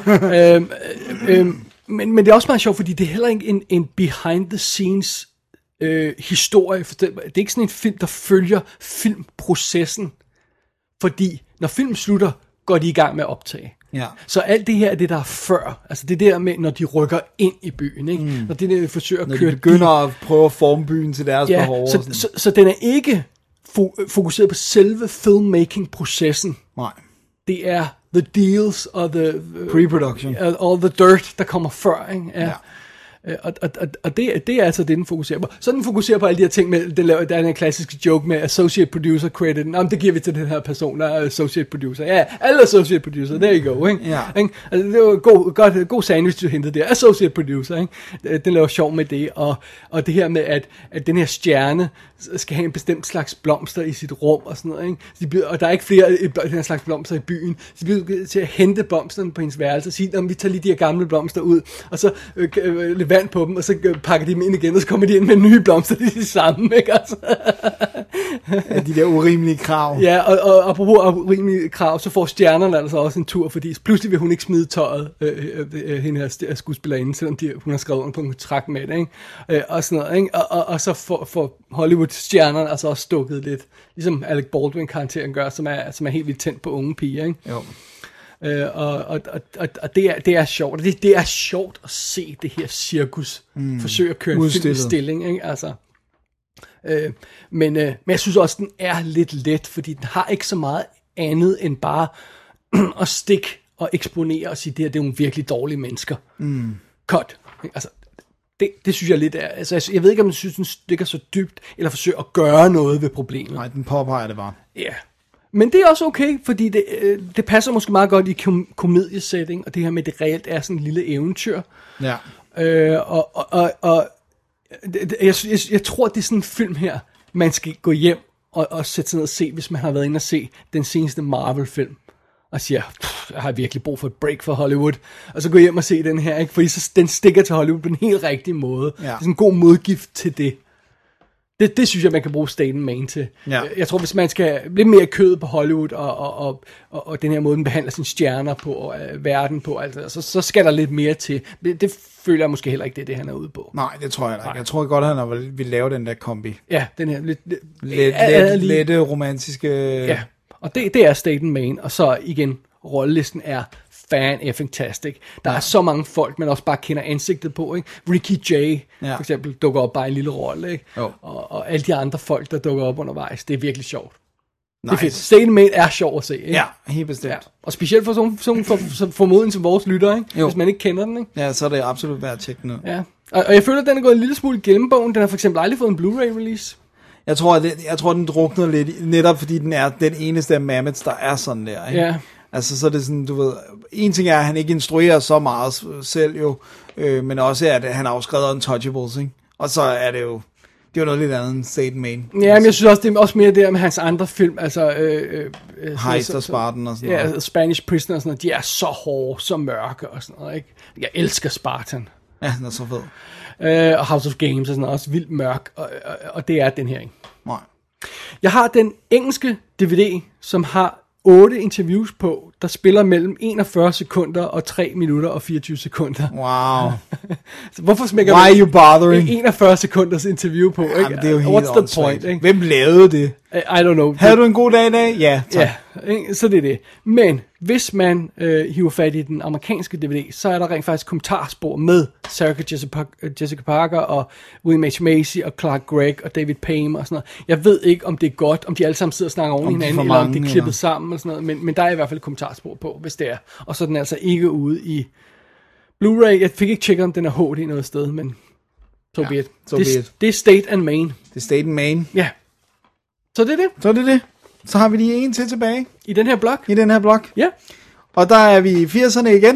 Men det er også meget sjovt, fordi det er heller ikke en behind the scenes historie. Det er ikke sådan en film, der følger filmprocessen. Fordi når filmen slutter, går de i gang med at optage. Ja. Så alt det her er det, der er før. Altså det der med, når de rykker ind i byen. Ikke? Når det der, de forsøger når at køre... de begynder at prøve at forme byen til deres behov. Så den er ikke fokuseret på selve filmmaking-processen. Nej. Det er the deals og the... pre-production. All the dirt, der kommer før. Ikke? Ja. Og det er altså det, den fokuserer på. Så den fokuserer på alle de her ting med, der er en klassisk joke med associate producer credit. Nå, det giver vi til den her person, der er associate producer. Ja, alle associate producer, there you go, ikke? Ja. Altså, det var god sandwich, du hentede der. Associate producer, ikke? Den laver sjov med det, og det her med, at den her stjerne skal have en bestemt slags blomster i sit rum, og sådan noget, ikke? Og der er ikke flere af den her slags blomster i byen. Så de bliver til at hente blomsterne på hendes værelse, og sige, vi tager lige de her gamle blomster ud, og så vand på dem, og så pakker de dem ind igen, og så kommer de ind med nye blomster, det er de samme, ikke? Altså. Ja, de der urimelige krav. Ja, og apropos urimelige krav, så får stjernerne altså også en tur, fordi pludselig vil hun ikke smide tøjet, hende her skuespillerinde, selvom hun har skrevet under på en kontrakt med det, ikke? Og sådan noget, ikke? Og så får Hollywood-stjernerne altså også stukket lidt, ligesom Alec Baldwin-karakteren gør, som er helt vildt tændt på unge piger, ikke? Jo. Og det er sjovt. Det er sjovt at se det her cirkus forsøge at køre en film i stilling, ikke? Altså, men jeg synes også, den er lidt let, fordi den har ikke så meget andet end bare at stikke og eksponere og sige, det her, det er nogle virkelig dårlige mennesker. Cut. Altså, det synes jeg lidt er. Altså, jeg ved ikke, om den synes, den stikker så dybt, eller forsøger at gøre noget ved problemet. Nej, den påpeger det bare. Ja. Men det er også okay, fordi det passer måske meget godt i komediesetting, og det her med, det reelt er sådan en lille eventyr. Ja. Jeg tror, det er sådan en film her, man skal gå hjem og sætte sig ned og se, hvis man har været inde og se den seneste Marvel-film, og siger, jeg har virkelig brug for et break for Hollywood, og så gå hjem og se den her, ikke? Fordi så, den stikker til Hollywood på en helt rigtig måde. Ja. Det er sådan en god modgift til det. Det synes jeg, man kan bruge State Main til. Ja. Jeg tror, hvis man skal lidt mere kød på Hollywood, og den her måde, den behandler sine stjerner på, og verden på, altså, så skal der lidt mere til. Det føler jeg måske heller ikke, det han er ude på. Nej, det tror jeg ikke. Jeg tror godt, han vil lave den der kombi. Ja, den her lette romantiske... Ja, og det er State Main, og så igen, rollelisten er fan-effing-tastic. Der er så mange folk, man også bare kender ansigtet på, ikke? Ricky Jay, for eksempel, dukker op bare i en lille rolle, ikke? Og alle de andre folk, der dukker op undervejs, det er virkelig sjovt. Nice. Det er fedt. State Main er sjov at se, ikke? Ja, helt bestemt. Ja. Og specielt for sådan formodning som vores lytter, ikke? Hvis man ikke kender den, ikke? Ja, så er det absolut værd at tjekke den ud. Ja. Og jeg føler, at den er gået en lille smule i glemmebogen. Den har for eksempel aldrig fået en Blu-ray release. Jeg tror, den drukner lidt, netop fordi den er den eneste af Mamets, der er sådan der, ikke? Ja. Altså, så er det sådan, du ved, en ting er, at han ikke instruerer så meget selv jo, men også at han har jo skrevet Untouchables, ikke? Og så er det jo noget lidt andet end State Main. Ja, men jeg synes også, det er også mere der med hans andre film, altså... Heist og Spartan og sådan noget. Ja, Spanish Prisoner og sådan noget, de er så hårde, så mørke og sådan noget, ikke? Jeg elsker Spartan. Ja, den er så fed. Og House of Games og sådan noget, også vildt mørk, og det er den her, ikke? Nej. Jeg har den engelske DVD, som har 8 interviews på, der spiller mellem 41 sekunder og 3 minutter og 24 sekunder. Wow. Så hvorfor smækker Why are you bothering? 41 sekunders interview på? Ikke? Jamen, det er jo helt What's the point? Ikke? Hvem lavede det? I don't know. Havde du en god dag i dag? Ja, tak. Ja, så det er det. Men hvis man hiver fat i den amerikanske DVD, så er der rent faktisk kommentarspor med Sarah Jessica Parker og William H. Macy og Clark Gregg og David Payne og sådan noget. Jeg ved ikke, om det er godt, om de alle sammen sidder og snakker oven i hinanden, eller om det er klippet sammen og sådan noget, men der er i hvert fald kommentarspor på, hvis det er. Og så er den altså ikke ude i Blu-ray. Jeg fik ikke tjekket, om den er HD noget sted, men so be it. Det er State and Main. Det er State and Main. Ja. Så det er det. Så har vi lige en til tilbage. I den her blok? Ja. Og der er vi i 80'erne igen.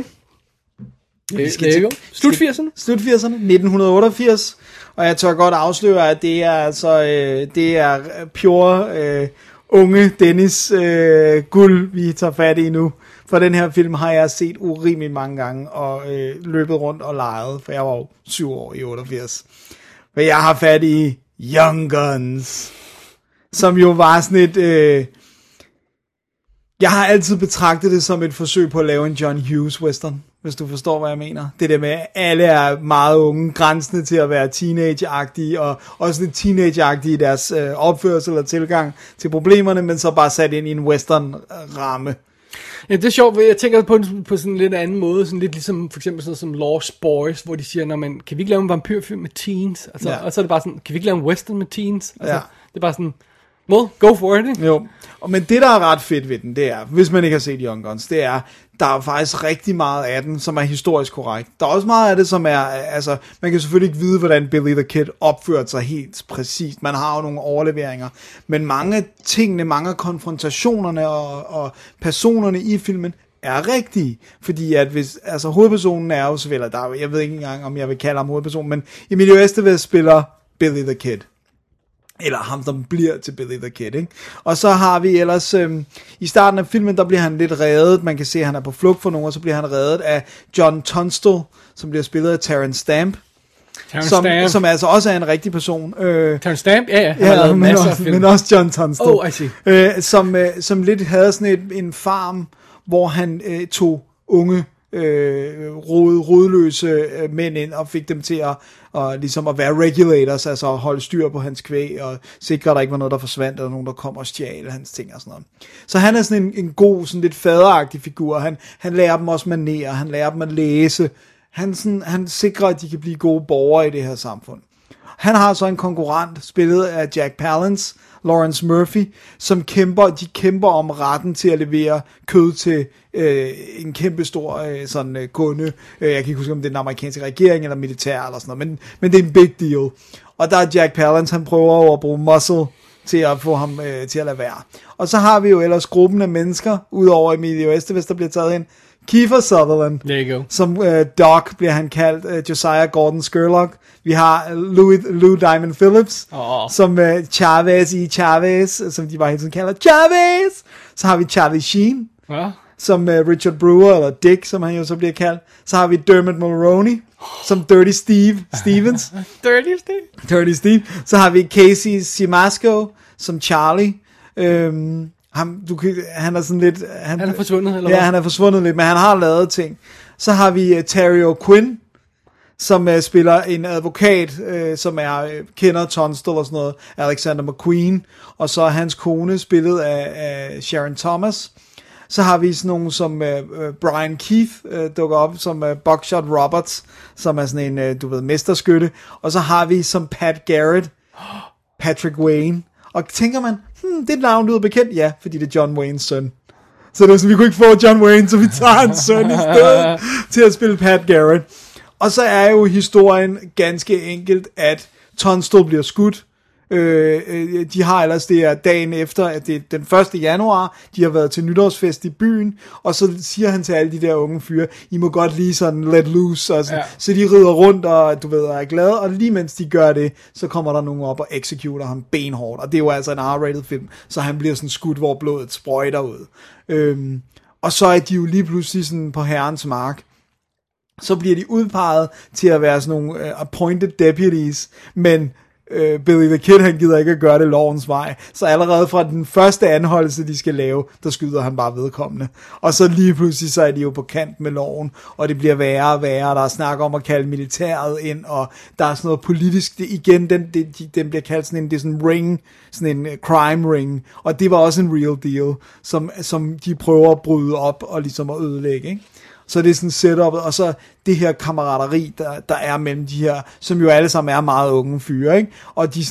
Slut 80'erne? Slut 80'erne, 1988. Og jeg tør godt afsløre, at det er altså det er pure unge Dennis guld, vi tager fat i nu. For den her film har jeg set urimelig mange gange og løbet rundt og leget, for jeg var jo 7 år i 88. For jeg har fat i Young Guns, som jo var sådan et... jeg har altid betragtet det som et forsøg på at lave en John Hughes western, hvis du forstår, hvad jeg mener. Det der med, at alle er meget unge, grænsende til at være teenage-agtige, og også lidt teenage-agtige i deres opførsel og tilgang til problemerne, men så bare sat ind i en western-ramme. Ja, det er sjovt, jeg tænker på sådan en lidt anden måde, sådan lidt ligesom for eksempel sådan som Lost Boys, hvor de siger, når man, kan vi ikke lave en vampyrfilm med teens? Altså, ja. Og så er det bare sådan, kan vi ikke lave en western med teens? Altså, ja. Det er bare sådan, well, go for it, ikke? Jo, men det der er ret fedt ved den, det er, hvis man ikke har set Young Guns, det er, der er faktisk rigtig meget af den, som er historisk korrekt. Der er også meget af det, som er, altså, man kan selvfølgelig ikke vide, hvordan Billy the Kid opførte sig helt præcist. Man har jo nogle overleveringer. Men mange af tingene, mange af konfrontationerne og personerne i filmen er rigtige. Fordi at hvis, altså hovedpersonen er jo selvfølgelig, jeg ved ikke engang, om jeg vil kalde ham hovedpersonen, men Emilio Estevez spiller Billy the Kid. Eller ham, der bliver til Billy the Kid, ikke? Og så har vi ellers, i starten af filmen, der bliver han lidt reddet. Man kan se, at han er på flugt for nogen, og så bliver han reddet af John Tunstall, som bliver spillet af Terrence Stamp. Som altså også er en rigtig person. Terrence Stamp? Ja. Han har lavet masser af film. Men også John Tunstall. Oh, I see. Som lidt havde sådan en farm, hvor han tog unge rodløse mænd ind og fik dem til at ligesom at være regulators, altså at holde styr på hans kvæg og sikre, at der ikke var noget, der forsvandt, eller nogen, der kom og stjal hans ting og sådan noget. Så han er sådan en god, sådan lidt faderagtig figur. Han lærer dem også manerer, han lærer dem at læse. Han sikrer, at de kan blive gode borgere i det her samfund. Han har så en konkurrent, spillet af Jack Palance, Lawrence Murphy, som kæmper om retten til at levere kød til en kæmpestor kunde. Jeg kan ikke huske, om det er den amerikanske regering eller militær eller sådan noget, men det er en big deal. Og der er Jack Palance, han prøver at bruge muscle til at få ham til at lade være. Og så har vi jo ellers gruppen af mennesker, udover Emilio Estevez, der bliver taget ind. Kiefer Sutherland, som Doc bliver han kaldt, Josiah Gordon Skurlock. Vi har Lou Diamond Phillips, som Chavez i Chavez, som de bare hele tiden kalder Chavez. Så har vi Charlie Sheen, som Richard Brewer, eller Dick, som han jo så bliver kaldt. Så har vi Dermot Mulroney, som Dirty Stevens. Dirty Steve. Så har vi Casey Siemaszko, som Charlie. Han er sådan lidt... Han er forsvundet, eller hvad? Ja, han er forsvundet lidt, men han har lavet ting. Så har vi Terry O'Quinn, som spiller en advokat, som kender Tunstall og sådan noget, Alexander McQueen, og så er hans kone spillet af Sharon Thomas. Så har vi sådan nogen som Brian Keith dukker op som Buckshot Roberts, som er sådan en, mesterskytte. Og så har vi som Pat Garrett, Patrick Wayne. Og tænker man, det navn lyder bekendt? Ja, fordi det er John Waynes søn. Så det er sådan, vi kunne ikke få John Wayne, så vi tager hans søn i stedet til at spille Pat Garrett. Og så er jo historien ganske enkelt, at Tunstall bliver skudt. De har ellers, det er dagen efter, at det er den 1. januar, de har været til nytårsfest i byen, og så siger han til alle de der unge fyre, I må godt lige sådan let loose, og sådan, så de rider rundt, og er glade, og lige mens de gør det, så kommer der nogen op og executer ham benhårdt, og det er jo altså en R-rated film, så han bliver sådan skudt, hvor blodet sprøjter ud. Og så er de jo lige pludselig sådan på herrens mark. Så bliver de udpeget til at være sådan nogle appointed deputies, men Billy the Kid, han gider ikke at gøre det lovens vej. Så allerede fra den første anholdelse, de skal lave, der skyder han bare vedkommende. Og så lige pludselig, så er de jo på kant med loven, og det bliver værre og værre. Der er snak om at kalde militæret ind, og der er sådan noget politisk. Den bliver kaldt sådan en, det er sådan en ring, sådan en crime ring. Og det var også en real deal, som de prøver at bryde op og ligesom at ødelægge, ikke? Så det er sådan setupet, og så det her kammerateri, der er mellem de her, som jo alle sammen er meget unge fyre, ikke? Og de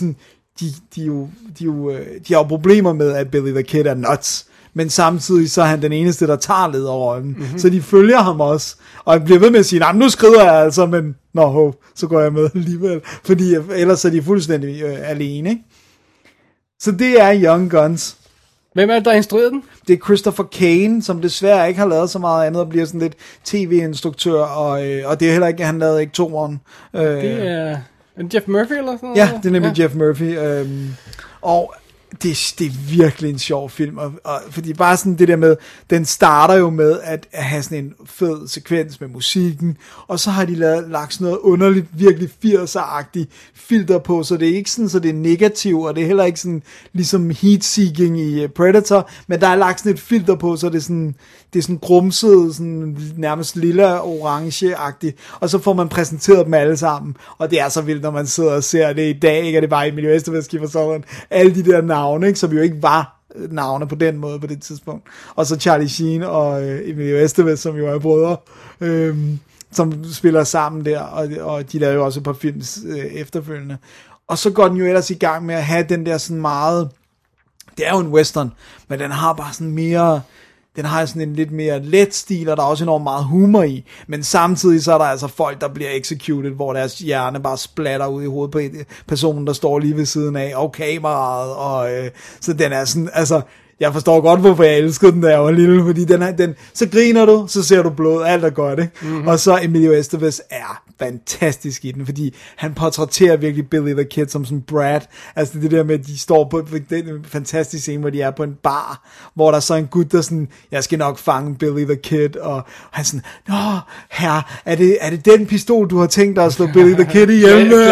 har jo problemer med, at Billy the Kid er nuts, men samtidig så er han den eneste, der tager lederrollen. Mm-hmm. Så de følger ham også, og han bliver ved med at sige, nu skrider jeg altså, men så går jeg med alligevel, fordi ellers er de fuldstændig alene, ikke? Så det er Young Guns. Hvem er det, der har instrueret den? Det er Christopher Kane, som desværre ikke har lavet så meget andet, og bliver sådan lidt tv-instruktør, og det er heller ikke, han lavede ikke toeren. Det er Jeff Murphy eller sådan noget? Ja, det er nemlig Jeff Murphy. Og det er virkelig en sjov film, og fordi bare sådan det der med, den starter jo med at have sådan en fed sekvens med musikken, og så har de lagt sådan noget underligt, virkelig 80'er-agtigt filter på, så det er ikke sådan, så det er negativt, og det er heller ikke sådan, ligesom heat-seeking i Predator, men der er lagt sådan et filter på, så det er sådan grumset, sådan nærmest lilla orange-agtigt, og så får man præsenteret dem alle sammen, og det er så vildt, når man sidder og ser det i dag, ikke? Er det bare Emilio Estevez, Kiefer Sutherland, alle de der navne, ikke? Som jo ikke var navne på den måde på det tidspunkt, og så Charlie Sheen og Emilio Estevez, som jo er brødre, som spiller sammen der, og de lavede jo også et par film efterfølgende, og så går den jo ellers i gang med at have den der sådan meget, det er jo en western, men den har bare sådan mere, den har sådan en lidt mere let stil, og der er også enormt meget humor i, men samtidig så er der altså folk, der bliver executed, hvor deres hjerne bare splatter ud i hovedet på personen, der står lige ved siden af, og kameraet, og så den er sådan, altså, jeg forstår godt, hvorfor jeg elskede den, da jeg var lille, fordi så griner du, så ser du blod, alt er godt, ikke? Mm-hmm. Og så Emilio Estevez er fantastisk i den, fordi han portrætterer virkelig Billy the Kid som sådan Brad, altså det der med, at de står på den fantastiske scene, hvor de er på en bar, hvor der er så en gut, der sådan, jeg skal nok fange Billy the Kid, og han sådan, herre, er det den pistol, du har tænkt dig at slå Billy the Kid ihjel med?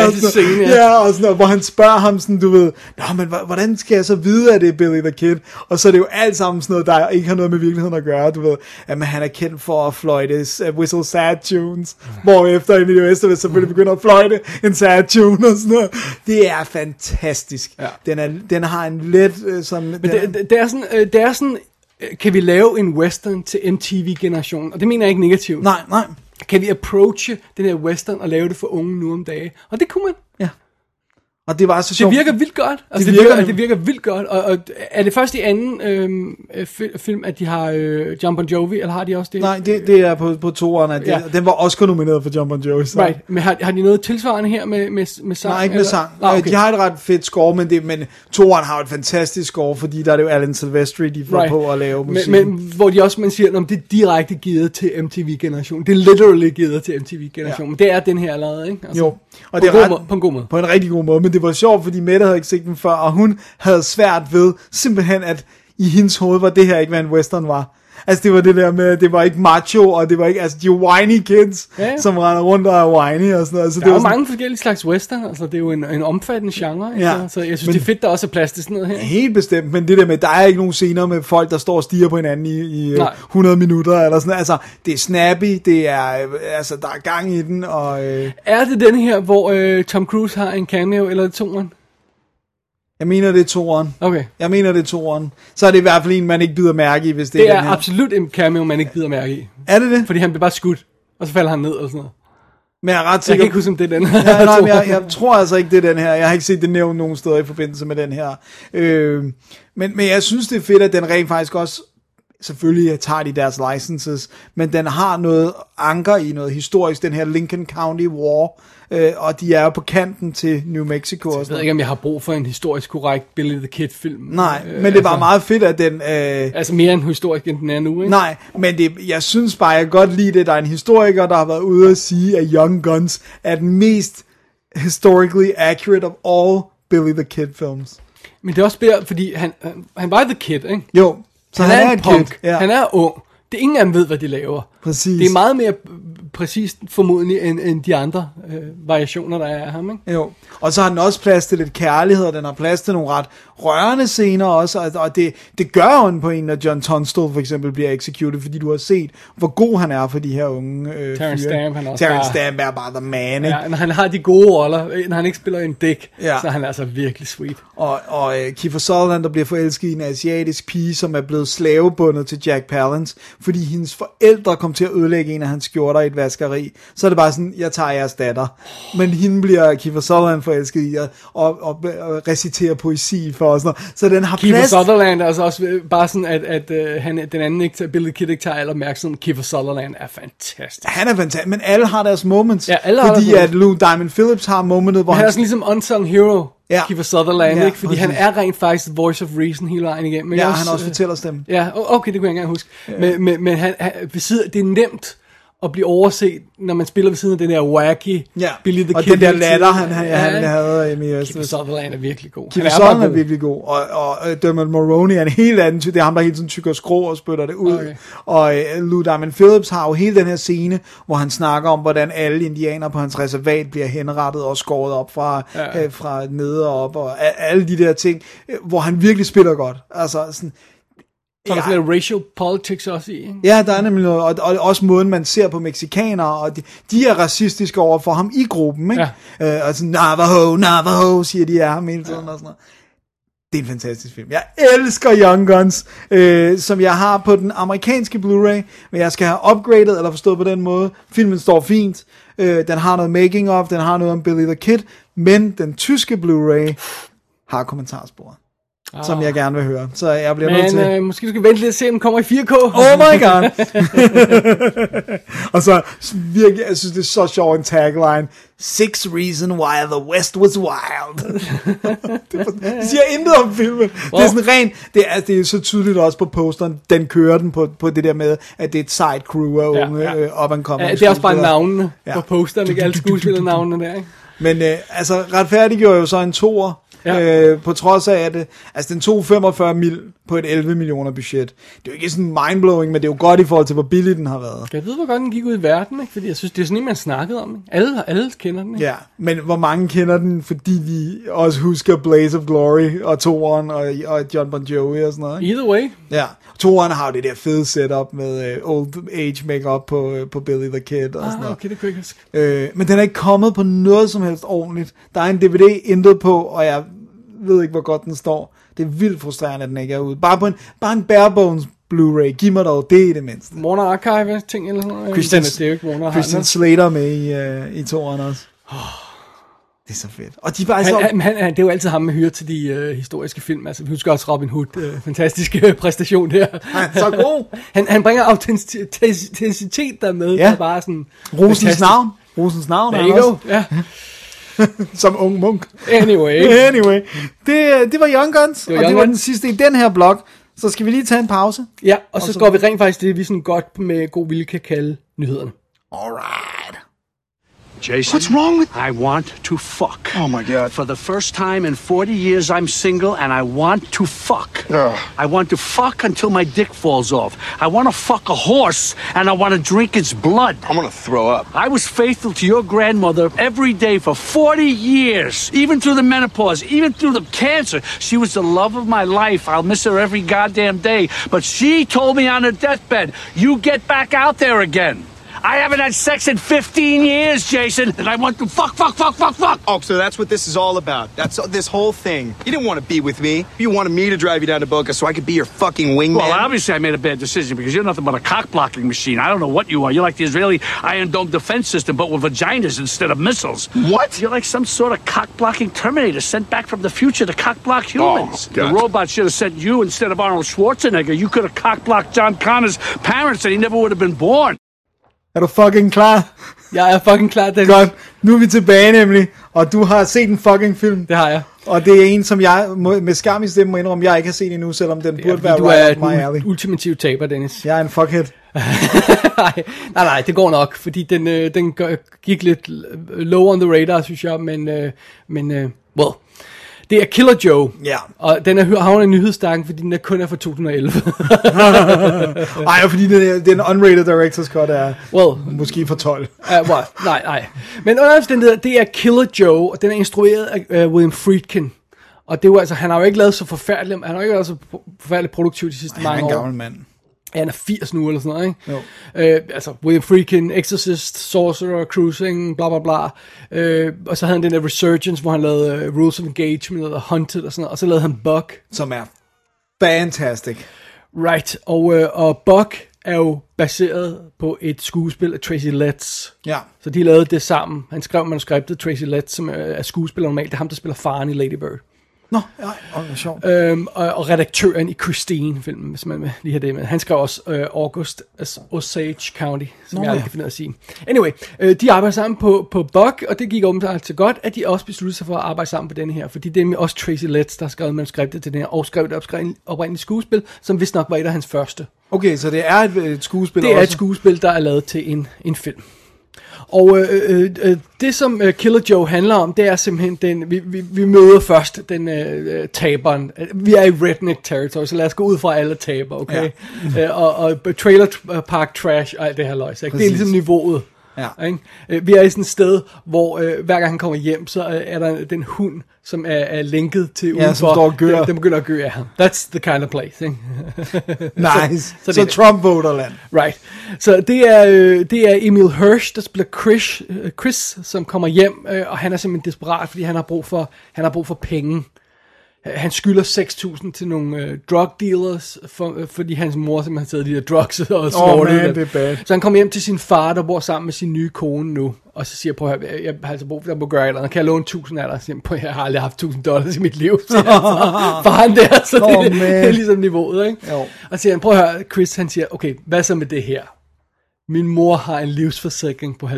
Og sådan, hvor han spørger ham sådan, du ved, men hvordan skal jeg så vide, at det er Billy the Kid? Og så er det jo alt sammen sådan noget, der ikke har noget med virkeligheden at gøre, du ved, at han er kendt for at fløjte whistle sad tunes, hvorefter Emilio Estevez selvfølgelig begynder at fløjte en sad tune og sådan noget. Det er fantastisk. Ja. Den har en let sådan... Men det er sådan, kan vi lave en western til MTV-generationen? Og det mener jeg ikke negativt. Nej. Kan vi approache den her western og lave det for unge nu om dage? Og det kunne man. Ja. Og det var så sjovt. Det virker vildt godt. Altså, det virker vildt godt. Og er det først i anden film, at de har John Bon Jovi, eller har de også det? Nej, det er på toeren. Ja. Den var også nomineret for John Bon Jovi. Så. Right. Men har de noget tilsvarende her med sang? Nej, ikke med sang. Okay. De har et ret fedt score, men toeren har et fantastisk score, fordi der er det jo Alan Silvestri, de får på at lave musik. Men hvor de også, man siger, at det er direkte givet til MTV-generationen. Det er literally givet til MTV-generationen. Men det er den her allerede, ikke? Altså, jo. Og på en god måde. På en rigtig god måde, men det var sjovt, fordi Mette havde ikke set den før, og hun havde svært ved, simpelthen at i hendes hoved var det her ikke, hvad en western var. Altså det var det der med, det var ikke macho, og det var ikke, altså de whiny kids, som render rundt og er whiny og sådan noget. Altså, der er jo mange forskellige slags western, altså det er jo en omfattende genre, så jeg synes, det er fedt, der også er plads til sådan noget her. Helt bestemt, men det der med, der er ikke nogen scener med folk, der står og stiger på hinanden i 100 minutter, eller sådan noget. Altså det er snappy, det er, altså der er gang i den, og... Er det den her, hvor Tom Cruise har en cameo, eller toeren? Jeg mener, det er toeren. Okay. Jeg mener, det er toeren. Så er det i hvert fald en, man ikke bider mærke i, hvis det er den her. Det er absolut en cameo, man ikke bider mærke i. Er det det? Fordi han bliver bare skudt, og så falder han ned og sådan noget. Men jeg er ret sikker... Jeg kan ikke huske, om det er den her. Jeg tror altså ikke, det er den her. Jeg har ikke set det nævnt nogen steder i forbindelse med den her. Men jeg synes, det er fedt, at den rent faktisk også... Selvfølgelig tager de deres licenses, men den har noget anker i noget historisk, den her Lincoln County War, og de er jo på kanten til New Mexico. Jeg ved ikke, om jeg har brug for en historisk korrekt Billy the Kid film. Nej, men det var meget fedt, at den... altså mere end historisk, end den er nu, ikke? Nej, men jeg synes bare, jeg kan godt lide det. Der er en historiker, der har været ude at sige, at Young Guns er den mest historically accurate of all Billy the Kid films. Men det er også bedre, fordi han var The Kid, ikke? Jo. Så han er en punk. Ja. Han er ung. Det ingen af dem ved, hvad de laver. Præcis. Det er meget mere præcist formodentlig end de andre variationer, der er af ham, ikke? Jo, og så har den også plads til lidt kærlighed, og den har plads til nogle ret rørende scener også, og det gør jo på en, når John Tunstall for eksempel bliver executed, fordi du har set, hvor god han er for de her unge Terrence Stamp, Stamp er bare the man, ikke? Ja, når han har de gode roller, når han ikke spiller en dick, Ja. så er han altså virkelig sweet. Og Kiefer Sutherland, der bliver forelsket i en asiatisk pige, som er blevet slavebundet til Jack Palance, fordi hendes forældre kom til at ødelægge en af hans skjorter i et vaskeri. Så er det bare sådan, jeg tager jeres datter. Men hende bliver Kiefer Sutherland forelsket i, og reciterer poesi for os. Så den har Kiefer plads. Sutherland er altså også bare sådan, at den anden ikke, Billy Kid ikke tager al opmærksomhed. Kiefer Sutherland er fantastisk. Han er fantastisk, men alle har deres moments. Ja, alle har fordi deres at Lou Diamond Phillips har momentet, hvor han er sådan ligesom unsung hero, Ja. Kiefer Sutherland, Ja, ikke? Fordi præcis. han er rent faktisk the voice of reason hele vejen igennem. Men Ja, også, han også fortæller stemmen. Ja, okay, det kunne jeg ikke engang huske. Men han, ved siden, det er nemt at blive overset, når man spiller ved siden af den der wacky Billy the og Kid. den der latter, han havde i Kiefer Sutherland er virkelig god. Kiefer Sutherland er virkelig god, og Dermot Mulroney er en helt anden type. Det er ham, der hele tiden tykker skrå og spytter det ud. Okay. Og Lou Diamond Phillips har jo hele den her scene, hvor han snakker om, hvordan alle indianere på hans reservat bliver henrettet og skåret op fra nede og op, og alle de der ting, hvor han virkelig spiller godt. Altså sådan... Så er der sådan noget racial politics også i, ikke? Ja, der er nemlig noget, og også måden, man ser på mexikanere, og de er racistiske over for ham i gruppen, ikke? Ja. Altså, Navajo, siger de af ham hele tiden, og sådan noget. Det er en fantastisk film. Jeg elsker Young Guns, som jeg har på den amerikanske Blu-ray, men jeg skal have upgraded, eller forstået på den måde. Filmen står fint, den har noget making of, den har noget om Billy the Kid, men den tyske Blu-ray har kommentarsporet. Som jeg gerne vil høre. Så jeg bliver nødt til... måske du skal vente lidt og se, om den kommer i 4K. Oh my god. Og så virkelig, jeg synes det er så sjovt en tagline. 6 reason why the West was wild. Det siger intet om filmen. Det er sådan rent, det er så tydeligt også på posteren, den kører den på det der med, at det er et side crew af unge up-and-coming. Det er også bare navnene på posteren, ikke alle skuespillernavnene der, ikke? Men altså, retfærdiggjorde jo så en toer. Ja. På trods af at den tog 45 mil på et 11 millioner budget. Det er jo ikke sådan mindblowing, men det er jo godt i forhold til hvor billig den har været. Jeg ved hvor godt den gik ud i verden, ikke? Fordi jeg synes det er sådan en man snakkede om, ikke? Alle kender den, ikke? Ja, men hvor mange kender den, fordi de også husker Blaze of Glory og toeren og John Bon Jovi og sådan noget, ikke? Either way. Ja, toeren har jo det der fede setup med old age makeup på Billy the Kid og sådan noget. Okay, det kunne jeg ikke huske. Men den er ikke kommet på noget som helst ordentligt. Der er en DVD intet på, og jeg ved ikke, hvor godt den står. Det er vildt frustrerende, at den ikke er ude. Bare en bare bones Blu-ray. Giv mig dog det i det mindste. Warner Archive ting eller sådan noget. Christian Slater med i toeren også. Det er så fedt. Og de var det er jo altid ham med hyre til de historiske film. Altså, vi husker også Robin Hood. Fantastisk præstation der. Så god. han bringer autenticitet der med. Ja. Der bare sådan... Rosens navn. There you go. Ja. Som ung munk. Anyway. Det var Young Guns, og det var den sidste i den her blog. Så skal vi lige tage en pause. Ja, og så går vi rent faktisk det, vi sådan godt med god vilje kan kalde nyhederne. Alright. Jason, what's wrong with... I want to fuck. Oh my God. For the first time in 40 years, I'm single and I want to fuck. I want to fuck until my dick falls off. I want to fuck a horse and I want to drink its blood. I'm gonna throw up. I was faithful to your grandmother every day for 40 years, even through the menopause, even through the cancer. She was the love of my life. I'll miss her every goddamn day. But she told me on her deathbed, you get back out there again. I haven't had sex in 15 years, Jason, and I want to fuck. Oh, so that's what this is all about. That's this whole thing. You didn't want to be with me. You wanted me to drive you down to Boca so I could be your fucking wingman. Well, obviously I made a bad decision because you're nothing but a cock-blocking machine. I don't know what you are. You're like the Israeli Iron Dome defense system, but with vaginas instead of missiles. What? You're like some sort of cock-blocking Terminator sent back from the future to cock-block humans. Oh, the robot should have sent you instead of Arnold Schwarzenegger. You could have cock-blocked John Connor's parents and he never would have been born. Er du fucking klar? Jeg er fucking klar, Dennis. Godt. Nu er vi tilbage nemlig, og du har set en fucking film. Det har jeg. Og det er en, som jeg med skam i stemme må indrømme, jeg ikke har set endnu, selvom den burde være right up my alley. Du er ultimativ taber, Dennis. Jeg er en fuckhead. nej, det går nok, fordi den gik lidt low on the radar, synes jeg, men well. Det er Killer Joe. Ja. Og den havner i nyhedsstakken, fordi den kun er fra 2011. Ej, fordi den unrated director's cut er måske fra 12. Nej. Men under omstændigheder, det er Killer Joe, og den er instrueret af William Friedkin. Og det er jo altså, han har jo ikke lavet så forfærdeligt, han har ikke lavet så forfærdeligt produktivt de sidste mange år. Han er en gammel mand. Ja, han er 80 nu, eller sådan noget, ikke? Jo. Altså, William Friedkin, Exorcist, Sorcerer, Cruising, bla bla bla. Og så havde han den der Resurgence, hvor han lavede Rules of Engagement, og Hunted, og sådan noget. Og så lavede han Buck. Som er fantastic. Right, og Buck er jo baseret på et skuespil af Tracy Letts. Ja. Så de lavede det sammen. Han skrev manuskriptet, Tracy Letts, som er skuespiller normalt. Det er ham, der spiller faren i Lady Bird. Nå, ja, det er sjovt. Og redaktøren i Christine-filmen, hvis man vil lige have det med. Han skrev også August Osage County, som jeg aldrig kan finde ud af at sige. Anyway, de arbejder sammen på Buck, og det gik åbenbart så godt, at de også besluttede sig for at arbejde sammen på denne her. Fordi det er også Tracy Letts, der har skrevet manuskriptet til den her, og skrev det oprindeligt skuespil, som vist nok var et af hans første. Okay, så det er et skuespil. Det er et skuespil, der er lavet til en film. Og det som Killer Joe handler om, det er simpelthen vi møder først den taberen. Vi er i redneck territory, så lad os gå ud fra alle taber, okay? Ja. og trailer park trash og alt det her løjs. Det er ligesom niveauet. Ja. Ikke? Vi er i sådan et sted, hvor hver gang han kommer hjem, så er der den hund, som er linket til udenfor. Som står og gør. Den begynder at gøre af ham. That's the kind of place. Ikke? Nice. så Trump-voterland. Right. Så det er Emil Hirsch, der spiller Chris, som kommer hjem, og han er simpelthen desperat, fordi han har brug for penge. Han skylder 6.000 til nogle drug dealers, fordi hans mor simpelthen har taget de der drugs og snortet dem. Så han kommer hjem til sin far, der bor sammen med sin nye kone nu, og så siger, prøv at høre, jeg har altså brug for, at jeg må gøre et eller andet. Kan jeg låne 1.000 af dig? Så siger, prøv, jeg har aldrig haft $1.000 i mit liv. Faren der, så det er ligesom niveauet, ikke? Jo. Og så siger han, prøv at høre, Chris, han siger, okay, hvad så med det her? Min mor har en livsforsikring på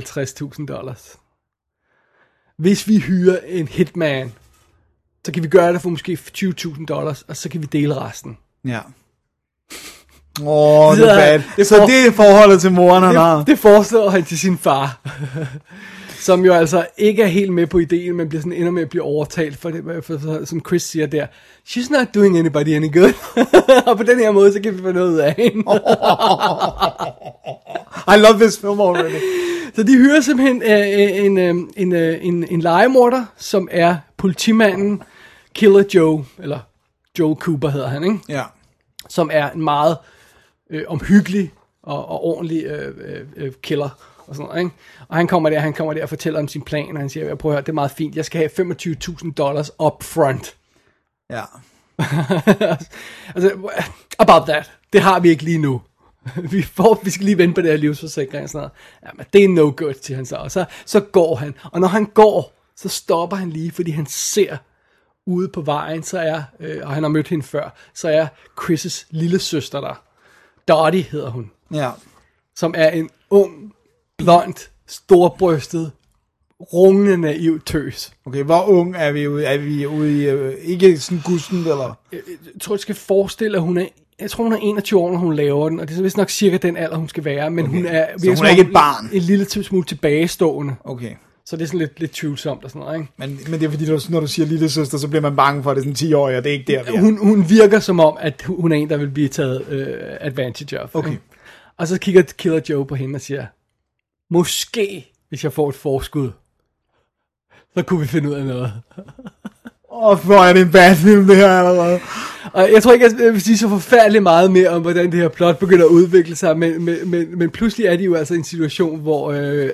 $50.000. Hvis vi hyrer en hitman, så kan vi gøre det for måske $20.000, og så kan vi dele resten. Ja. Det er bad. Så det er forholdet til moren, han har. Det foreslår han til sin far. Som jo altså ikke er helt med på ideen, men ender med at blive overtalt for som Chris siger der, she's not doing anybody any good. Og på den her måde, så kan vi få noget ud af hende. I love this film already. Så de hyrer simpelthen en legemorder, som er politimanden Killer Joe, eller Joe Cooper hedder han, ikke? Ja. Som er en meget omhyggelig og ordentlig killer og sådan noget, ikke? Og han kommer der og fortæller om sin plan, og han siger, jeg prøver at høre, det er meget fint, jeg skal have $25.000 up front. Ja. Altså, about that. Det har vi ikke lige nu. Vi skal lige vente på det her livsforsikring og sådan noget. Ja, men det er no good, siger han så. Og så går han. Og når han går, så stopper han lige, fordi han ser ude på vejen, så er, og han har mødt hende før, så er Chris' lille søster der. Dottie hedder hun. Ja. Som er en ung, blond, storbrystet, rungende naiv tøs. Okay, hvor ung er vi ude? Er vi ude i, ikke sådan gusten, eller? Jeg tror, jeg skal forestille, at hun er 21 år, når hun laver den, og det er vist nok cirka den alder, hun skal være, men okay. Hun er ikke et barn? En lille smule tilbagestående. Okay. Så det er sådan lidt tvivlsomt og sådan noget, ikke? Men det er fordi, når du siger lille søster, så bliver man bange for, at det er sådan 10-årig, og det er ikke der, vi er. Hun virker som om, at hun er en, der vil blive taget advantage of. Okay. Ikke? Og så kigger Killer Joe på hende og siger, måske, hvis jeg får et forskud, så kunne vi finde ud af noget. Hvor er det en bad film, det her allerede. Og jeg tror ikke, jeg vil sige så forfærdeligt meget mere om, hvordan det her plot begynder at udvikle sig, men pludselig er de jo altså i en situation, hvor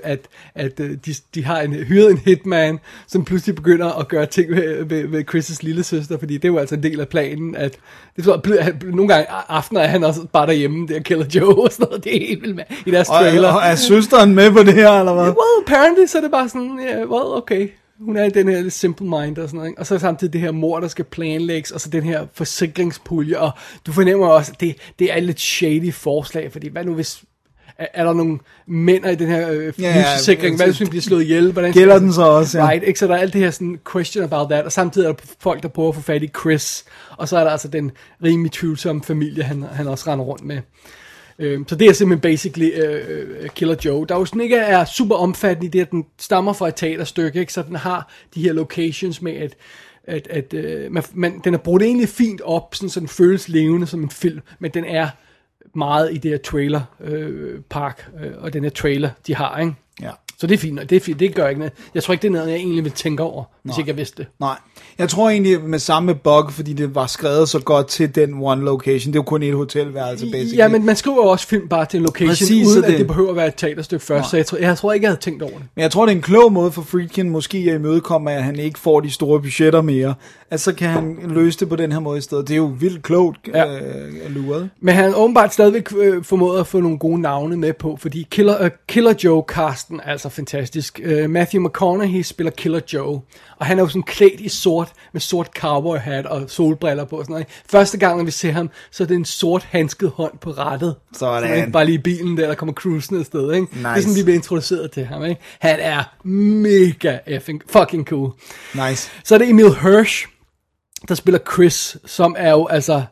de har hyret en hitman, som pludselig begynder at gøre ting ved Chris' lille søster, fordi det er jo altså en del af planen, at nogle gange aftener er han også bare derhjemme, der Killer Joe og sådan noget, det er helt vildt med i deres trailer. Og er søsteren med på det her, eller hvad? Yeah, well, apparently, så er det bare sådan, yeah, well, okay. Hun er i den her simple mind og sådan noget, ikke? Og så samtidig det her mord, der skal planlægges, og så den her forsikringspulje, og du fornemmer også, at det er et lidt shady forslag, fordi hvad nu hvis, er der nogle mænd i den her livsforsikring, hvad hvis vi bliver slået ihjel? Gælder den så også, ja. Right, ikke? Så der er alt det her sådan question about that, og samtidig er der folk, der prøver at få fat i Chris, og så er der altså den rimelig tvivlsomme familie, han også render rundt med. Så det er simpelthen basically Killer Joe, der jo sådan ikke er super omfattende i det, at den stammer fra et teaterstykke, ikke? Så den har de her locations med, at den er brugt egentlig fint op, sådan, så den føles levende som en film, men den er meget i det her trailer park, og den her trailer, de har, ikke? Ja. Så det er fint, det gør ikke noget. Jeg tror ikke, det er noget, jeg egentlig vil tænke over, hvis ikke jeg vidste det. Nej, jeg tror egentlig med samme bug, fordi det var skrevet så godt til den one location. Det er jo kun et hotelværelse, basically. Ja, men man skriver også film bare til en location, præcis, uden at det behøver at være et teaterstykke først. Nej. Så jeg tror ikke, jeg havde tænkt over det. Men jeg tror, det er en klog måde for Friedkin måske at imødekomme, at han ikke får de store budgetter mere. Altså, så kan han løse det på den her måde i stedet. Det er jo vildt klogt luret. Men han åbenbart stadigvæk formået at få nogle gode navne med på, fordi Killer Joe-casten er altså fantastisk. Matthew McConaughey spiller Killer Joe, og han er jo sådan klædt i sort, med sort cowboy hat og solbriller på og sådan noget. Første gang, når vi ser ham, så er det en sort handsket hånd på rattet. Sådan. Bare lige i bilen der kommer cruisende afsted, ikke? Nice. Det er sådan, vi bliver introduceret til ham, ikke? Han er mega fucking cool. Nice. Så er det Emil Hirsch, der spiller Chris, som er jo altså...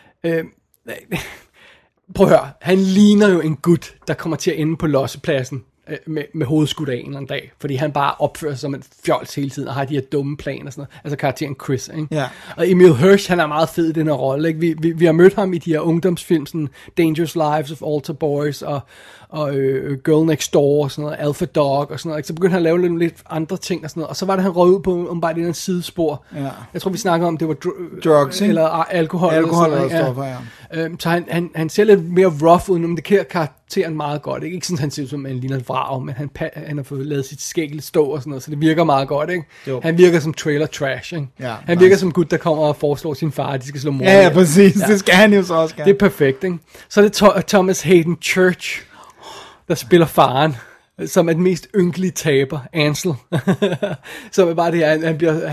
prøv at høre, han ligner jo en gut, der kommer til at ende på lossepladsen med hovedskud af en eller anden dag, fordi han bare opfører sig som en fjols hele tiden, og har de her dumme planer og sådan noget, altså karakteren Chris, ikke? Ja. Og Emil Hirsch, han er meget fed i den her rolle, ikke? Vi har mødt ham i de her ungdomsfilm, sådan Dangerous Lives of Altar Boys, og Girl Next Door, og sådan noget, Alpha Dog, og sådan noget, ikke? Så begyndte han at lave lidt andre ting, og sådan noget, og så var det, han røg ud på bare det der sidespor. Ja. Jeg tror, vi snakker om, det var drugs, eller alkohol og stoffer, ja. Så han ser lidt mere rough ud, men det kan karakteren meget godt, ikke sådan, han ser ud som en ligner vrag, men han har fået lavet sit skæg lidt stå og sådan noget, så det virker meget godt, ikke? Jo. Han virker som trailer trash, ikke? Ja, han virker som gut, der kommer og foreslår sin far, at de skal slå mor. Ja, præcis. Ja. Det skal han jo så også gerne. Det er perfekt, ikke? Så er det Thomas Hayden Church, der spiller faren, som er den mest ynkelige taber, Ansel. Som er bare det her, han bliver,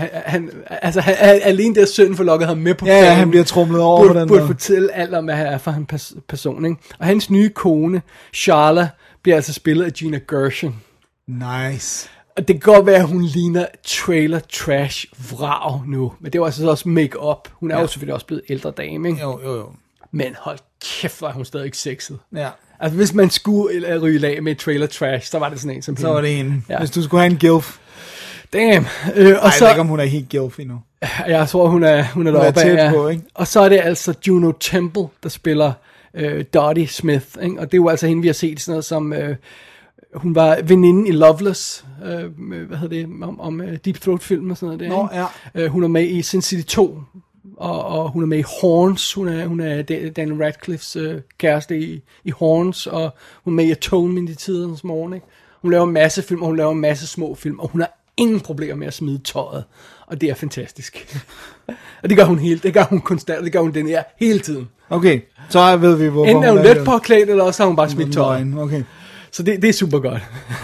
alene der søn får lukket ham med på planen. Ja, han bliver trumlet over på den burde fortælle alt om, hvad han er for en person, ikke? Og hans nye kone, Charla, bliver altså spillet af Gina Gershon. Nice. Og det kan godt være, at hun ligner trailer trash vrag nu, men det var altså også make-up. Hun er jo selvfølgelig også blevet ældre dame, ikke? Jo. Men hold kæft, var hun stadig sexet. Ja. Altså, hvis man skulle ryge lag med trailer trash, så var det sådan en som hende. Så var det hende. Ja. Hvis du skulle have en gilf. Damn. Og så, jeg ved ikke, om hun er helt gilf endnu. Jeg tror, hun er deroppe af. På, ikke? Og så er det altså Juno Temple, der spiller Dottie Smith. Ikke? Og det er jo altså hende, vi har set sådan noget som... hun var veninde i Loveless, hvad hedder det, om Deep Throat-film og sådan noget der. Nå, ja. Hun er med i Sin City 2, og hun er med i Horns. Hun er Daniel Radcliffes kæreste i Horns, og hun er med i Atonement i tidernes morgen, ikke? Hun laver en masse film, og hun laver en masse små film, og hun har ingen problemer med at smide tøjet, og det er fantastisk. Og det gør hun konstant, det gør hun den her hele tiden. Okay, så ved vi, hvorfor enten er hun let påklædt, eller også har hun bare smidt tøjet. Okay. Så det er super godt.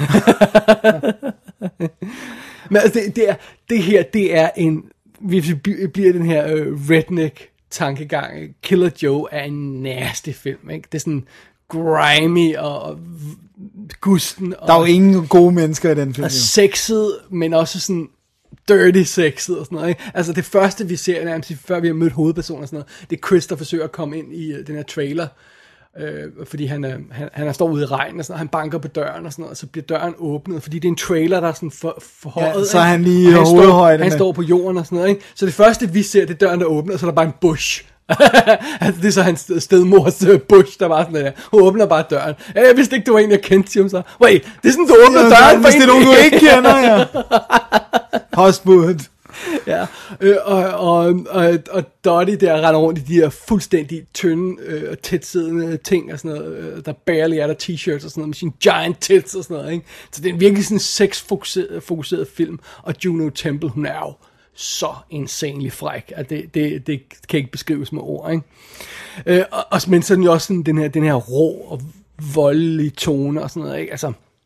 Men altså, det her, det er en, hvis vi bliver den her redneck tankegang, Killer Joe er en nasty film, ikke? Det er sådan grimy og gusten. Der er jo ingen gode mennesker i den film. Og sexet, men også sådan dirty sexet og sådan noget, ikke? Altså det første vi ser, nærmest før vi har mødt hovedpersonen og sådan noget, det er Chris, der forsøger at komme ind i den her trailer, fordi han står ude i regnen og sådan noget, han banker på døren og sådan noget, og så bliver døren åbnet, fordi det er en trailer, der er sådan forhøjet. Ja, så er han lige hovedhøjde. Han står på jorden og sådan noget, ikke? Så det første vi ser, det er døren, der åbner, og så er der bare en bush. Altså det er så hans stedmors bush, der var sådan der. Hun åbner bare døren. Jeg vidste ikke, du var en, jeg kendte, siger hun så. Wait, det er sådan, du åbner døren for en. Hvis det er nogen, du ikke kender, ja. Postbuddet. Ja, og Dottie der render rundt i de her fuldstændig tynde og tætsiddende ting og sådan noget, der barely er der t-shirts og sådan noget med sine giant tits og sådan noget, ikke? Så det er virkelig sådan en sex-fokuseret film, og Juno Temple, hun er jo så insanely fræk, at det kan ikke beskrives med ord, ikke? Men så er den jo også sådan den her rå og voldelige tone og sådan noget, ikke?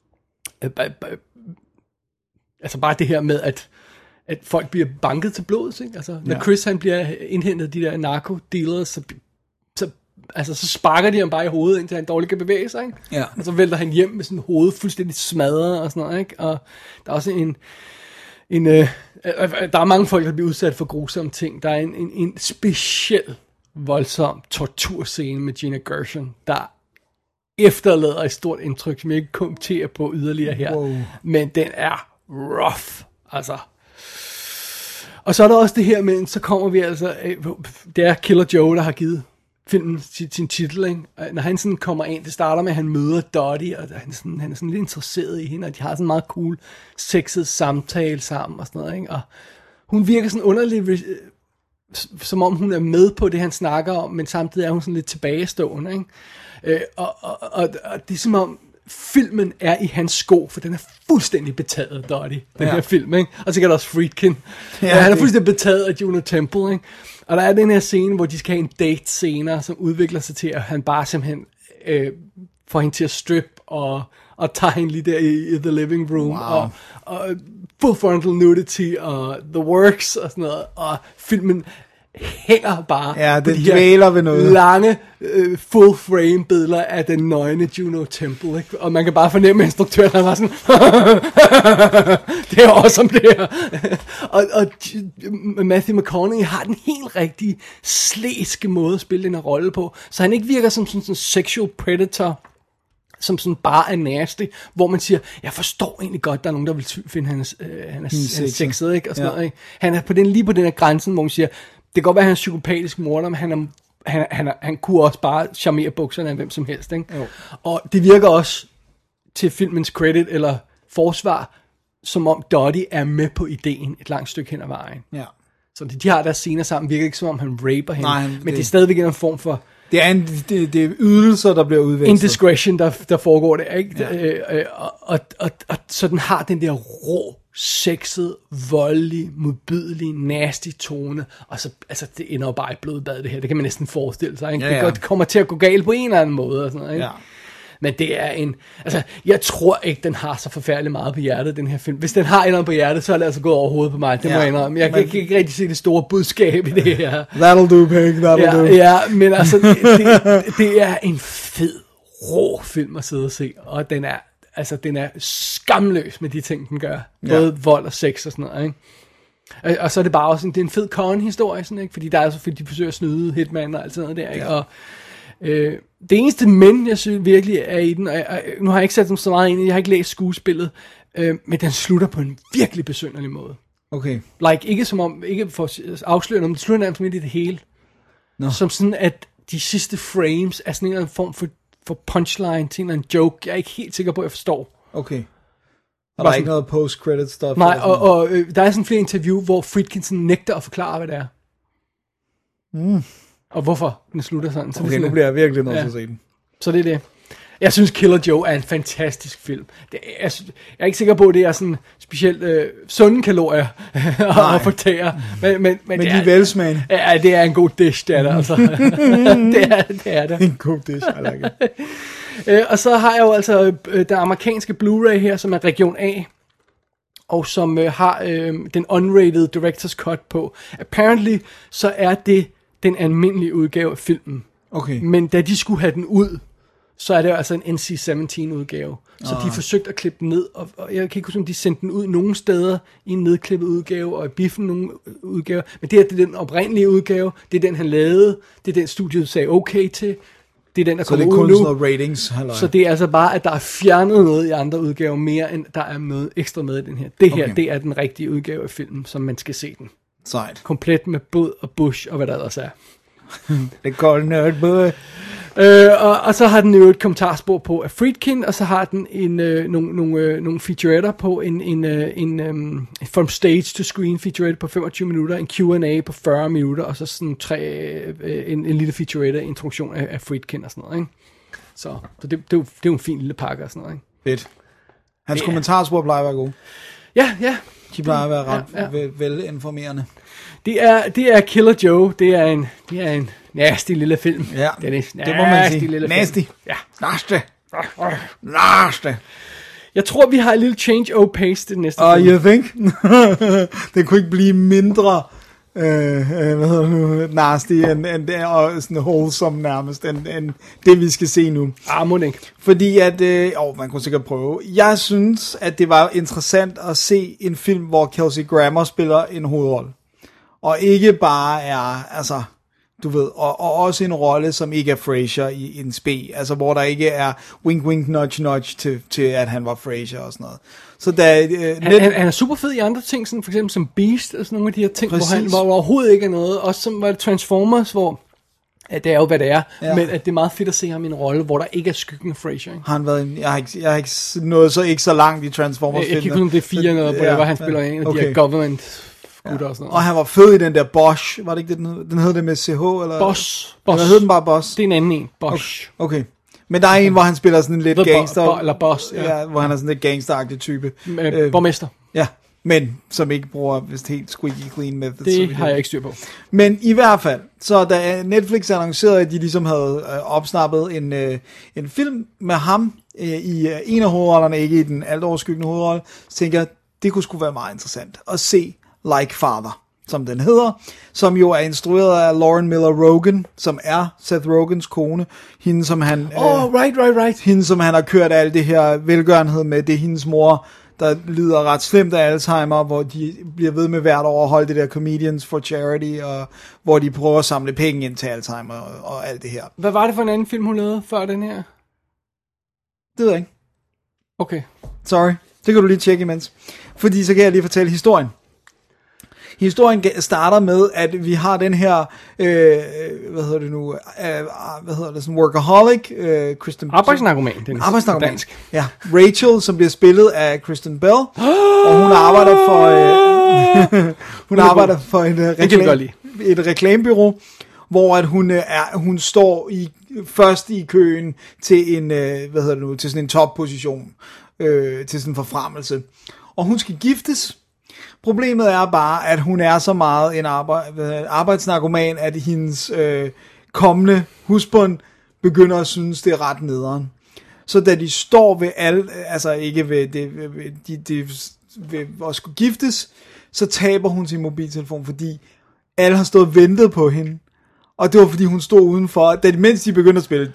Altså bare det her med, at folk bliver banket til blods, ikke? Altså, når Chris han bliver indhentet af de der narko-dealers, så sparker de ham bare i hovedet, indtil han dårligt kan bevæge sig, ikke? Ja. Og så vælter han hjem med sådan hovedet fuldstændig smadret og sådan noget, ikke? Og der er også der er mange folk, der bliver udsat for grusomme ting. Der er en speciel voldsom torturscene med Gina Gershon, der efterlader et stort indtryk, som jeg ikke kommenterer på yderligere her. Wow. Men den er rough. Altså, Og så er der også det her med, så kommer vi altså, det er Killer Joe, der har givet filmen sin titel, ikke? Når han sådan kommer ind, det starter med, at han møder Dottie, og han er sådan lidt interesseret i hende, og de har sådan en meget cool, sexet samtale sammen og sådan noget, ikke? Og hun virker sådan underligt, som om hun er med på det, han snakker om, men samtidig er hun sådan lidt tilbagestående, ikke? Og det er som om, filmen er i hans sko, for den er fuldstændig betaget af Dottie, den her film, ikke? Og så kan der også Friedkin. Han er fuldstændig betaget af Juno Temple, ikke? Og der er den her scene, hvor de skal have en date senere, som udvikler sig til, at han bare simpelthen får hende til at strippe, og tager hende lige der i the living room, og full frontal nudity, og the works, og sådan noget, og filmen hænger bare på de her ved noget. Lange full frame billeder af den nøgne Juno Temple, ikke? Og man kan bare fornemme, at instruktøren var sådan det er awesome det her. og Matthew McConaughey har den helt rigtige slæske måde at spille den her rolle på, så han ikke virker som sådan en sexual predator, som sådan bare er nasty, hvor man siger, jeg forstår egentlig godt, der er nogen, der vil finde, han er sexet, ikke? Og sådan noget, ikke? Han er lige på den her grænsen, hvor man siger, det kan godt være, at han er psykopatisk morder, men han kunne også bare charmere bukserne af hvem som helst, ikke? Og det virker også til filmens credit eller forsvar, som om Dottie er med på ideen et langt stykke hen ad vejen. Ja. Så de har deres scener sammen, virker ikke som om han raper hende, men det er stadigvæk en form for... Det er ydelser, der bliver udvekslet. Indiscretion, der foregår der, ikke? Ja. Og så den har den der rå, sexet, voldelig, modbydelig, nasty tone, og så, altså, det ender jo bare i blodbad, det her. Det kan man næsten forestille sig, ikke? Ja. Det kommer til at gå galt på en eller anden måde, og sådan noget, ikke? Ja. Men det er altså, jeg tror ikke, den har så forfærdeligt meget på hjertet, den her film. Hvis den har noget på hjertet, så er det altså gået over hovedet på mig. Det må jeg indrømme. Jeg kan ikke rigtig se det store budskab i det her. That'll do, pig, that'll do. Ja, men altså, det er en fed, rå film at sidde og se, og den er skamløs med de ting, den gør. Både vold og sex og sådan noget, ikke? Og så er det bare også det er en fed Con-historie, sådan, ikke? Fordi der er selvfølgelig, de forsøger at snyde Hitman og alt sådan noget der, ikke? Og det eneste men, jeg synes virkelig er i den, og nu har jeg ikke sat dem så meget ind i, jeg har ikke læst skuespillet, men den slutter på en virkelig besynderlig måde. Okay. Like, ikke som om, ikke for at afsløre noget, men det slutter nærmest midt i det hele. No. Som sådan, at de sidste frames er sådan en eller anden form for punchline til en eller anden joke, jeg er ikke helt sikker på, at jeg forstår. Okay. Og der er ikke noget post-credit stuff? Nej, og der er sådan flere interview, hvor Friedkin nægter at forklare, hvad det er. Og hvorfor den slutter sådan. Så okay, nu bliver jeg virkelig nødt til at se den. Så det er det. Jeg synes Killer Joe er en fantastisk film. Jeg er ikke sikker på, at det er sådan specielt sunde kalorier at fortære. Men de er velsmagende. Ja, det er en god dish, det er der. Altså. det er det. En god dish, I like it. Og så har jeg jo altså den amerikanske Blu-ray her, som er region A. Og som har den unrated director's cut på. Apparently, så er det den almindelige udgave af filmen. Okay. Men da de skulle have den ud, så er det jo altså en NC-17 udgave. Så de forsøgte at klippe den ned, og jeg kan ikke huske, om de sendte den ud nogle steder i en nedklippet udgave, og i biffen nogle udgaver. Men det er den oprindelige udgave, det er den, han lavede, det er den, studiet sagde okay til, det er den, der kommer ud nu. Så det er kun sådan noget ratings, halløj. Så det er altså bare, at der er fjernet noget i andre udgaver, mere end der er noget ekstra med i den her. Det her, det er den rigtige udgave af filmen, som man skal se den. Sejt. Komplet med båd og bush, og hvad der ellers er. Det går nørd både. Og så har den jo et kommentarspor på af Friedkin, og så har den nogle featuretter på, en from stage to screen featurette på 25 minutter, en Q&A på 40 minutter, og så sådan en lille featurette introduktion af Friedkin og sådan noget, ikke? Så det er jo en fin lille pakke og sådan noget, ikke? Fedt. Hans kommentarspor plejer at være gode. Ja. De plejer at være ret velinformerende. Det er Killer Joe. Det er en nasty lille film. Ja, det må man sige. Nasty. Ja. Nasty. Jeg tror, vi har en lille change of pace til den næste film. You think? Det kunne ikke blive mindre nasty og sådan wholesome nærmest end det vi skal se nu. Monik. Fordi at man kunne sikkert prøve. Jeg synes at det var interessant at se en film hvor Kelsey Grammer spiller en hovedrolle. Og ikke bare er du ved, og også en rolle, som ikke er Frasier i en spe, altså hvor der ikke er wink, wink, nudge, nudge til at han var Frasier og sådan noget. Så han er super fed i andre ting, sådan for eksempel som Beast og sådan nogle af de her ting, hvor overhovedet ikke er noget. Også som var det Transformers, hvor at det er jo, hvad det er, men at det er meget fedt at se ham i en rolle, hvor der ikke er skyggen af Frasier. Har han været jeg har ikke nået så langt i Transformers. Jeg kan kun det 4 noget, hvor han spiller en af de her government gutter og sådan noget. Og han var fed i den der Bosch, var det ikke det, den hed det med CH? Eller? Bosch. Eller hed den bare Bosch? Det er en anden en, Bosch. Okay. Men der er en, hvor han spiller sådan en lidt gangster. Eller Boss, ja. Hvor han er sådan en lidt gangsteragtig type. Borgmester. Ja, men som ikke bruger vist helt squeaky clean methods. Det har jeg ikke styr på. Men i hvert fald, så da Netflix annoncerede, at de ligesom havde opsnappet en film med ham i en af hovedrollerne, ikke i den alt overskyggende hovedrolle, så tænkte jeg, det kunne sgu være meget interessant at se Like Father, som den hedder, som jo er instrueret af Lauren Miller Rogen, som er Seth Rogens kone, hende som han right. Hende som han har kørt alt det her velgørenhed med, det er hendes mor, der lider ret slemt af Alzheimer, hvor de bliver ved med hvert år at holde det der Comedians for Charity, og hvor de prøver at samle penge ind til Alzheimer og alt det her. Hvad var det for en anden film, hun lavede før den her? Det ved jeg ikke. Okay. Sorry, det kan du lige tjekke imens. Fordi så kan jeg lige fortælle historien. Historien starter med, at vi har den her, sådan workaholic, Kristen... Arbejdsnarkoman. Arbejdsnarkoman. Ja, Rachel, som bliver spillet af Kristen Bell, og hun arbejder for, et reklamebureau, hvor at hun står først i køen til en, til sådan en topposition, til sådan en forfremmelse. Og hun skal giftes. Problemet er bare, at hun er så meget en arbejdsnarkoman, at hendes kommende husbund begynder at synes, det er ret nederen. Så da de står ved ikke ved det, ved at skulle giftes, så taber hun sin mobiltelefon, fordi alle har stået og ventet på hende. Og det var fordi hun stod udenfor, mens de begyndte at spille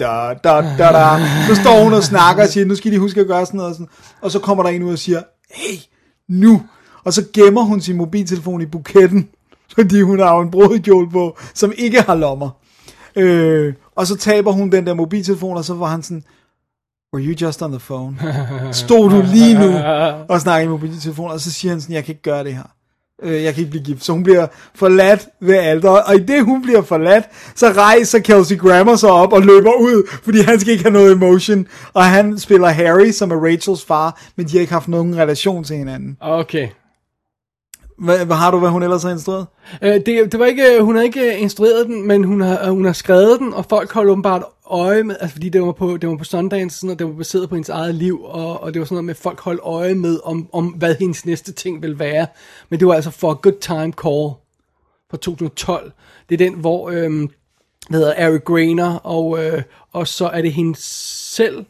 så står hun og snakker og siger, nu skal de huske at gøre sådan noget, og så kommer der en ud og siger, hey, nu. Og så gemmer hun sin mobiltelefon i buketten, fordi hun har en brudekjole på, som ikke har lommer. Og så taber hun den der mobiltelefon, og så var han sådan, were you just on the phone? Stod du lige nu og snakker i mobiltelefonen? Og så siger han sådan, jeg kan ikke gøre det her. Jeg kan ikke blive gift. Så hun bliver forladt ved alderet, og i det hun bliver forladt, så rejser Kelsey Grammer sig op og løber ud, fordi han skal ikke have noget emotion, og han spiller Harry, som er Rachels far, men de har ikke haft nogen relation til hinanden. Okay. Hvad har du, hvad hun ellers har instrueret? Det var ikke, hun har ikke instrueret den, men hun har skrevet den, og folk holdt åbenbart øje med, altså fordi det var på Sundance, og det var baseret på hendes eget liv, og det var sådan noget med, at folk holdt øje med, om hvad hendes næste ting ville være. Men det var altså For a Good Time Call fra 2012. Det er den, hvor, det hedder Eric Grainer, og så er det hende selv,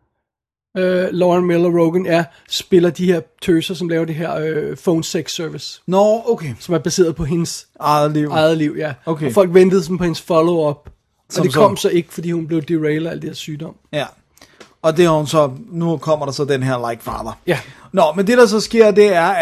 Lauren Miller Rogen spiller de her tøser, som laver det her phone sex service. Nå, okay. Som er baseret på hendes eget liv, ja. Okay. Og folk ventede sådan på hendes follow-up. Og det kom så så ikke, fordi hun blev derailet af alt det her sygdom. Ja. Og det er hun så, nu kommer der så den her Like Father. Ja. Nå, men det der så sker, det er,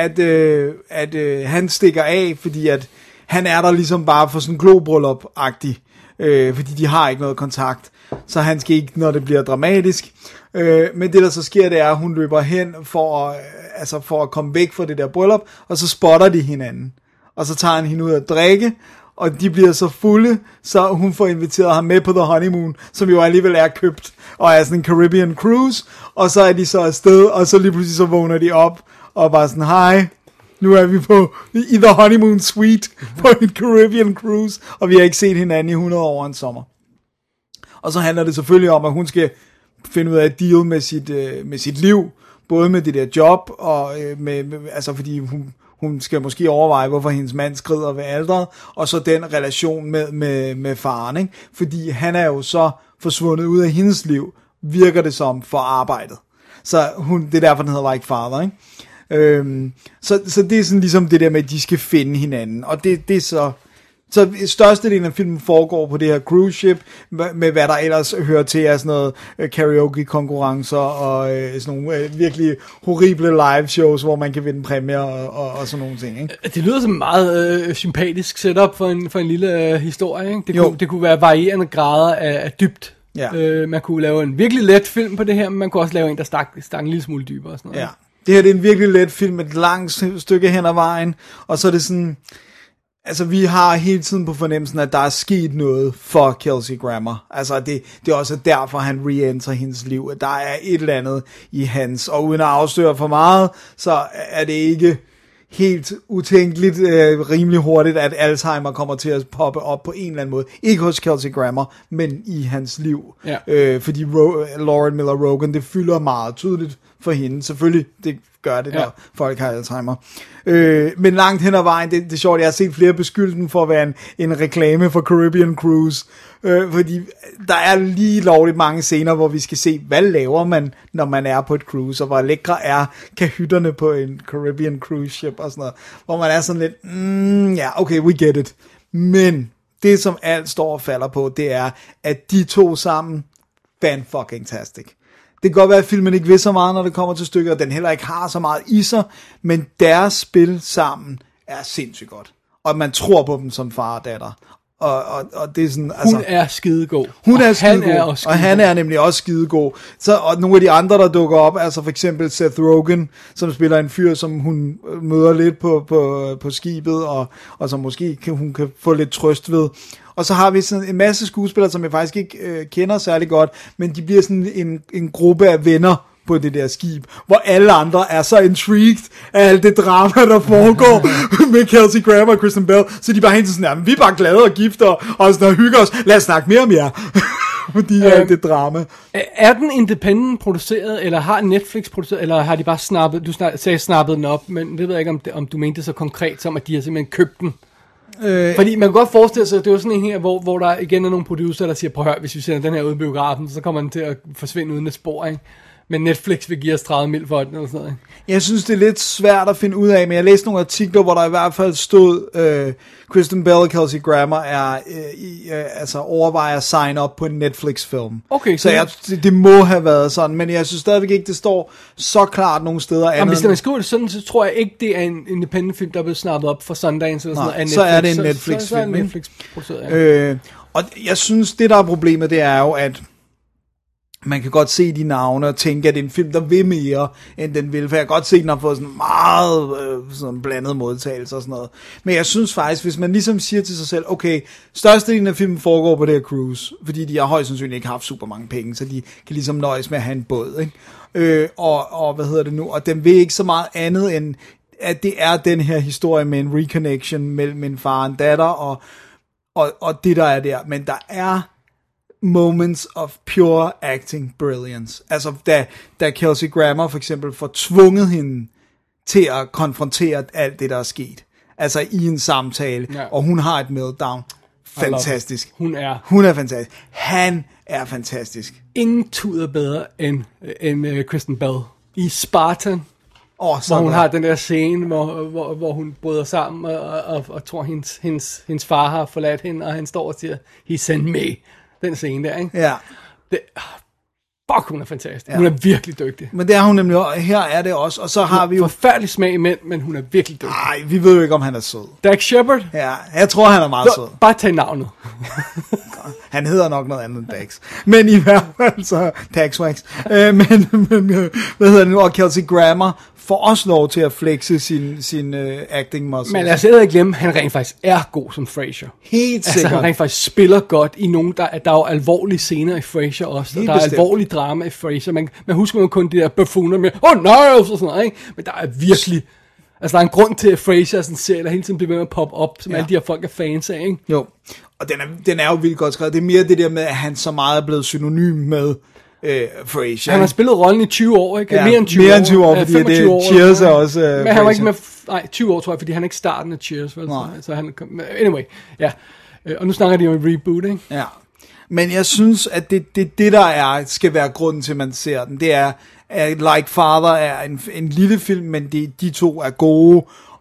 at han stikker af, fordi at han er der ligesom bare for sådan en globryllup-agtig, fordi de har ikke noget kontakt. Så han skal ikke, når det bliver dramatisk. Men det der så sker, det er, at hun løber hen for at komme væk fra det der bryllup, og så spotter de hinanden. Og så tager han hende ud at drikke, og de bliver så fulde, så hun får inviteret ham med på The Honeymoon, som jo alligevel er købt, og er sådan en Caribbean cruise, og så er de så afsted, og så lige pludselig så vågner de op, og bare sådan, hej, nu er vi i The Honeymoon Suite, på en Caribbean cruise, og vi har ikke set hinanden i 100 år en sommer. Og så handler det selvfølgelig om, at hun skal finde ud af at deal med sit liv, både med det der job, og altså fordi hun skal måske overveje, hvorfor hendes mand skrider ved alderet, og så den relation med faren, ikke? Fordi han er jo så forsvundet ud af hendes liv, virker det som, for arbejdet. Så det er derfor, den hedder Like Father, ikke? Så det er sådan ligesom det der med, at de skal finde hinanden, og det er så Så størstedelen af filmen foregår på det her cruise ship, med hvad der ellers hører til af sådan noget karaoke-konkurrencer og sådan nogle virkelig horrible live shows, hvor man kan vinde præmier og sådan nogle ting, ikke? Det lyder som en meget sympatisk setup for en lille historie, ikke? Det kunne være varierende grader af dybt. Ja. Man kunne lave en virkelig let film på det her, men man kunne også lave en, der stak en lille smule dybere og sådan noget. Ja. Det her det er en virkelig let film, et langt stykke hen ad vejen, og så er det sådan... Altså, vi har hele tiden på fornemmelsen, at der er sket noget for Kelsey Grammer. Altså, det er også derfor, han re-enter hendes liv. At der er et eller andet i hans, og uden at afsløre for meget, så er det ikke helt utænkeligt, rimelig hurtigt, at Alzheimer kommer til at poppe op på en eller anden måde. Ikke hos Kelsey Grammer, men i hans liv. Ja. Fordi Lauren Miller Rogen, det fylder meget tydeligt for hende. Selvfølgelig, det gør det, når folk har Alzheimer. Men langt hen ad vejen, det er sjovt, jeg har set flere beskylde den for at være en reklame for Caribbean Cruise. Fordi der er lige lovligt mange scener, hvor vi skal se, hvad laver man, når man er på et cruise, og hvor lækre er kahytterne på en Caribbean Cruise ship og sådan noget. Hvor man er sådan lidt, okay, we get it. Men det, som alt står og falder på, det er, at de to sammen, fan-fucking-tastic. Det kan godt være, at filmen ikke ved så meget, når det kommer til stykket, og den heller ikke har så meget i sig, men deres spil sammen er sindssygt godt. Og man tror på dem som far og datter. Og det er sådan, altså, hun er skidegod. Hun er skidegod, og han er nemlig også skidegod. Så, og nogle af de andre, der dukker op, altså for eksempel Seth Rogen, som spiller en fyr, som hun møder lidt på skibet, og som måske hun kan få lidt trøst ved. Og så har vi sådan en masse skuespillere, som jeg faktisk ikke kender særlig godt, men de bliver sådan en gruppe af venner på det der skib, hvor alle andre er så intrigued af alt det drama, der foregår med Kelsey Grammer og Kristen Bell, så de bare helt sådan, vi er bare glade og gifter og sådan og hygger os, lad os snakke mere om jer. Fordi alt det drama. Er den independent produceret, eller har Netflix produceret, eller har de bare snappet, du sagde snappet den op, men det ved jeg ikke, om du mente det så konkret, som at de har simpelthen købt den. Fordi man kan godt forestille sig, at det er jo sådan en her, hvor der igen er nogle producer, der siger, prøv at høre, hvis vi sender den her ud i biografen, så kommer den til at forsvinde uden et spor, ikke? Men Netflix vil give os 30 mil for den, eller sådan noget, ikke? Jeg synes, det er lidt svært at finde ud af, men jeg læste nogle artikler, hvor der i hvert fald stod, Kristen Bell og Kelsey Grammer altså overvejer at sign up på en Netflix-film. Okay, så det må have været sådan, men jeg synes stadigvæk ikke, det står så klart nogle steder. Jamen, hvis man skriver det sådan, så tror jeg ikke, det er en independent film, der er blevet snappet op for Sundance eller sådan noget. Så er det en Netflix-film. Så er det Netflix-produceret, ja. Og jeg synes, det der er problemet, det er jo, at man kan godt se de navne og tænke, at det er en film, der vil mere, end den vil. For jeg kan godt se, at den har fået sådan meget sådan blandet modtagelse og sådan noget. Men jeg synes faktisk, hvis man ligesom siger til sig selv, okay, størstedelen af filmen foregår på det her cruise, fordi de har højst sandsynligt ikke haft super mange penge, så de kan ligesom nøjes med at have en båd, ikke? Og hvad hedder det nu? Og den vil ikke så meget andet end, at det er den her historie med en reconnection mellem en far og en datter, og det der er der. Men der er moments of pure acting brilliance. Altså, da Kelsey Grammer for eksempel får tvunget hende til at konfrontere alt det, der er sket. Altså, i en samtale, og hun har et meltdown. Fantastisk. Hun er fantastisk. Han er fantastisk. Ingen tuder bedre end Kristen Bell. I Spartan, hvor hun har den der scene, hvor hun bryder sammen, og tror, hendes far har forladt hende, og han står og siger, he sent me. Den scene der, ikke? Ja. Fuck, hun er fantastisk. Ja. Hun er virkelig dygtig. Men det er hun nemlig, her er det også, og så har vi jo... Forfærdelig smag i mænd, men hun er virkelig dygtig. Nej, vi ved jo ikke, om han er sød. Dax Shepard? Ja, jeg tror, han er meget sød. Bare tag navnet. Han hedder nok noget andet end Dax. Men i hvert fald så Dax-Wax. Men hvad hedder det nu? Og Kelsey Grammer får også lov til at flexe sin acting muscles. Men lad os ikke glemme, han rent faktisk er god som Frasier. Helt sikkert. Altså, han rent faktisk spiller godt i nogen, der er jo alvorlige scener i Frasier også. Der er alvorlig drama i Frasier. Man husker jo kun de der buffoner med, nej, og sådan noget, ikke? Men der er virkelig... Altså, der er en grund til, at Frasier er sådan en serie, der hele tiden bliver ved med at poppe op, som alle de her folk er fans af, ikke? Jo, og den er jo vildt godt skrevet. Det er mere det der med, at han så meget er blevet synonym med Frasier. Han har spillet rollen i 20 år, ikke? Ja, mere end 20 år, fordi det år, Cheers er også men han var ikke med, 20 år, tror jeg, fordi han er ikke starten af Cheers, vel? Så han, anyway, ja. Og nu snakker de om en reboot, ikke? Ja. Men jeg synes, at det der skal være grunden til, at man ser den. Det er, at Like Father er en lille film, men de to er gode,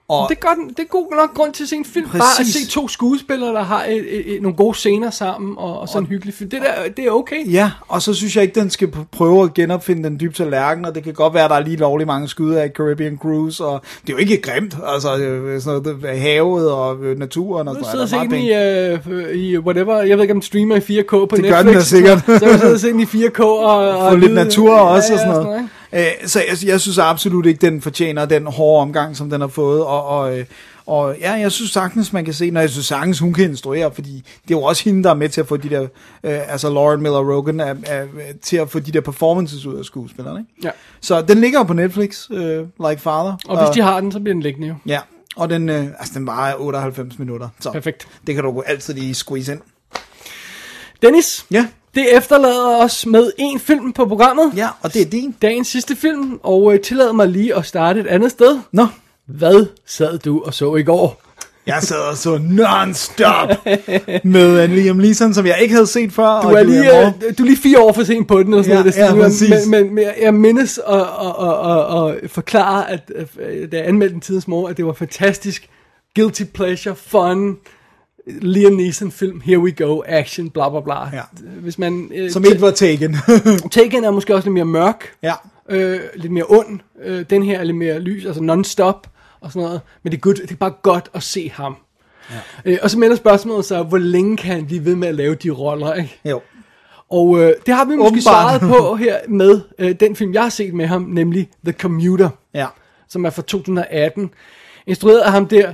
Og det er god nok grund til at se en film. Præcis. Bare at se to skuespillere, der har nogle gode scener sammen, og sådan en hyggelig film. Det er okay. Ja, og så synes jeg ikke, den skal prøve at genopfinde den dybe tallerken, og det kan godt være, at der er lige lovlig mange skud af Caribbean Cruise, og det er jo ikke grimt, altså sådan noget, havet og naturen og sådan noget. Jeg sidder og i whatever, jeg ved ikke om den streamer i 4K på det Netflix. Det gør den da sikkert. Så jeg sidder og se i 4K og få lidt natur også og sådan noget. Så jeg synes absolut ikke, den fortjener den hårde omgang, som den har fået, og ja, jeg synes sagtens, man kan se, når jeg synes sagtens, hun kan instruere, fordi det er jo også hende, der er med til at få de der, altså Lauren Miller Rogen, til at få de der performances ud af skuespillerne, ikke? Ja. Så den ligger på Netflix, Like Father. Og hvis de har den, så bliver den liggende jo. Ja, og den varer 98 minutter. Så perfekt. Det kan du altid lige squeeze ind. Dennis? Ja? Det efterlader os med en film på programmet. Ja, og det er din. Dagens sidste film, og tillad mig lige at starte et andet sted. Nå. Hvad sad du og så i går? Jeg sad og så non-stop med Liam Neeson, som jeg ikke havde set før. Du er lige 4 år for sent på den. Og sådan ja, noget. Men jeg mindes og forklare, at da jeg anmeldte den tidens morgen, at det var fantastisk, guilty pleasure, fun, Liam Neeson film, here we go, action, bla bla bla. Ja. Hvis man, som ikke var Taken. Taken er måske også lidt mere mørk, ja. Lidt mere ond. Den her er lidt mere lys, altså non-stop og sådan noget. Men det er bare godt at se ham. Ja. Og så melder spørgsmålet så, hvor længe kan han blive ved med at lave de roller, ikke? Jo. Og det har vi måske svaret på her med den film, jeg har set med ham, nemlig The Commuter, ja. Som er fra 2018. Instrueret af ham der,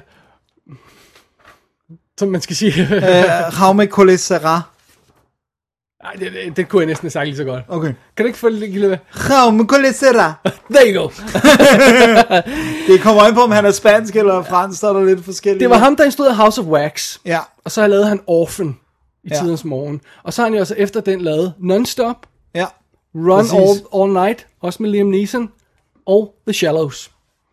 som man skal sige. Jaume Collet-Serra. Nej, det kunne jeg næsten have sagt lige så godt. Okay. Kan du ikke få det lidt lille? Jaume Collet-Serra. There you go. Det kommer an på, om han er spansk eller fransk, der er der lidt forskellige. Det var ham, der instruerede House of Wax. Ja. Og så lavede han Orphan i tidens morgen. Og så har han jo altså efter den lavet Non-Stop. Ja. Run all Night, også med Liam Neeson. Og The Shallows.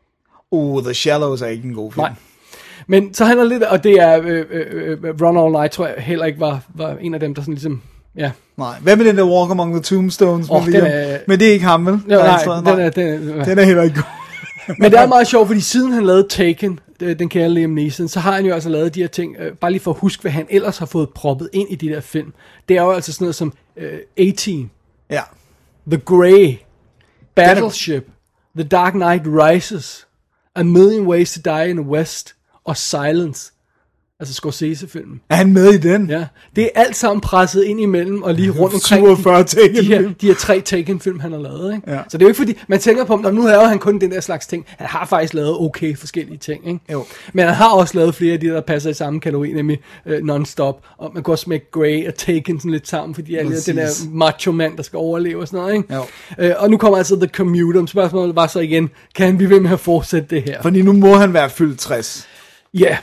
The Shallows er ikke en god film. Nej. Men så handler lidt, og det er Run All Night, tror jeg heller ikke var en af dem, der sådan ligesom, ja. Nej, hvad med den der Walk Among the Tombstones? Men det er ikke ham, vel? Den er heller ikke god. Men det er meget sjovt, fordi siden han lavede Taken, den kære Liam Neeson, så har han jo altså lavet de her ting, bare lige for at huske, hvad han ellers har fået proppet ind i de der film. Det er jo altså sådan noget som 18, ja. The Grey, Battleship, The Dark Knight Rises, A Million Ways to Die in the West, og Silence. Altså Scorsese-filmen. Er han med i den? Ja. Det er alt sammen presset ind imellem, og lige rundt omkring 47 Taken-film. De her 3 Taken-film, han har lavet. Ikke? Ja. Så det er jo ikke fordi, man tænker på, nu laver han kun den der slags ting. Han har faktisk lavet okay forskellige ting. Ikke? Jo. Men han har også lavet flere af de, der passer i samme kategori, nemlig Non-Stop. Og man kan også smække Grey og Taken sådan lidt sammen, fordi er den der macho-mand, der skal overleve og sådan noget. Ikke? Og nu kommer altså The Commuter. Spørgsmålet var så igen, kan han blive ved med at fortsætte det her? Fordi nu må han være fyldt 60. Ja.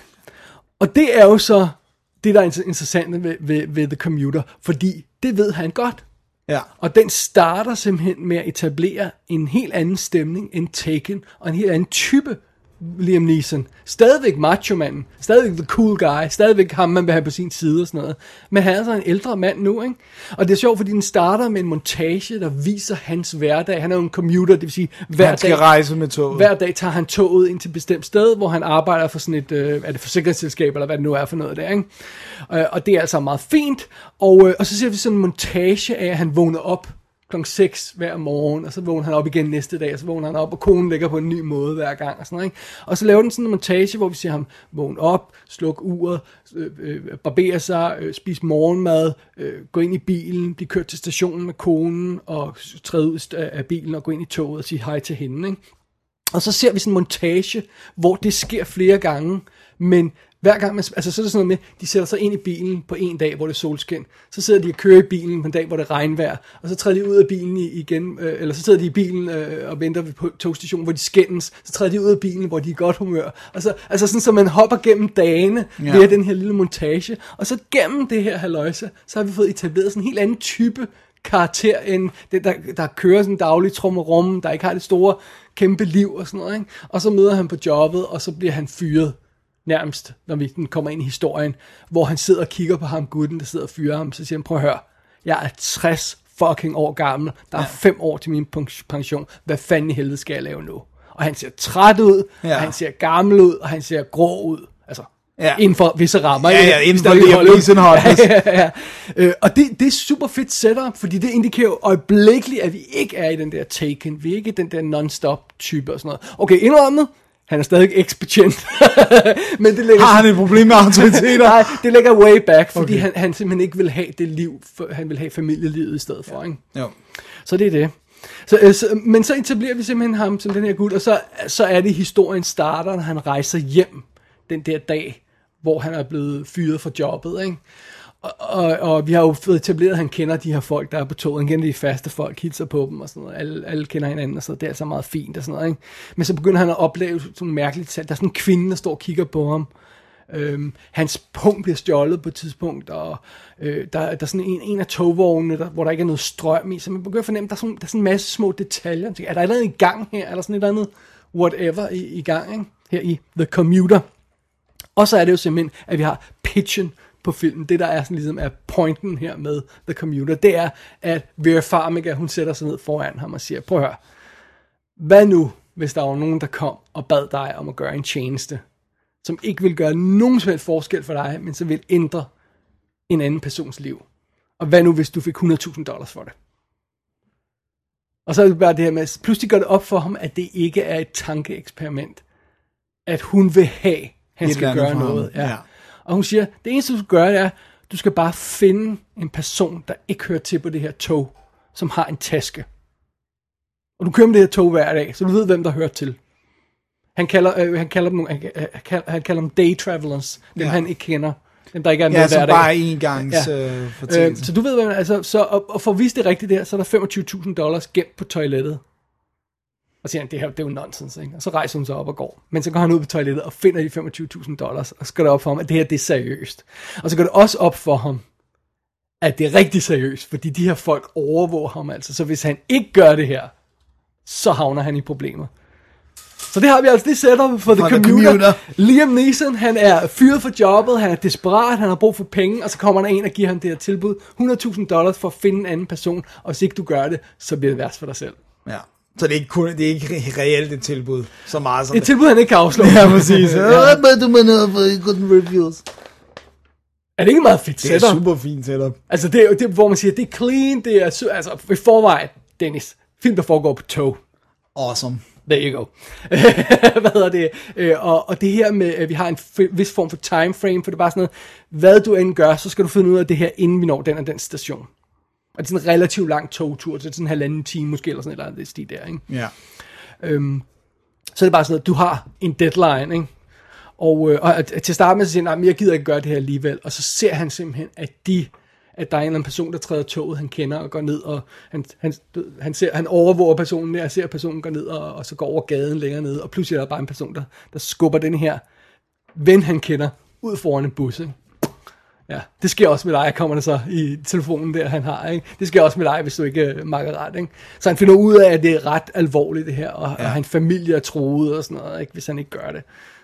Og det er jo så det, der er interessant ved The Commuter, fordi det ved han godt. Ja. Og den starter simpelthen med at etablere en helt anden stemning end Taken, og en helt anden type Liam Neeson. Stadigvæk macho-manden, stadigvæk the cool guy, stadigvæk ham, man vil have på sin side og sådan noget. Men han er så en ældre mand nu, ikke? Og det er sjovt, fordi den starter med en montage, der viser hans hverdag. Han er jo en commuter, det vil sige, han skal rejse med toget. Hver dag tager han toget ind til et bestemt sted, hvor han arbejder for sådan et, er det forsikringsselskab, eller hvad det nu er for noget der, ikke? Og det er altså meget fint. Og så ser vi sådan en montage af, at han vågner op kl. 6 hver morgen, og så vågner han op igen næste dag, og så vågner han op, og konen ligger på en ny måde hver gang, og sådan noget, ikke? Og så laver den sådan en montage, hvor vi ser ham vågne op, slukke uret, barbere sig, spise morgenmad, gå ind i bilen, blive kørt til stationen med konen, og træde ud af bilen, og gå ind i toget og sige hej til hende, ikke? Og så ser vi sådan en montage, hvor det sker flere gange, men hver gang man, altså så er det sådan noget med, de sætter sig ind i bilen på en dag, hvor det er solskin. Så sidder de og kører i bilen på en dag, hvor det er regnvejr. Og så træder de ud af bilen igen, eller så sidder de i bilen og venter på togstationen, hvor de skændes. Så træder de ud af bilen, hvor de er i godt humør. Og så, altså sådan, så man hopper gennem dagene ved den her lille montage. Og så gennem det her halløjse, så har vi fået etableret sådan en helt anden type karakter, end det, der kører sådan en daglig trummerum, der ikke har det store, kæmpe liv og sådan noget, ikke? Og så møder han på jobbet, og så bliver han fyret. Nærmest, når vi kommer ind i historien, hvor han sidder og kigger på ham, gutten, der sidder og fyrer ham, så siger han, prøv at høre, jeg er 60 fucking år gammel, der er 5 år til min pension, hvad fanden i helvede skal jeg lave nu? Og han ser træt ud, og han ser gammel ud, og han ser grå ud. Altså, inden for visse rammer. Ja, inden for Liam Neeson hotness. Og det er super fedt setup, fordi det indikerer øjeblikkeligt, at vi ikke er i den der Taken. Vi er ikke i den der non-stop type og sådan noget. Okay, indrømmet, han er stadig eksbetjent. Men det ligger... Har han et problem med autoriteter? Nej, det ligger way back, fordi han simpelthen ikke vil have det liv, han vil have familielivet i stedet for, ikke? Jo. Så det er det. Men så etablerer vi simpelthen ham som den her gut, og så er det historien starter, når han rejser hjem den der dag, hvor han er blevet fyret fra jobbet, ikke? Og vi har jo fået etableret, at han kender de her folk, der er på toget. Han kender de faste folk, hilser på dem og sådan noget. Alle kender hinanden og sådan noget. Det er altså meget fint og sådan noget, ikke? Men så begynder han at opleve sådan mærkeligt salg. Der er sådan en kvinde, der står og kigger på ham. Hans punkt bliver stjålet på et tidspunkt, og der er sådan en af togvognene, hvor der ikke er noget strøm i, så man begynder at fornemme, at der er sådan en masse små detaljer. Er der et eller andet i gang her? Er der sådan et eller andet whatever i gang, ikke? Her i The Commuter. Og så er det jo simpelthen, at vi har pitchen på filmen. Det der er sådan ligesom er pointen her med The Commuter, det er, at Vera Farmiga, hun sætter sig ned foran ham og siger, prøv at høre, hvad nu, hvis der var nogen, der kom og bad dig om at gøre en tjeneste, som ikke vil gøre nogen som helst forskel for dig, men som vil ændre en anden persons liv. Og hvad nu, hvis du fik $100,000 for det? Og så er det bare det her med, pludselig gør det op for ham, at det ikke er et tankeeksperiment. At hun vil have, han skal gøre noget. Ja. Og hun siger, det eneste du skal gøre, det er, du skal bare finde en person, der ikke hører til på det her tog, som har en taske. Og du kører med det her tog hver dag, så du ved, hvem der hører til. Han kalder dem day travelers, dem han ikke kender. Dem, der ikke er med som hver dag. bare engangs fortælling. Så du ved, hvad altså, og for at vise det rigtigt der, så er der $25,000 gemt på toilettet. Og så siger han, det er jo nonsens, ikke? Og så rejser hun sig op og går. Men så går han ud på toilettet og finder de $25,000, og så går det op for ham, at det her, det er seriøst. Og så går det også op for ham, at det er rigtig seriøst, fordi de her folk overvåger ham altså. Så hvis han ikke gør det her, så havner han i problemer. Så det har vi altså, det setup for The Commuter. Liam Neeson, han er fyret for jobbet, han er desperat, han har brug for penge, og så kommer der en og giver ham det her tilbud, $100,000 for at finde en anden person, og hvis ikke du gør det, så bliver det værst for dig selv. Ja. Så det er ikke reelt et tilbud, så meget som et tilbud, han ikke kan afslå. Ja, præcis. Hvad du mener for good reviews? Er det ikke meget fedt setup? Det er super fint setup. Altså, det er, hvor man siger, det er clean, det er, altså, i forvejen, Dennis, film, der foregår på tog. Awesome. There you go. Hvad hedder det? Og det her med, at vi har en vis form for time frame, for det er bare sådan noget, hvad du end gør, så skal du finde ud af det her, inden vi når den og den station. Og det er sådan en relativt lang togtur, så det er sådan 1,5 time måske, eller sådan et eller andet stil der, ikke? Ja. Så er det bare sådan, at du har en deadline, ikke? Og til at starte med, så siger han, jeg gider ikke gøre det her alligevel. Og så ser han simpelthen, at der er en eller anden person, der træder toget, han kender og går ned, og han overvåger personen der, ser personen gå ned, og så går over gaden længere ned, og pludselig er der bare en person, der skubber den her ven, han kender, ud foran en bus, ikke? Ja, det sker også med dig, kommer der så i telefonen der, han har, ikke? Det sker også med dig, hvis du ikke makker ret, ikke? Så han finder ud af, at det er ret alvorligt det her, og hans familie er truet og sådan noget, ikke? Hvis han ikke gør det.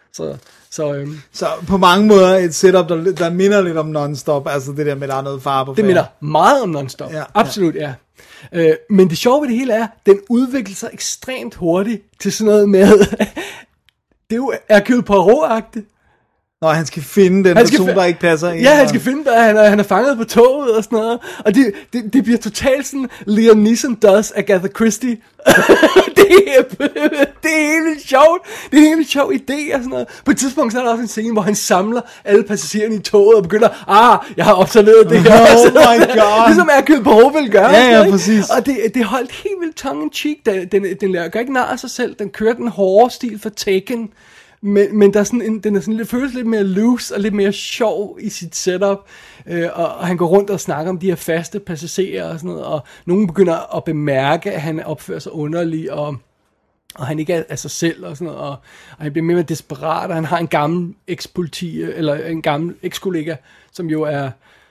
Så på mange måder et setup, der minder lidt om non-stop, altså det der med, der er noget far på færd. Det minder meget om non-stop, absolut, ja. Men det sjove ved det hele er, den udvikler sig ekstremt hurtigt til sådan noget med, det er jo Hercule Poirot-agtigt. Når han skal finde den person, der ikke passer ind. Ja, han skal finde, han er fanget på toget og sådan noget. Og det bliver totalt sådan, Liam Neeson does Agatha Christie. det er helt vildt sjovt. Det er en helt vildt sjov idé og sådan noget. På et tidspunkt så er der også en scene, hvor han samler alle passagererne i toget og begynder, jeg har observeret det her. Oh my god. Ligesom Hercule Poirot vil gøre. Ja, præcis. Og det holdt helt vildt tongue-in-cheek. Den gør ikke nar af sig selv. Den kører den hårde stil for Taken. Men der er sådan den er sådan lidt, føles lidt mere loose og lidt mere sjov i sit setup, og han går rundt og snakker om de her faste passagerer og sådan noget, og nogen begynder at bemærke, at han opfører sig underlig, og han ikke er sig selv og sådan noget, og han bliver mere desperat, og han har en gammel ekspoliti, eller en gammel ekskollega, som jo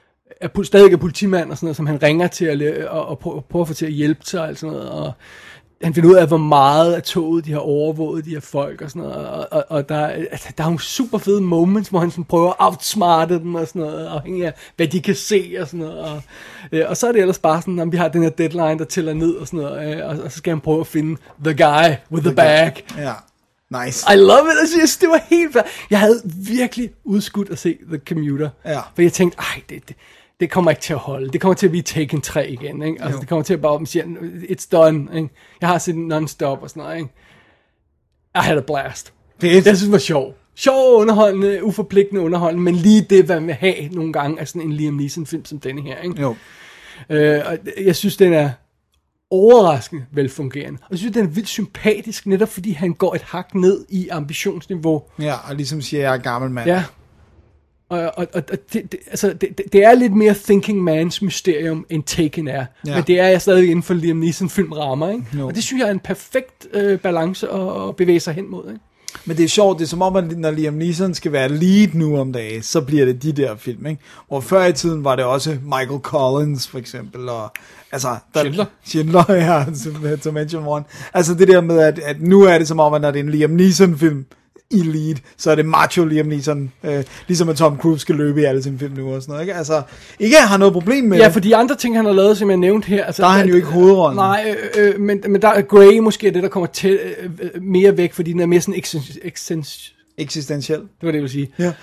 stadig er politimand og sådan noget, som han ringer til og prøver at få til at hjælpe sig og sådan noget, og han finder ud af, hvor meget af toget de har overvåget de her folk og sådan noget, og der er nogle super fede moments, hvor han sådan prøver at outsmarte dem og sådan noget, afhængig af, hvad de kan se og sådan noget, og så er det ellers bare sådan, at vi har den her deadline, der tæller ned og sådan noget, og så skal han prøve at finde the guy with the bag. Ja, nice. I love it, jeg synes, det var helt fair. Jeg havde virkelig udskudt at se The Commuter, for jeg tænkte, det kommer ikke til at holde. Det kommer til at blive Taken 3 igen, ikke? Altså, det kommer til at bare sige, it's done, ikke? Jeg har set non-stop og sådan noget, ikke? I had a blast. Jeg synes, det var sjov. Sjov, underholdende, uforpligtende underholdende, men lige det, hvad man vil have nogle gange af sådan en Liam Neeson-film som denne her, ikke? Jo. Og jeg synes, den er overraskende velfungerende. Og jeg synes, den er vildt sympatisk, netop fordi han går et hak ned i ambitionsniveau. Ja, og ligesom siger, jeg er gammel mand. Ja. Og det er lidt mere Thinking Man's mysterium, end Taken er. Ja. Men det er jeg stadig inden for Liam Neeson filmrammer, ikke? No. Og det synes jeg er en perfekt balance at bevæge sig hen mod, ikke? Men det er sjovt, det er som om, at når Liam Neeson skal være lead nu om dagen, så bliver det de der film, ikke? Og før i tiden var det også Michael Collins, for eksempel, og altså... Schindler, ja, to mention one. Altså det der med, at nu er det som om, at når det er en Liam Neeson film i lead, så er det macho Liam Neeson, ligesom at Tom Cruise skal løbe i alle sine film nu og sådan noget, ikke? Altså, ikke at har noget problem med det. Ja, for de andre ting, han har lavet, som jeg nævnte her... Altså, der er han jo ikke hovedrollen. Nej, men der er Grey måske det, der kommer til mere væk, fordi den er mere sådan eksistentiel. Det var det, jeg ville sige. Ja.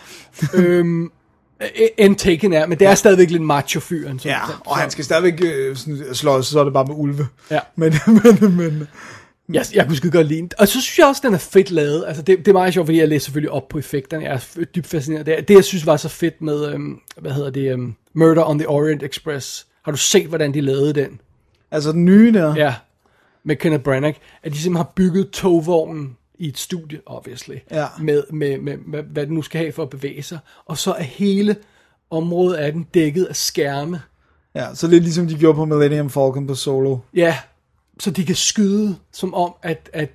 End Taken er, men det er stadigvæk lidt macho-fyren. Ja, og han skal stadigvæk slås, så er det bare med ulve. Ja. Men jeg kunne skide godt lide den. Og så synes jeg også, den er fedt lavet. Altså, det er meget sjovt, fordi jeg læser selvfølgelig op på effekterne. Jeg er dybt fascineret. Det jeg synes var så fedt med, Murder on the Orient Express. Har du set, hvordan de lavede den? Altså den nye der? Ja, med Kenneth Branagh. At de simpelthen har bygget togvognen i et studie, obviously. Ja. Med hvad den nu skal have for at bevæge sig. Og så er hele området af den dækket af skærme. Ja, så lidt ligesom de gjorde på Millennium Falcon på Solo. Ja, så de kan skyde, som om, at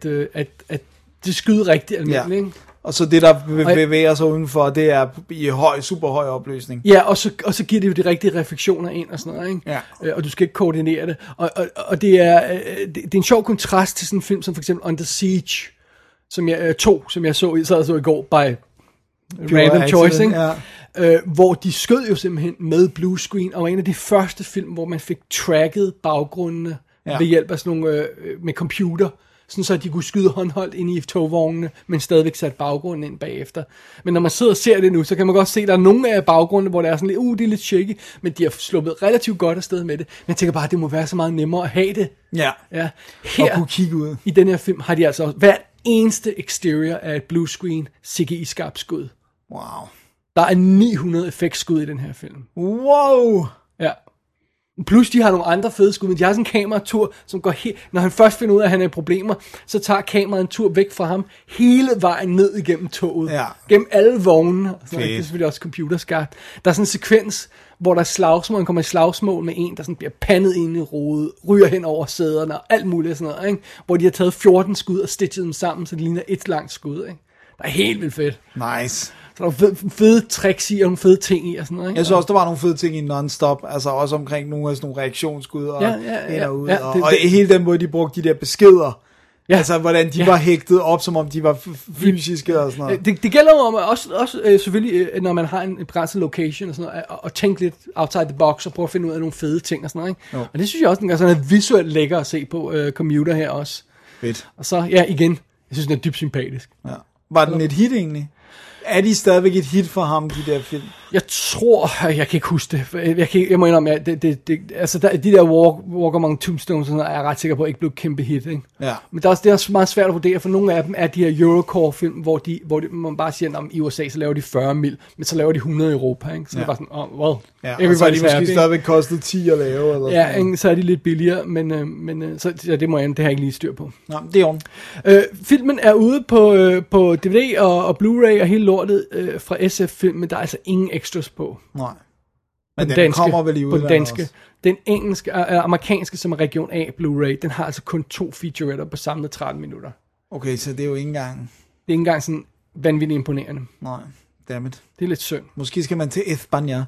de skyder rigtig almindeligt. Ja. Og så det, der bevæger sig udenfor, det er i super høj opløsning. Ja, og så giver det jo de rigtige refleksioner ind og sådan noget, ikke? Ja. Og du skal ikke koordinere det. Og det er en sjov kontrast til sådan en film som for eksempel Under Siege, som jeg så i går by random choice, ikke? Ja. Hvor de skød jo simpelthen med blue screen, og var en af de første film, hvor man fik tracket baggrundene ved hjælp af sådan nogle med computer, sådan så de kunne skyde håndholdt ind i togvognene, men stadigvæk sat baggrunden ind bagefter. Men når man sidder og ser det nu, så kan man godt se, at der er nogle af baggrundene, hvor det er sådan lidt, det er lidt shaky, men de har sluppet relativt godt afsted med det. Men jeg tænker bare, at det må være så meget nemmere at have det. Ja. Her, og kunne kigge ud. I den her film har de altså også, hvert eneste exterior af et blue screen CGI-skarpt skud. Wow. Der er 900 effektskud i den her film. Wow! Ja. Plus de har nogle andre fede skud, men de har sådan en kameratur, som går helt... Når han først finder ud af, at han er i problemer, så tager kameraet en tur væk fra ham, hele vejen ned igennem toget. Ja. Gennem alle vognene. Det er selvfølgelig også computerskarpt. Der er sådan en sekvens, hvor der er slagsmål, han kommer i slagsmål med en, der sådan bliver pandet ind i rodet, ryger hen over sæderne og alt muligt sådan noget, ikke? Hvor de har taget 14 skud og stitchet dem sammen, så det ligner et langt skud, ikke? Der er helt vildt fedt. Nice. Så der er fede tricks i, og nogle fede ting i, og sådan noget, ikke? Jeg synes også, der var nogle fede ting i non-stop, altså også omkring nogle af sådan nogle reaktionsskud, og ind og ud, og hele den måde, de brugte de der beskeder, altså hvordan de var hægtet op, som om de var fysiske og sådan noget. Det gælder jo om også selvfølgelig, når man har en begrænset location og sådan noget, og tænke lidt outside the box, og prøve at finde ud af nogle fede ting og sådan noget, ikke? Og det synes jeg også, den gør sådan visuelt lækker at se på Commuter her også. Fedt. Og så, igen, jeg synes, den er dybt sympatisk. Ja. Var den et hit egentlig? Er de stadigvæk et hit for ham, de der film? Jeg tror, jeg kan ikke huske det. Jeg må indrømme, at altså de der Walk Among Tombstones, er jeg ret sikker på, at ikke blev kæmpe hit, ikke? Ja. Men det er også meget svært at vurdere, for nogle af dem er de her Eurocore-film, hvor man bare siger, at i USA, så laver de 40 mil, men så laver de 100 i Europa, ikke? Så det er bare sådan, well, og så er de måske stadigvæk kostet 10 at lave, eller ja, så er de lidt billigere, men så det må jeg det har jeg ikke lige styr på. Nå, det er om. Filmen er ude på DVD og Blu-ray og hele lortet fra SF-film, men der er altså ingen extras på. Nej. Men den danske, kommer vel i udlandet på den danske. Også. Den engelske, amerikanske, som er region A Blu-ray, den har altså kun 2 featuretter på samlet 13 minutter. Okay, så det er jo ikke engang... Det er ikke engang sådan vanvittigt imponerende. Nej, dammit. Det er lidt synd. Måske skal man til España,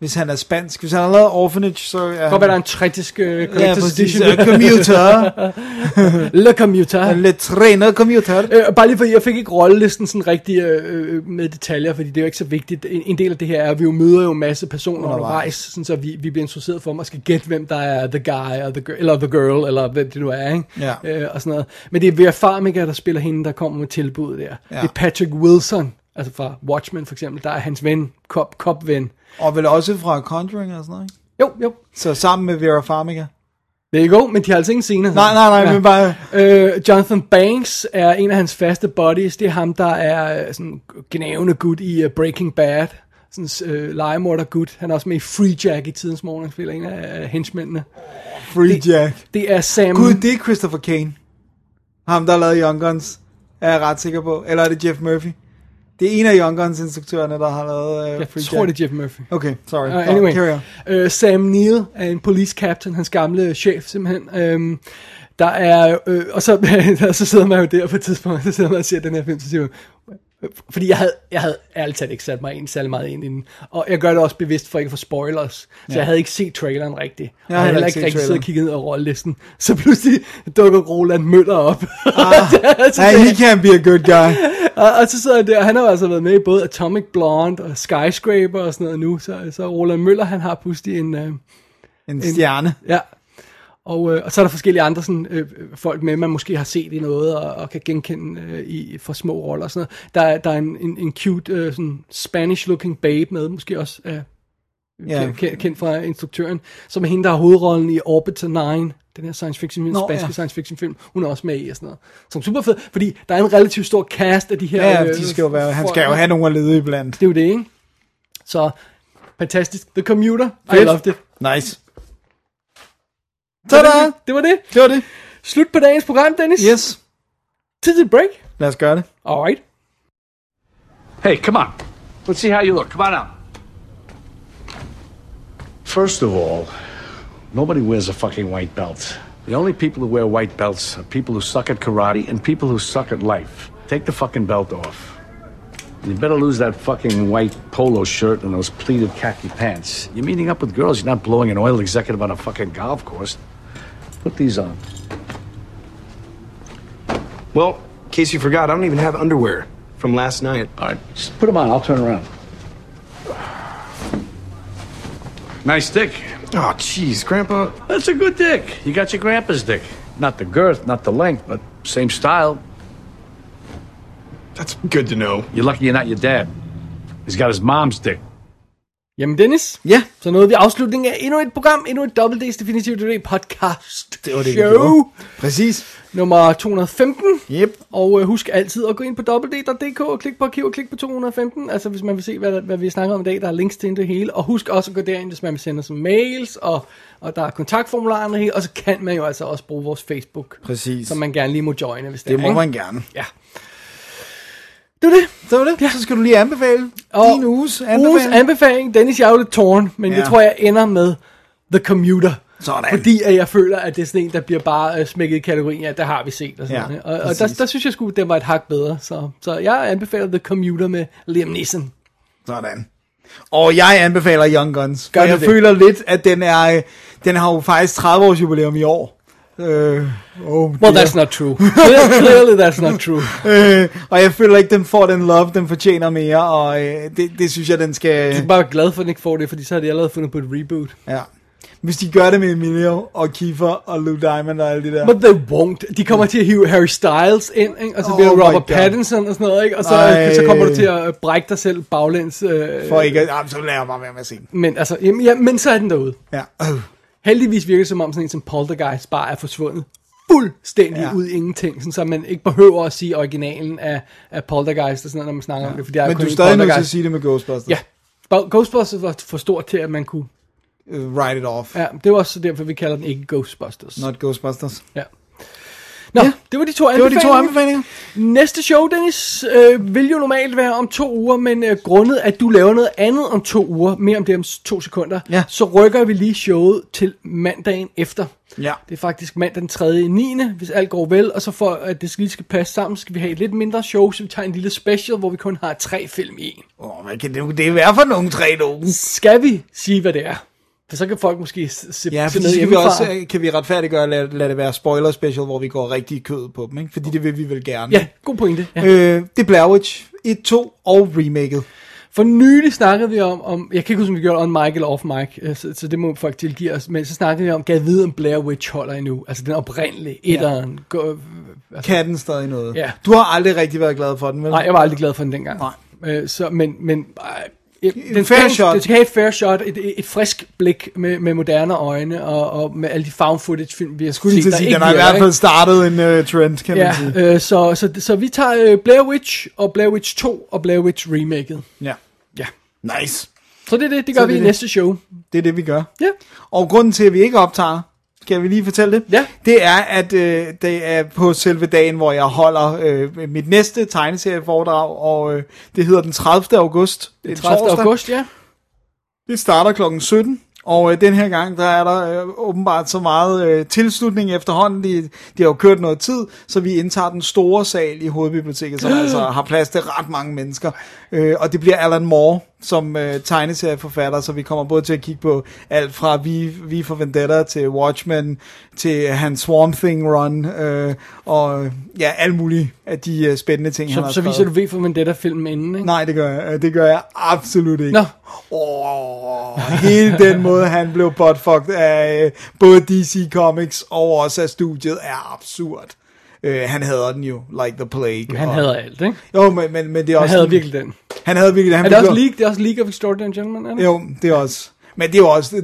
Hvis han er spansk. Hvis han har lavet Orphanage, så er Godt være, der er en trætisk collector's edition. Commuter. Le Commuter. Le Trainer Commuter. Bare lige fordi, jeg fik ikke rollelisten sådan rigtig med detaljer, fordi det er jo ikke så vigtigt. En del af det her er, at vi jo møder jo en masse personer undervejs, sådan så vi bliver interesseret for, at man skal gætte, hvem der er the guy, eller the girl, eller hvem det nu er, ikke? Ja. Og sådan noget. Men det er Vera Farmiga, der spiller hende, der kommer med tilbuddet der. Ja. Det er Patrick Wilson, altså fra Watchmen for eksempel, der er hans ven, cop-ven. Og vel også fra Conjuring og sådan noget, ikke? Jo. Så sammen med Vera Farmiga. Det er go, men de har altså ingen scener. Nej, ja. Men bare... Jonathan Banks er en af hans faste buddies. Det er ham, der er sådan gnævende gut i Breaking Bad. Sådan legemorder gut. Han er også med i Free Jack i tidens morgen. Han spiller en af henchmændene. Free Jack. Det er Sam... Gud, det er Christopher Kane. Ham, der har lavet Young Guns. Er jeg ret sikker på. Eller er det Jeff Murphy? Det er en af Young Guns-instruktørerne, der har lavet jeg tror, det er Jeff Murphy. Okay, sorry. Anyway, carry on. Sam Neill er en police captain, hans gamle chef simpelthen. Der er... og så sidder man jo der på et tidspunkt, så sidder man og ser den her film, så siger man... Fordi jeg havde ærligt talt ikke sat mig særlig meget ind i den. Og jeg gør det også bevidst for ikke at få spoilers. Så jeg havde ikke set traileren rigtigt. Jeg havde heller ikke rigtig siddet og kigget ned over rollelisten. Så pludselig dukker Roland Møller op. He can be a good guy. og så sidder jeg der, han har altså været med i både Atomic Blonde og Skyscraper og sådan noget nu. Så Roland Møller, han har pludselig en stjerne. Ja. Og så er der forskellige andre sådan, folk med, man måske har set i noget, og kan genkende for små roller og sådan noget. Der er en cute, sådan Spanish-looking babe med, måske også kendt fra instruktøren, som er hende, der har hovedrollen i Orbiter 9, den her science fiction, spanske science fiction film. Hun er også med i og sådan noget. Som super fed, fordi der er en relativt stor cast af de her... Ja, de skal jo være, han skal jo have nogen at lede iblandt. Det er jo det, ikke? Så, fantastisk. The Commuter, I loved it. Nice. Tada! Det var det. Det var det. Slut på dagens program, Dennis. Yes. Tid til break. Lad os gøre det. Alright. Hey, come on. Let's see how you look. Come on out. First of all, nobody wears a fucking white belt. The only people who wear white belts are people who suck at karate and people who suck at life. Take the fucking belt off. You better lose that fucking white polo shirt and those pleated khaki pants. You're meeting up with girls. You're not blowing an oil executive on a fucking golf course. Put these on. Well, in case you forgot, I don't even have underwear from last night. All right, just put them on. I'll turn around. Nice dick. Oh, jeez, Grandpa. That's a good dick. You got your grandpa's dick. Not the girth, not the length, but same style. That's good to know. You're lucky you're not your dad. He's got his mom's dick. Jamen Dennis, ja. Så nåede vi afslutningen af endnu et program, endnu et Double D's Definitive Today podcast. Det var det, show. Præcis. Nummer 215. Yep. Og husk altid at gå ind på www.dk og klik på arkiv og klik på 215. Altså hvis man vil se, hvad vi snakker om i dag, der er links til det hele. Og husk også at gå derind, hvis man vil sende os mails, og der er kontaktformularer og hele. Og så kan man jo altså også bruge vores Facebook. Præcis. Som man gerne lige må joine, hvis det må man gerne. Ja. Det var det. Ja. Så skal du lige anbefale din uges anbefaling. Uges anbefaling. Dennis, jeg er jo lidt tårn, men jeg tror, jeg ender med The Commuter. Sådan. Fordi at jeg føler, at det er sådan en, der bliver bare smækket i kategorien, ja, der har vi set. Og, sådan og der synes jeg sgu, det var et hak bedre. Så jeg anbefaler The Commuter med Liam Neeson. Sådan. Og jeg anbefaler Young Guns. For jeg føler lidt, at den har jo faktisk 30 års jubilæum i år. Well, that's not true. Clearly that's not true. Og jeg føler ikke, den får den love, den fortjener mere, og det synes jeg, den skal... Jeg er bare glad for, at den ikke får det, fordi så har de allerede fundet på et reboot. Ja. Hvis de gør det med Emilio og Kiefer og Lou Diamond og alle de der. But they won't. De kommer til at hive Harry Styles ind, ikke? Og så bliver det Robert Pattinson og sådan noget, ikke? Og så kommer du til at brække dig selv baglæns. For ikke så lader jeg bare være med at se den. Men altså, men så er den derude. Ja. Heldigvis virker det som om sådan en som Poltergeist bare er forsvundet fuldstændig ud i ingenting, sådan, så man ikke behøver at sige originalen af Poltergeist og sådan noget, når man snakker om det. Fordi men du er stadig nødt til at sige det med Ghostbusters. Ja, Ghostbusters var for stort til, at man kunne write it off. Ja, det var også derfor, vi kalder den ikke Ghostbusters. Not Ghostbusters. Ja. Nå, det var de to anbefalinger. Næste show, Dennis, vil jo normalt være om 2 uger, men grundet at du laver noget andet om 2 uger, mere om det om 2 sekunder, så rykker vi lige showet til mandagen efter. Ja. Det er faktisk mandag den 3.9., hvis alt går vel, og så for at det lige skal passe sammen, skal vi have et lidt mindre show, så vi tager en lille special, hvor vi kun har 3 film i. Hvad kan det være for nogle 3 nogen? Skal vi sige, hvad det er? For så kan folk måske se noget hjemmefra. Kan vi retfærdiggøre, lad det være spoiler special, hvor vi går rigtig i kødet på dem, ikke? Fordi det vil vi vel gerne. Ja, god pointe. Ja. Det er Blair Witch 1, 2 og remaket. For nylig snakkede vi om jeg kan ikke huske, om vi gjorde on mic eller off mic, så det må folk tilgive os, men så snakkede vi om, gav vide om Blair Witch holder endnu, altså den oprindelige, etteren. Kan den stadig noget? Ja. Du har aldrig rigtig været glad for den, vel? Nej, jeg var aldrig glad for den dengang. Nej. Den skal have et fair shot, et frisk blik med moderne øjne, og med alle de found footage film, vi har set, der ikke den har i hvert fald startet en trend, kan man sige. Så vi tager Blair Witch, og Blair Witch 2, og Blair Witch remaket. Ja. Nice. Så det gør vi i næste show. Det er det, vi gør. Ja. Og grunden til, at vi ikke optager, skal vi lige fortælle det? Ja. Det er, at det er på selve dagen, hvor jeg holder mit næste tegneserieforedrag, og det hedder den 30. august. Det er 30. august, ja. Det starter klokken 17, og den her gang, der er der åbenbart så meget tilslutning efterhånden. De har jo kørt noget tid, så vi indtager den store sal i Hovedbiblioteket, som altså har plads til ret mange mennesker. Og det bliver Alan Moore som tegneserieforfatter, så vi kommer både til at kigge på alt fra V for Vendetta til Watchmen, til hans Swamp Thing run, og ja, alle mulige af de spændende ting, han har skrevet. Så viser du V for Vendetta-filmen inden, ikke? Nej, det gør jeg absolut ikke. Nå. Hele den måde, han blev buttfucked af både DC Comics og også af studiet, er absurd. Han hader den jo, like the plague. Han hader alt, ikke? Jo, men det er også... Han hader virkelig den. Han hader virkelig den. Det er også League of Extraordinary Gentlemen, er det? Jo, det er også... Men det er også...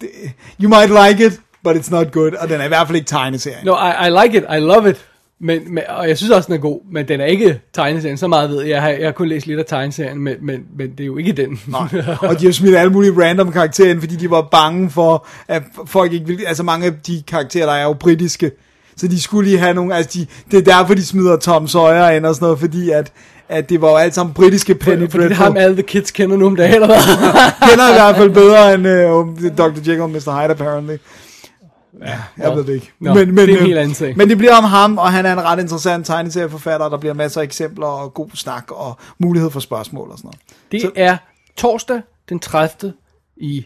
you might like it, but it's not good. Og den er i hvert fald ikke tegneserien. No, I like it. I love it. Og jeg synes også, den er god, men den er ikke tegneserien. Så meget ved jeg har kun læst lidt af tegneserien, men det er jo ikke den. Nej. Og de har smidt alle mulige random karakterer ind, fordi de var bange for, at folk ikke ville... Altså mange af de karakterer, der er jo britiske, så de skulle lige have nogle... Altså det er derfor, de smider Tom Sawyer ind og sådan noget, fordi at det var jo alt sammen britiske Penny Dreadful. Fordi det har alle the kids kender nu om dagen, eller hvad? Kender i hvert fald bedre end Dr. Jekyll og Mr. Hyde, apparently. Ja, jeg ved det ikke. Men det er en helt anden ting. Men det bliver om ham, og han er en ret interessant tegneserieforfatter, der bliver masser af eksempler og god snak og mulighed for spørgsmål og sådan noget. Det er torsdag den 30. i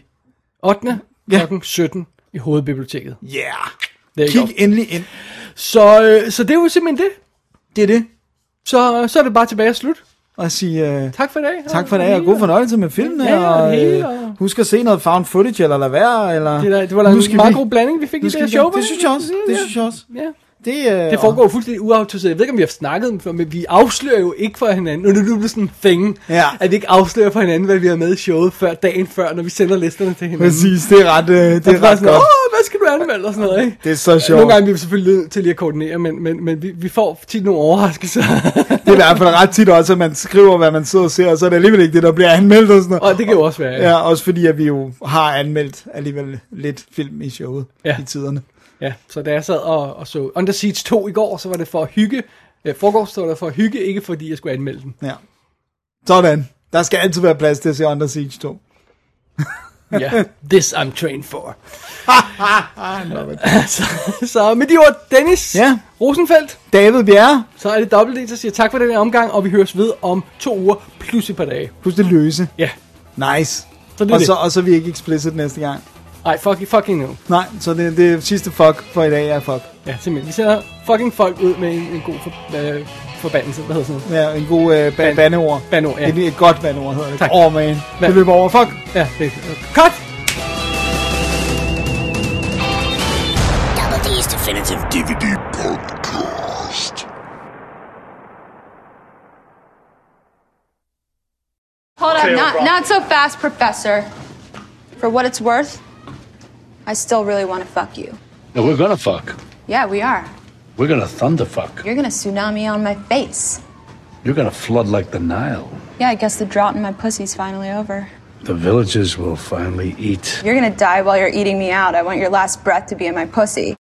8. klokken 17 i Hovedbiblioteket. Yeah! Kig endelig ind. Så det er jo simpelthen det. Det er det. Så er det bare tilbage at slutte. Og sige tak for i dag. Tak for i dag, og god fornøjelse med filmene. Og husk at se noget found footage, eller lade være. Eller det var en meget god blanding, vi fik i det her show. Det synes jeg også. Ja. Det foregår jo fuldstændig uautoriseret. Jeg ved ikke, om vi har snakket om det, men vi afslører jo ikke for hinanden. Og nu er det sådan en thing, at vi ikke afslører for hinanden, hvad vi har med i showet dagen før, når vi sender listerne til hinanden. Præcis, det er ret godt. Hvad skal du anmelde og sådan noget, ikke? Det er så sjovt. Nogle gange er vi selvfølgelig nødt til lige at koordinere, men vi får tit nogle overraskelser. Det er i hvert fald ret tit også, at man skriver, hvad man sidder og ser, og så er det alligevel ikke det, der bliver anmeldt og sådan noget. Og det kan jo også være, ja. Også fordi, at vi jo har anmeldt alligevel lidt film i showet i tiderne. Ja, så da jeg sad og så Under Siege 2 i går, så var det for at hygge. Forgårs så var det for at hygge, ikke fordi jeg skulle anmelde den. Ja. Sådan. Der skal altid være plads til at se Under Siege 2. Ja, this I'm trained for. så med de ord, Dennis Rosenfeldt, David Bjerre, så er det dobbelt der siger tak for den her omgang, og vi høres ved om 2 uger plus et par dage. Plus det løse. Ja. Nice. Så det og så er vi ikke explicit næste gang. Nej, fucking no. Nej, så det sidste fuck for i dag er fuck. Ja, simpelthen. Vi sender fucking folk ud med en god forbandelse. Hvad hedder sådan noget? Ja, en god bandeord. Bandeord, ja. Et godt bandeord hedder det. Tak. Man. Det løber over. Fuck. Ja, det er cut! Double D's Definitive DVD Podcast. Hold up, not so fast, Professor. For what it's worth, I still really want to fuck you. No, we're gonna fuck. Yeah, we are. We're gonna thunderfuck. You're gonna tsunami on my face. You're gonna flood like the Nile. Yeah, I guess the drought in my pussy's finally over. The villagers will finally eat. You're gonna die while you're eating me out. I want your last breath to be in my pussy.